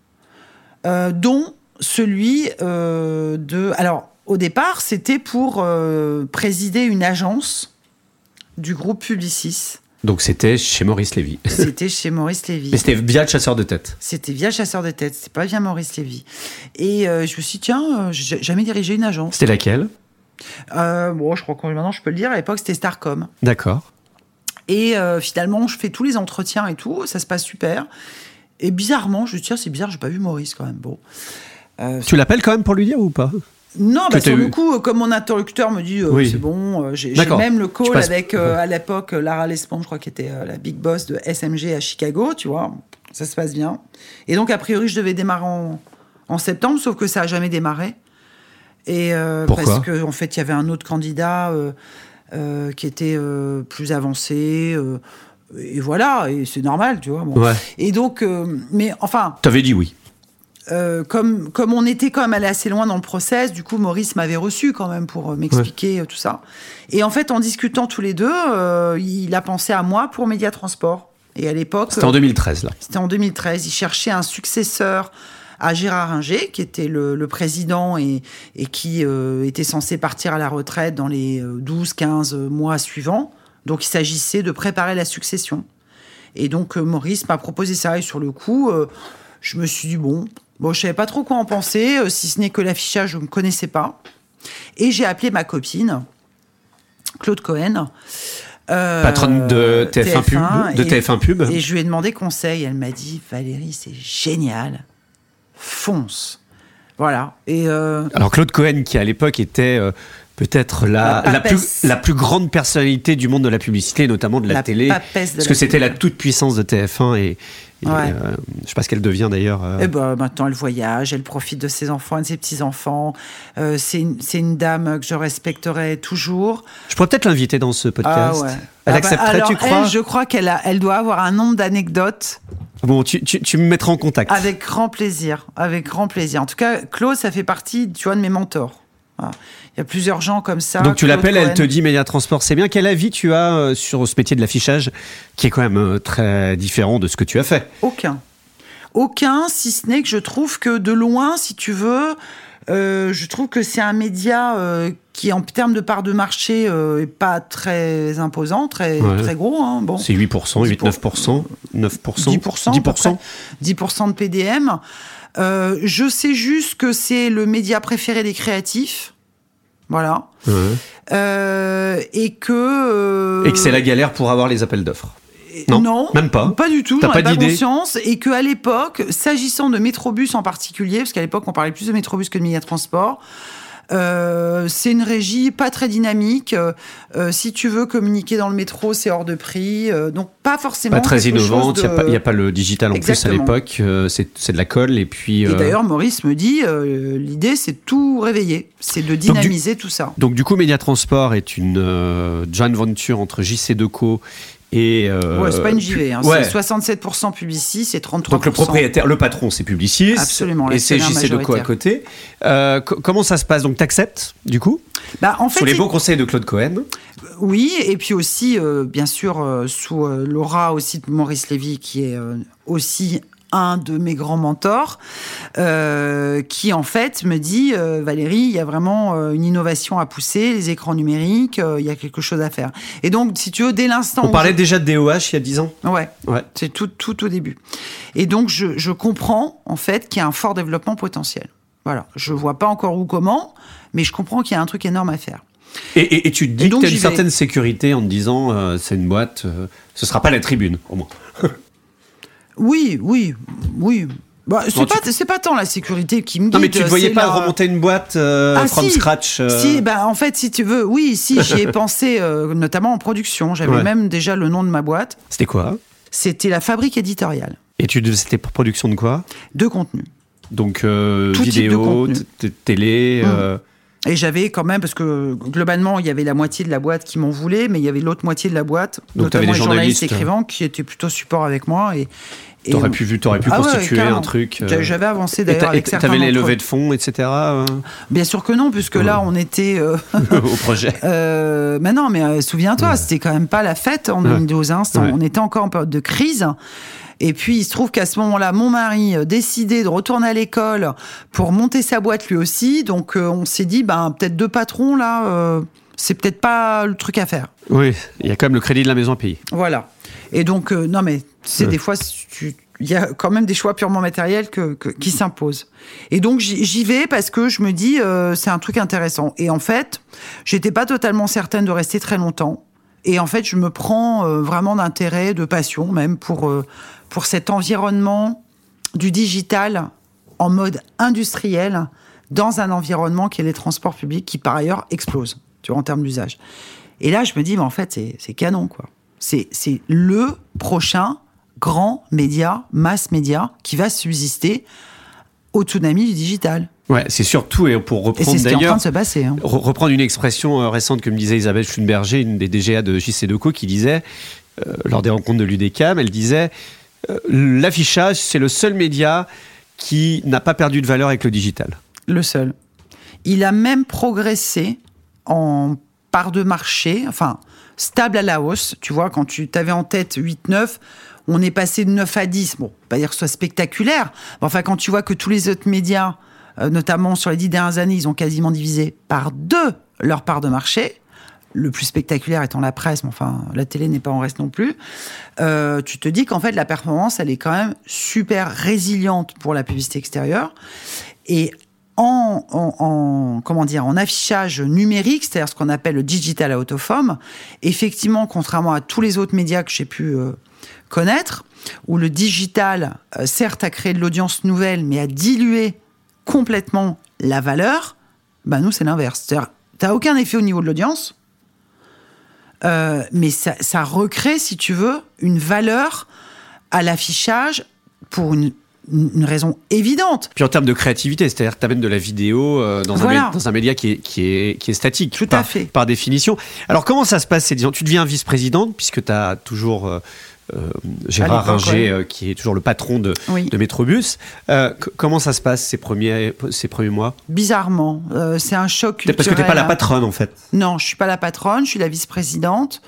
euh, dont celui euh, de... Alors, au départ, c'était pour euh, présider une agence du groupe Publicis. Donc, c'était chez Maurice Lévy. C'était chez Maurice Lévy. Mais c'était via Chasseur de tête. C'était via Chasseur de tête, c'était pas via Maurice Lévy. Et euh, je me suis dit, tiens, euh, j'ai jamais dirigé une agence. C'était laquelle ? euh, Bon, je crois que maintenant, je peux le dire. À l'époque, c'était Starcom. D'accord. Et euh, finalement, je fais tous les entretiens et tout. Ça se passe super. Et bizarrement, je me dis, tiens, c'est bizarre, j'ai pas vu Maurice quand même. Bon. Euh, tu l'appelles quand même pour lui dire ou pas ? Non, bah sur eu... le coup, comme mon interlocuteur me dit, euh, oui. c'est bon, euh, j'ai, j'ai même le call passes... avec, euh, à l'époque, Lara Lespon, je crois, qui était euh, la big boss de S M G à Chicago, tu vois, ça se passe bien. Et donc, a priori, je devais démarrer en, en septembre, sauf que ça n'a jamais démarré. Et, euh, Pourquoi ? parce qu'en en fait, il y avait un autre candidat euh, euh, qui était euh, plus avancé, euh, et voilà, et c'est normal, tu vois. Bon. Ouais. Et donc, euh, mais enfin... T'avais dit oui. Euh, comme, comme on était quand même allé assez loin dans le process, du coup, Maurice m'avait reçu quand même pour euh, m'expliquer ouais. tout ça. Et en fait, en discutant tous les deux, euh, il a pensé à moi pour Média Transport. Et à l'époque... C'était en deux mille treize, là. C'était en deux mille treize. Il cherchait un successeur à Gérard Inger, qui était le, le président et, et qui euh, était censé partir à la retraite dans les douze quinze mois suivants. Donc, il s'agissait de préparer la succession. Et donc, euh, Maurice m'a proposé ça. Et sur le coup, euh, je me suis dit, bon... Bon, je savais pas trop quoi en penser, euh, si ce n'est que l'affichage, je me connaissais pas. Et j'ai appelé ma copine, Claude Cohen. Euh, Patronne de T F un, T F un Pub. De et, T F un Pub. Et je lui ai demandé conseil. Elle m'a dit, Valérie, c'est génial. Fonce. Voilà. Et euh... Alors, Claude Cohen, qui à l'époque était... Euh... peut-être la, la, la, plus, la plus grande personnalité du monde de la publicité, notamment de la, la télé. Parce que c'était la toute-puissance de T F un et, et ouais. euh, je ne sais pas ce qu'elle devient d'ailleurs. Euh... Eh ben, maintenant, elle voyage, elle profite de ses enfants et de ses petits-enfants. Euh, c'est, une, c'est une dame que je respecterai toujours. Je pourrais peut-être l'inviter dans ce podcast. Ah ouais. Elle ah accepterait, bah, alors, tu crois ? Elle, je crois qu'elle a, elle doit avoir un nombre d'anecdotes. Bon, tu, tu, tu me mettras en contact. Avec grand plaisir, avec grand plaisir. En tout cas, Claude, ça fait partie, tu vois, de mes mentors. Voilà. Il y a plusieurs gens comme ça. Donc tu Claude l'appelles, Cohen. Elle te dit Média Transport, c'est bien. Quel avis tu as euh, sur ce métier de l'affichage qui est quand même euh, très différent de ce que tu as fait ? Aucun. Aucun, si ce n'est que je trouve que de loin, si tu veux, euh, je trouve que c'est un média euh, qui, en termes de part de marché, euh, est pas très imposant, très, ouais. très gros. Hein. Bon. C'est huit pour cent, huit neuf pour cent, neuf pour cent, dix pour cent, dix pour cent. dix pour cent de P D M. Euh, je sais juste que c'est le média préféré des créatifs. Voilà. Ouais. Euh, et que... Euh... Et que c'est la galère pour avoir les appels d'offres. Non, non, même pas. Pas du tout, T'as j'en pas ai pas d'idée. conscience. Et qu'à l'époque, s'agissant de Métrobus en particulier, parce qu'à l'époque, on parlait plus de Métrobus que de Médiatransport, Euh, c'est une régie pas très dynamique. Euh, si tu veux communiquer dans le métro, c'est hors de prix. Euh, donc, pas forcément. Pas très innovante. Il de... n'y a, a pas le digital en Exactement. Plus à l'époque. Euh, c'est, c'est de la colle. Et puis. Euh... Et d'ailleurs, Maurice me dit euh, l'idée, c'est de tout réveiller. C'est de dynamiser donc, du, tout ça. Donc, du coup, Médiatransport est une euh, joint venture entre J C Decaux. Et euh... ouais, c'est pas une J V, hein. Ouais. C'est soixante-sept pour cent Publicis, c'est trente-trois pour cent. Donc le propriétaire, le patron, c'est Publicis. Absolument. Et c'est J C Decaux à côté. Euh, c- comment ça se passe? Donc t'acceptes, du coup? Bah, en fait, sous les bons conseils de Claude Cohen. Oui, et puis aussi, euh, bien sûr, euh, sous euh, l'aura aussi de Maurice Lévy, qui est euh, aussi un de mes grands mentors, euh, qui en fait me dit euh, Valérie, il y a vraiment euh, une innovation à pousser, les écrans numériques, euh, il y a quelque chose à faire. Et donc, si tu veux, dès l'instant on où parlait je... déjà de D O H il y a dix ans. Ouais, ouais. C'est tout, tout au début. Et donc, je, je comprends en fait qu'il y a un fort développement potentiel. Voilà, je vois pas encore où, comment, mais je comprends qu'il y a un truc énorme à faire. Et, et, et tu te dis donc, que tu as une vais. certaine sécurité en te disant euh, c'est une boîte, euh, ce sera pas la Tribune, au moins. Oui, oui, oui. Bah, c'est, non, pas, tu... c'est pas tant la sécurité qui me guide. Non, mais tu ne voyais pas la... remonter une boîte euh, ah, from si. scratch euh... Si, bah, en fait, si tu veux, oui, si, j'y ai pensé, euh, notamment en production. J'avais ouais. même déjà le nom de ma boîte. C'était quoi? C'était la Fabrique éditoriale. Et tu, c'était pour production de quoi? De contenu. Donc, euh, vidéo, t- télé... Mmh. Euh... Et j'avais quand même, parce que globalement, il y avait la moitié de la boîte qui m'en voulait, mais il y avait l'autre moitié de la boîte, donc, notamment les les journalistes journalistes écrivants, qui étaient plutôt support avec moi. Et, et t'aurais on... pu, vu, t'aurais pu ah constituer ouais, un truc. Euh... J'avais avancé d'ailleurs et avec certains. T'avais les levées de fonds, et cetera. Euh... Bien sûr que non, puisque ouais. là, on était euh... au projet. Euh, mais non, mais euh, souviens-toi, ouais. c'était quand même pas la fête en ouais. aux instants. Ouais. On était encore en période de crise. Et puis, il se trouve qu'à ce moment-là, mon mari décidait de retourner à l'école pour monter sa boîte lui aussi. Donc, euh, on s'est dit, ben, peut-être deux patrons, là, euh, c'est peut-être pas le truc à faire. Oui, il y a quand même le crédit de la maison à payer. Voilà. Et donc, euh, non, mais tu sais, ouais. des fois, il y a quand même des choix purement matériels que, que, qui s'imposent. Et donc, j'y, j'y vais parce que je me dis, euh, c'est un truc intéressant. Et en fait, j'étais pas totalement certaine de rester très longtemps. Et en fait, je me prends euh, vraiment d'intérêt, de passion même pour... Euh, pour cet environnement du digital en mode industriel dans un environnement qui est les transports publics qui, par ailleurs, explose, tu vois, en termes d'usage. Et là, je me dis, mais en fait, c'est, c'est canon, quoi. C'est, c'est le prochain grand média, mass média, qui va subsister au tsunami du digital. Ouais, c'est surtout, et pour reprendre et c'est ce d'ailleurs, qui est en train de se passer, hein. re- reprendre une expression euh, récente que me disait Isabelle Schunberger, une des D G A de J C Decaux, qui disait, euh, lors des rencontres de l'U D C A M, elle disait... l'affichage, c'est le seul média qui n'a pas perdu de valeur avec le digital. Le seul. Il a même progressé en part de marché, enfin, stable à la hausse. Tu vois, quand tu t'avais en tête huit neuf, on est passé de neuf à dix. Bon, pas dire que ce soit spectaculaire. Mais enfin, quand tu vois que tous les autres médias, euh, notamment sur les dix dernières années, ils ont quasiment divisé par deux leur part de marché, le plus spectaculaire étant la presse, mais enfin, la télé n'est pas en reste non plus, euh, tu te dis qu'en fait, la performance, elle est quand même super résiliente pour la publicité extérieure. Et en, en, en, comment dire, en affichage numérique, c'est-à-dire ce qu'on appelle le digital out of home, effectivement, contrairement à tous les autres médias que j'ai pu euh, connaître, où le digital, euh, certes, a créé de l'audience nouvelle, mais a dilué complètement la valeur, ben nous, c'est l'inverse. C'est-à-dire, t'as aucun effet au niveau de l'audience, Euh, mais ça, ça recrée, si tu veux, une valeur à l'affichage pour une, une raison évidente. Puis en termes de créativité, c'est-à-dire que tu amènes de la vidéo euh, dans, voilà. un, dans un média qui est, qui est, qui est statique. Tout par, à fait. Par définition. Alors comment ça se passe? C'est, disons, tu deviens vice-présidente, puisque tu as toujours... Euh, Euh, Gérard Ringer, ouais. euh, qui est toujours le patron de, oui. de Métrobus. Euh, c- comment ça se passe ces premiers, ces premiers mois? Bizarrement. Euh, c'est un choc culturel. Parce que tu n'es pas la patronne, en fait. Non, je ne suis pas la patronne, je suis la vice-présidente.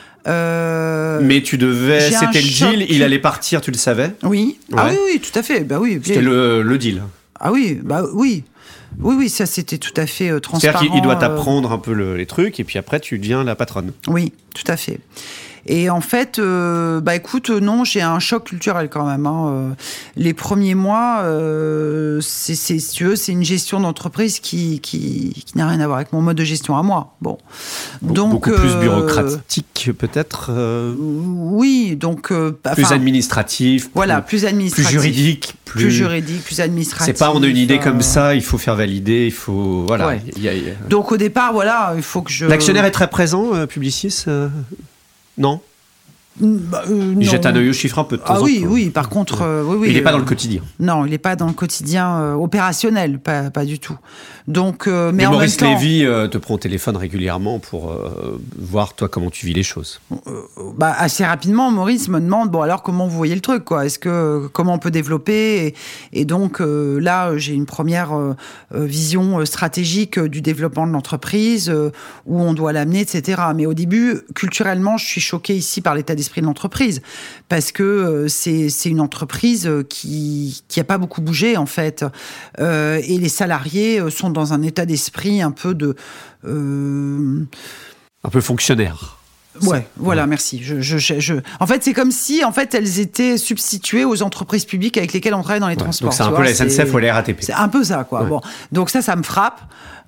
Euh, Mais tu devais... C'était le choc... deal, il allait partir, tu le savais? Oui. Ouais. Ah oui, oui, tout à fait. Bah oui, c'était le, le deal. Ah oui, bah oui. Oui, oui, ça c'était tout à fait euh, transparent. C'est-à-dire qu'il doit t'apprendre euh... un peu le, les trucs et puis après tu deviens la patronne. Oui, tout à fait. Et en fait, euh, bah écoute, non, j'ai un choc culturel quand même. Hein. Les premiers mois, euh, c'est, c'est, si tu veux, c'est une gestion d'entreprise qui, qui, qui n'a rien à voir avec mon mode de gestion à moi. Bon, donc beaucoup euh, plus bureaucratique peut-être. Euh... Oui, donc euh, plus administratif. Voilà, plus, plus administratif, plus juridique, plus, plus juridique, plus administratif. C'est pas on a une idée euh... comme ça, il faut faire valider, il faut voilà. Ouais. Y a, y a... Donc au départ, voilà, il faut que je. L'actionnaire est très présent, euh, Publicis. Euh... Non. Bah, euh, il non. jette un œil au chiffre un peu de temps ah, oui, en temps. Oui, par contre, euh, oui, oui, il n'est pas euh, dans le quotidien. Non, il n'est pas dans le quotidien euh, opérationnel, pas, pas du tout. Donc, euh, mais, mais en Maurice même temps, Lévy euh, te prend au téléphone régulièrement pour euh, voir toi comment tu vis les choses. Euh, bah, assez rapidement, Maurice me demande bon alors comment vous voyez le truc quoi. Est-ce que comment on peut développer et, et donc euh, là j'ai une première euh, vision stratégique du développement de l'entreprise euh, où on doit l'amener, et cetera. Mais au début, culturellement, je suis choquée ici par l'état d'esprit de l'entreprise parce que euh, c'est c'est une entreprise qui qui a pas beaucoup bougé en fait euh, et les salariés sont dans un état d'esprit un peu de euh... un peu fonctionnaire. Ouais, ça, voilà, ouais. merci. Je, je, je... En fait, c'est comme si, en fait, elles étaient substituées aux entreprises publiques avec lesquelles on travaille dans les ouais, transports. Donc c'est un peu vois, la S N C F c'est... ou la R A T P. C'est un peu ça, quoi. Ouais. Bon, donc ça, ça me frappe.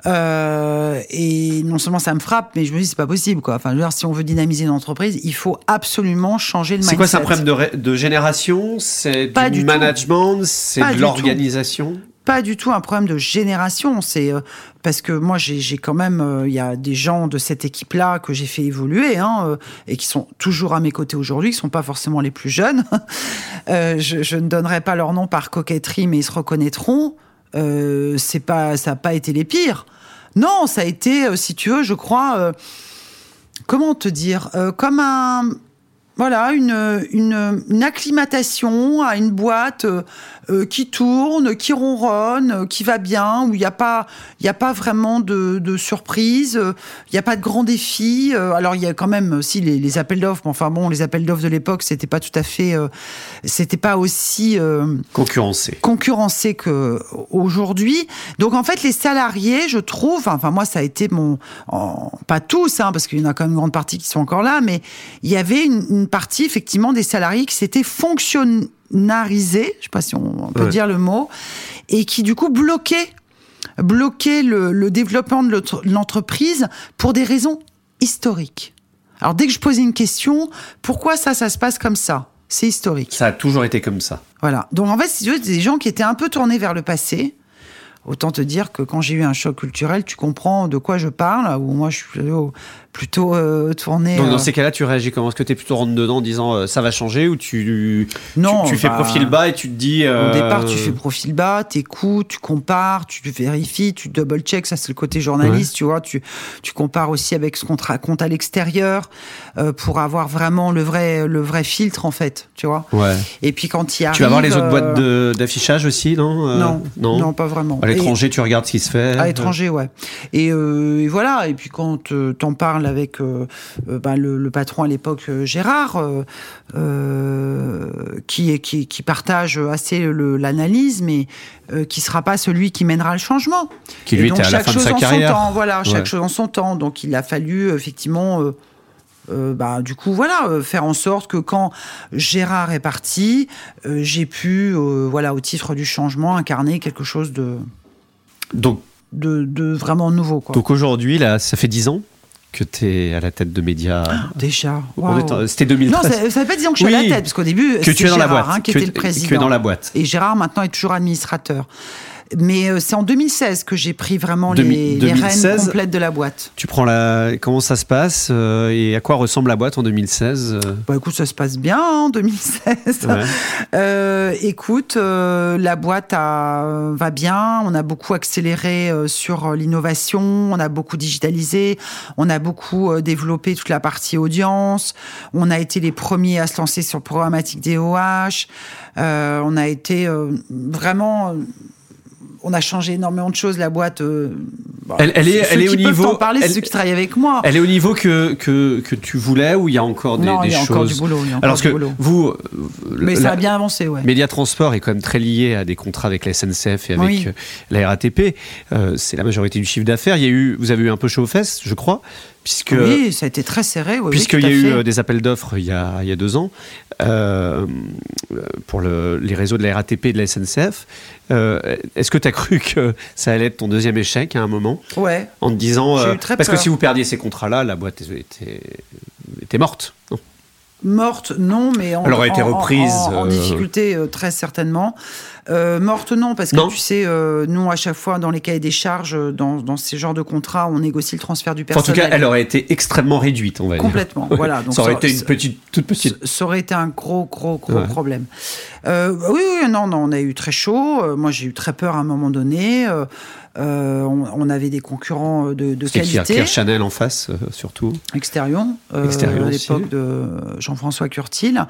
Euh, et non seulement ça me frappe, mais je me dis c'est pas possible, quoi. Enfin, je veux dire, si on veut dynamiser une entreprise, il faut absolument changer le mindset. C'est quoi, c'est un problème de, ré... de génération? C'est pas du, du management? Tout. C'est pas de l'organisation? Pas du tout un problème de génération, c'est euh, parce que moi j'ai, j'ai quand même il euh, y a des gens de cette équipe-là que j'ai fait évoluer hein, euh, et qui sont toujours à mes côtés aujourd'hui, qui sont pas forcément les plus jeunes. euh, je, je ne donnerai pas leur nom par coquetterie, mais ils se reconnaîtront. Euh, c'est pas, ça n'a pas été les pires. Non, ça a été, euh, si tu veux, je crois, euh, comment te dire, euh, comme un Voilà, une, une, une acclimatation à une boîte euh, euh, qui tourne, qui ronronne, euh, qui va bien, où il n'y a pas, il y a pas vraiment de, de surprise, il euh, n'y a pas de grands défis. Euh, alors, il y a quand même aussi les, les appels d'offres. Mais enfin bon, les appels d'offres de l'époque, c'était pas tout à fait... Euh, c'était pas aussi... Euh, concurrencé. Concurrencé qu'aujourd'hui. Donc, en fait, les salariés, je trouve... Enfin, moi, ça a été mon... En, pas tous, hein, parce qu'il y en a quand même une grande partie qui sont encore là, mais il y avait une, une partie, effectivement, des salariés qui s'étaient fonctionnarisés, je ne sais pas si on peut ouais. dire le mot, et qui, du coup, bloquaient, bloquaient le, le développement de l'entreprise pour des raisons historiques. Alors, dès que je posais une question, pourquoi ça, ça se passe comme ça ? C'est historique. Ça a toujours été comme ça. Voilà. Donc, en fait, si tu veux, c'est des gens qui étaient un peu tournés vers le passé. Autant te dire que quand j'ai eu un choc culturel, tu comprends de quoi je parle, ou moi je suis plutôt, plutôt euh, tourné... Donc dans euh... ces cas-là, tu réagis comment ? Est-ce que tu es plutôt rentre dedans en disant euh, ça va changer, ou tu, non, tu, tu bah, fais profil bas et tu te dis... Euh... Au départ, tu fais profil bas, t'écoutes, tu compares, tu vérifies, tu double-check, ça c'est le côté journaliste, ouais. tu vois, tu, tu compares aussi avec ce qu'on te raconte à l'extérieur euh, pour avoir vraiment le vrai, le vrai filtre en fait, tu vois. Ouais. Et puis quand il y arrive... Tu vas voir les autres euh... boîtes de, d'affichage aussi, non euh, non, non, non, pas vraiment. À l'étranger, et... tu regardes ce qui se fait. À l'étranger, ouais. Et, euh, et voilà. Et puis quand euh, t'en parles avec euh, euh, bah, le, le patron à l'époque, euh, Gérard, euh, euh, qui, qui, qui partage assez le, l'analyse, mais euh, qui sera pas celui qui mènera le changement. Qui lui et donc, était à la fin de sa carrière. Son temps, voilà, chaque ouais. chose en son temps. Donc il a fallu effectivement. Euh, Euh, bah, du coup, voilà, euh, faire en sorte que quand Gérard est parti, euh, j'ai pu, euh, voilà, au titre du changement, incarner quelque chose de, donc, de, de vraiment nouveau, quoi. Donc aujourd'hui, là, ça fait dix ans que tu es à la tête de Média. Ah, déjà. Wow. Est, c'était deux mille treize. Non, ça, ça fait pas dix ans que je suis oui, à la tête, parce qu'au début, que c'était tu es dans Gérard la boîte, hein, qui que, était le président. Tu es dans la boîte. Et Gérard, maintenant, est toujours administrateur. Mais euh, c'est en deux mille seize que j'ai pris vraiment deux, les, deux mille seize, les rênes complètes de la boîte. Tu prends la... Comment ça se passe euh, et à quoi ressemble la boîte en deux mille seize euh... Bah écoute, ça se passe bien en hein, deux mille seize. Ouais. Euh, écoute, euh, la boîte a, va bien. On a beaucoup accéléré euh, sur l'innovation. On a beaucoup digitalisé. On a beaucoup euh, développé toute la partie audience. On a été les premiers à se lancer sur programmatique D O H. Euh, on a été euh, vraiment... On a changé énormément de choses. La boîte, euh, Bah, elle, elle est, ceux elle est qui au peuvent niveau. t'en parler, Elle, c'est ceux qui travaillent avec moi. Elle est au niveau que que que tu voulais ou il y a encore des, non, des il y a choses. encore du boulot. Il y a encore Alors du que boulot. vous, mais la, ça a bien avancé, ouais. Média Transport est quand même très lié à des contrats avec la S N C F et avec oui. euh, la R A T P. Euh, c'est la majorité du chiffre d'affaires. Il y a eu, vous avez eu un peu chaud aux fesses, je crois. Puisque, oui, ça a été très serré. Oui, puisqu'il oui, y a fait. eu des appels d'offres il y a, il y a deux ans euh, pour le, les réseaux de la R A T P et de la S N C F. Euh, est-ce que tu as cru que ça allait être ton deuxième échec à un moment ? Ouais. En te disant. J'ai Euh, eu très parce peur. que si vous perdiez ces contrats-là, la boîte était, était morte. Non. Morte, non, mais en, Elle aurait été reprise. en, en, en euh... difficulté, euh, très certainement. Euh, morte, non, parce que non. tu sais, euh, nous, à chaque fois, dans les cahiers des charges, dans, dans ces genres de contrats, on négocie le transfert du personnel. En tout cas, elle aurait été extrêmement réduite, on va dire. Complètement, voilà. Donc ça aurait ça, été une petite, toute petite. Ça aurait été un gros, gros, gros ouais. problème. Euh, oui, oui, non, non, on a eu très chaud. Euh, moi, j'ai eu très peur à un moment donné. Euh, Euh, on, on avait des concurrents de, de qualité. Claire Chanel en face, euh, surtout. Exterion, euh, Exterion à l'époque aussi. de Jean-François Curtil.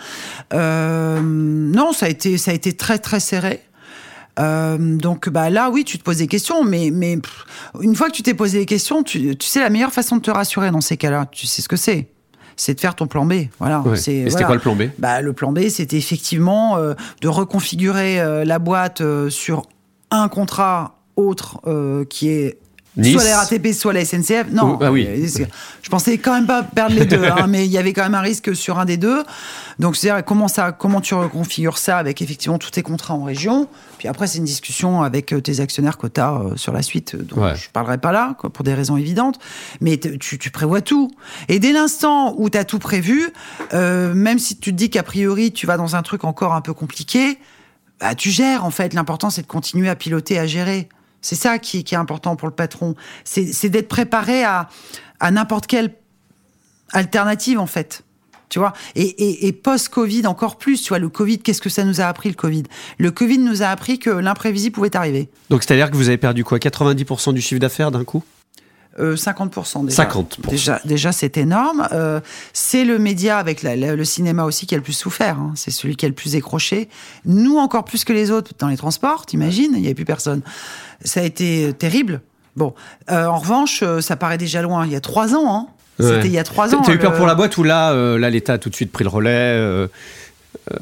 Euh, non, ça a été, ça a été très, très serré. Euh, donc bah là, oui, tu te poses des questions, mais, mais pff, une fois que tu t'es posé des questions, tu, tu sais la meilleure façon de te rassurer dans ces cas-là, tu sais ce que c'est. C'est de faire ton plan B. Voilà. Ouais. C'est, Et voilà. c'était quoi le plan B ? Bah, le plan B, c'était effectivement euh, de reconfigurer euh, la boîte euh, sur un contrat autre euh, qui est nice. Soit la R A T P, soit la S N C F. Non, oh, ah oui. euh, je pensais quand même pas perdre les deux, hein, mais il y avait quand même un risque sur un des deux. Donc, c'est-à-dire comment, ça, comment tu reconfigures ça avec effectivement tous tes contrats en région. Puis après, c'est une discussion avec tes actionnaires que tu as euh, sur la suite. Donc, ouais. je ne parlerai pas là, quoi, pour des raisons évidentes. Mais tu, tu prévois tout. Et dès l'instant où tu as tout prévu, euh, même si tu te dis qu'a priori, tu vas dans un truc encore un peu compliqué, bah, tu gères, en fait. L'important, c'est de continuer à piloter, à gérer. C'est ça qui est, qui est important pour le patron. C'est, c'est d'être préparé à, à n'importe quelle alternative, en fait. Tu vois, et, et, et post-Covid, encore plus, tu vois, le Covid, qu'est-ce que ça nous a appris, le Covid ? Le Covid nous a appris que l'imprévisible pouvait arriver. Donc, c'est-à-dire que vous avez perdu quoi ? quatre-vingt-dix pour cent du chiffre d'affaires d'un coup ? Euh, cinquante pour cent déjà. cinquante pour cent. Déjà, déjà c'est énorme. Euh, c'est le média avec la, la, le cinéma aussi qui a le plus souffert. Hein. C'est celui qui a le plus écroché. Nous, encore plus que les autres, dans les transports, t'imagines ? Il n'y avait plus personne. Ça a été terrible. Bon, euh, en revanche, ça paraît déjà loin. Il y a trois ans, hein. Ouais. C'était il y a trois ans. T'as eu peur le... pour la boîte ou là, euh, là l'État a tout de suite pris le relais euh, euh,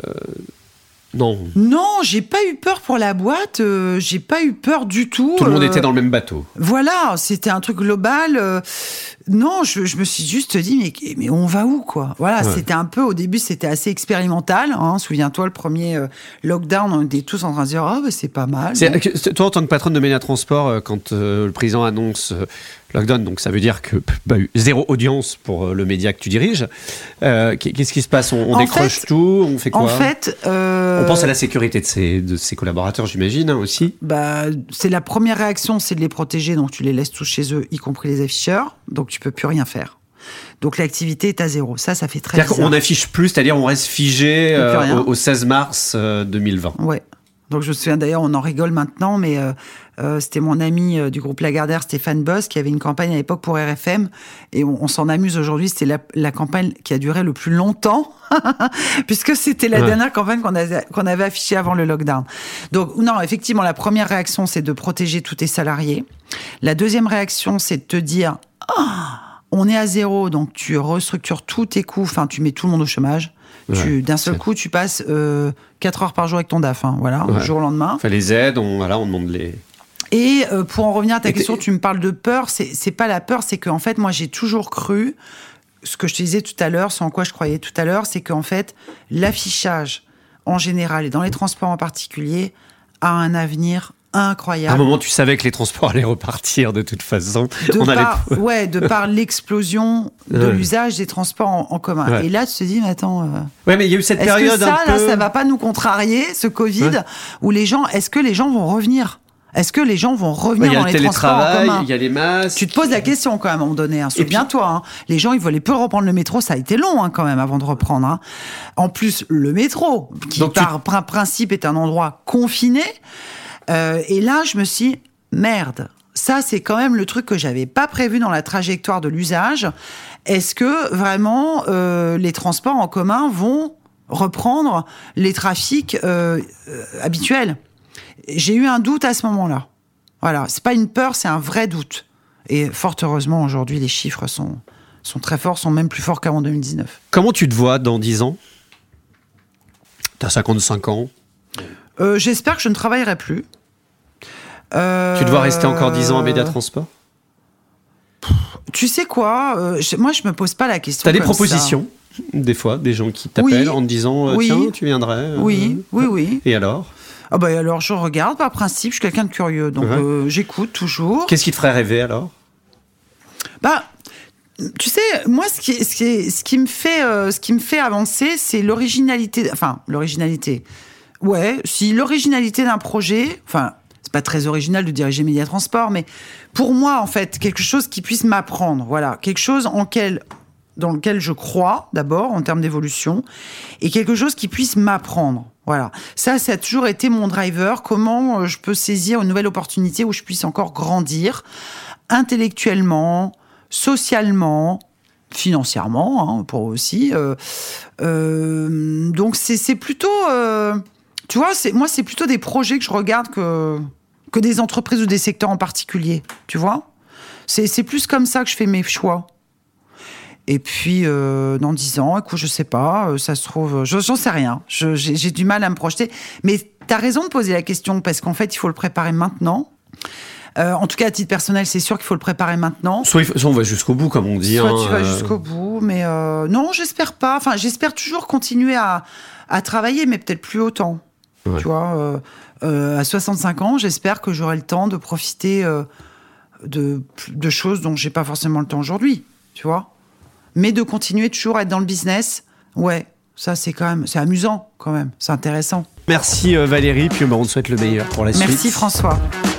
Non. Non, j'ai pas eu peur pour la boîte. Euh, j'ai pas eu peur du tout. Tout le monde euh, était dans le même bateau. Voilà, c'était un truc global. Euh, non, je, je me suis juste dit, mais, mais on va où, quoi ? Voilà, ouais. C'était un peu, au début, c'était assez expérimental. Hein, souviens-toi, le premier euh, lockdown, on était tous en train de dire, ah, oh, bah, c'est pas mal. C'est, que, toi, en tant que patronne de Média Transport, quand euh, le président annonce euh, lockdown, donc ça veut dire que bah, zéro audience pour euh, le média que tu diriges. Euh, qu'est-ce qui se passe ? On, on décroche fait, tout ? On fait quoi ? En fait, euh... on pense à la sécurité de ses, de ses collaborateurs, j'imagine, hein, aussi. Bah, c'est la première réaction, c'est de les protéger, donc tu les laisses tous chez eux, y compris les afficheurs, donc tu peux plus rien faire. Donc l'activité est à zéro. Ça, ça fait très c'est-à-dire bizarre. qu'on n'affiche plus, c'est-à-dire on reste figé euh, au, au seize mars euh, deux mille vingt. Ouais. Donc je me souviens d'ailleurs, on en rigole maintenant, mais euh, euh, c'était mon ami euh, du groupe Lagardère, Stéphane Boss, qui avait une campagne à l'époque pour R F M, et on, on s'en amuse aujourd'hui. C'était la, la campagne qui a duré le plus longtemps, puisque c'était la ouais. dernière campagne qu'on, a, qu'on avait affichée avant le lockdown. Donc non, effectivement, la première réaction, c'est de protéger tous tes salariés. La deuxième réaction, c'est de te dire, oh, on est à zéro, donc tu restructures tous tes coûts, enfin tu mets tout le monde au chômage. Tu, ouais, d'un seul c'est... coup, tu passes euh, quatre heures par jour avec ton D A F, hein, voilà, ouais. jour au lendemain. Enfin, les aides, on, voilà, on demande les... Et euh, pour en revenir à ta Et question, t'es... tu me parles de peur, c'est, c'est pas la peur, c'est qu'en fait, moi, j'ai toujours cru, ce que je te disais tout à l'heure, ce en quoi je croyais tout à l'heure, c'est qu'en fait, l'affichage, en général, et dans les transports en particulier, a un avenir incroyable. À un moment, tu savais que les transports allaient repartir de toute façon. De, On par, allait... ouais, de par l'explosion de ouais. l'usage des transports en, en commun. Ouais. Et là, tu te dis, mais attends... Euh, ouais, mais il y a eu cette est-ce période que ça, un là, peu... ça va pas nous contrarier, ce Covid, ouais. où les gens... Est-ce que les gens vont revenir ? Est-ce que les gens vont revenir ouais, dans les transports en commun ? Il y a les masques. Tu te poses la question quand même à un moment donné. Hein. Souviens-toi, hein, les gens ils voulaient peu reprendre le métro. Ça a été long hein, quand même avant de reprendre. Hein. En plus, le métro, qui Donc, par tu... principe est un endroit confiné. Euh, et là, je me suis dit, merde. Ça, c'est quand même le truc que j'avais pas prévu dans la trajectoire de l'usage. Est-ce que vraiment euh, les transports en commun vont reprendre les trafics euh, euh, habituels ? J'ai eu un doute à ce moment-là. Voilà, c'est pas une peur, c'est un vrai doute. Et fort heureusement, aujourd'hui, les chiffres sont, sont très forts, sont même plus forts qu'avant deux mille dix-neuf. Comment tu te vois dans dix ans ? T'as cinquante-cinq ans. Euh, j'espère que je ne travaillerai plus. Euh, tu te vois rester encore dix ans à Média Transport ? Tu sais quoi, euh, je, moi je me pose pas la question. T'as des comme propositions, ça. Des fois, des gens qui t'appellent oui. en te disant euh, oui. tiens, tu viendrais euh, Oui, oui, oui. Et alors ? Ah bah alors je regarde, par principe, je suis quelqu'un de curieux, donc ouais. euh, j'écoute toujours. Qu'est-ce qui te ferait rêver alors ? Bah, tu sais, moi ce qui, ce qui, ce qui me fait, euh, ce qui me fait avancer, c'est l'originalité. Enfin, l'originalité. Ouais, si l'originalité d'un projet, enfin. C'est pas très original de diriger Média Transport, mais pour moi, en fait, quelque chose qui puisse m'apprendre, voilà, quelque chose en quel, dans lequel je crois, d'abord, en termes d'évolution, et quelque chose qui puisse m'apprendre, voilà. Ça, ça a toujours été mon driver, comment je peux saisir une nouvelle opportunité où je puisse encore grandir, intellectuellement, socialement, financièrement, hein, pour aussi. Euh, euh, donc, c'est, c'est plutôt... Euh, tu vois, c'est, moi, c'est plutôt des projets que je regarde que... que des entreprises ou des secteurs en particulier, tu vois. C'est, c'est plus comme ça que je fais mes choix. Et puis, euh, dans dix ans, écoute, je sais pas, ça se trouve... Je, j'en sais rien, je, j'ai, j'ai du mal à me projeter. Mais t'as raison de poser la question, parce qu'en fait, il faut le préparer maintenant. Euh, en tout cas, à titre personnel, c'est sûr qu'il faut le préparer maintenant. Soit, soit on va jusqu'au bout, comme on dit. Soit hein, tu vas euh... jusqu'au bout, mais euh, non, j'espère pas. Enfin, j'espère toujours continuer à, à travailler, mais peut-être plus autant. Ouais. Tu vois, euh, euh, à soixante-cinq ans, j'espère que j'aurai le temps de profiter euh, de, de choses dont j'ai pas forcément le temps aujourd'hui, tu vois. Mais de continuer toujours à être dans le business, ouais, ça c'est quand même, c'est amusant quand même, c'est intéressant. Merci Valérie, puis bah, on te souhaite le meilleur pour la Merci suite. Merci François.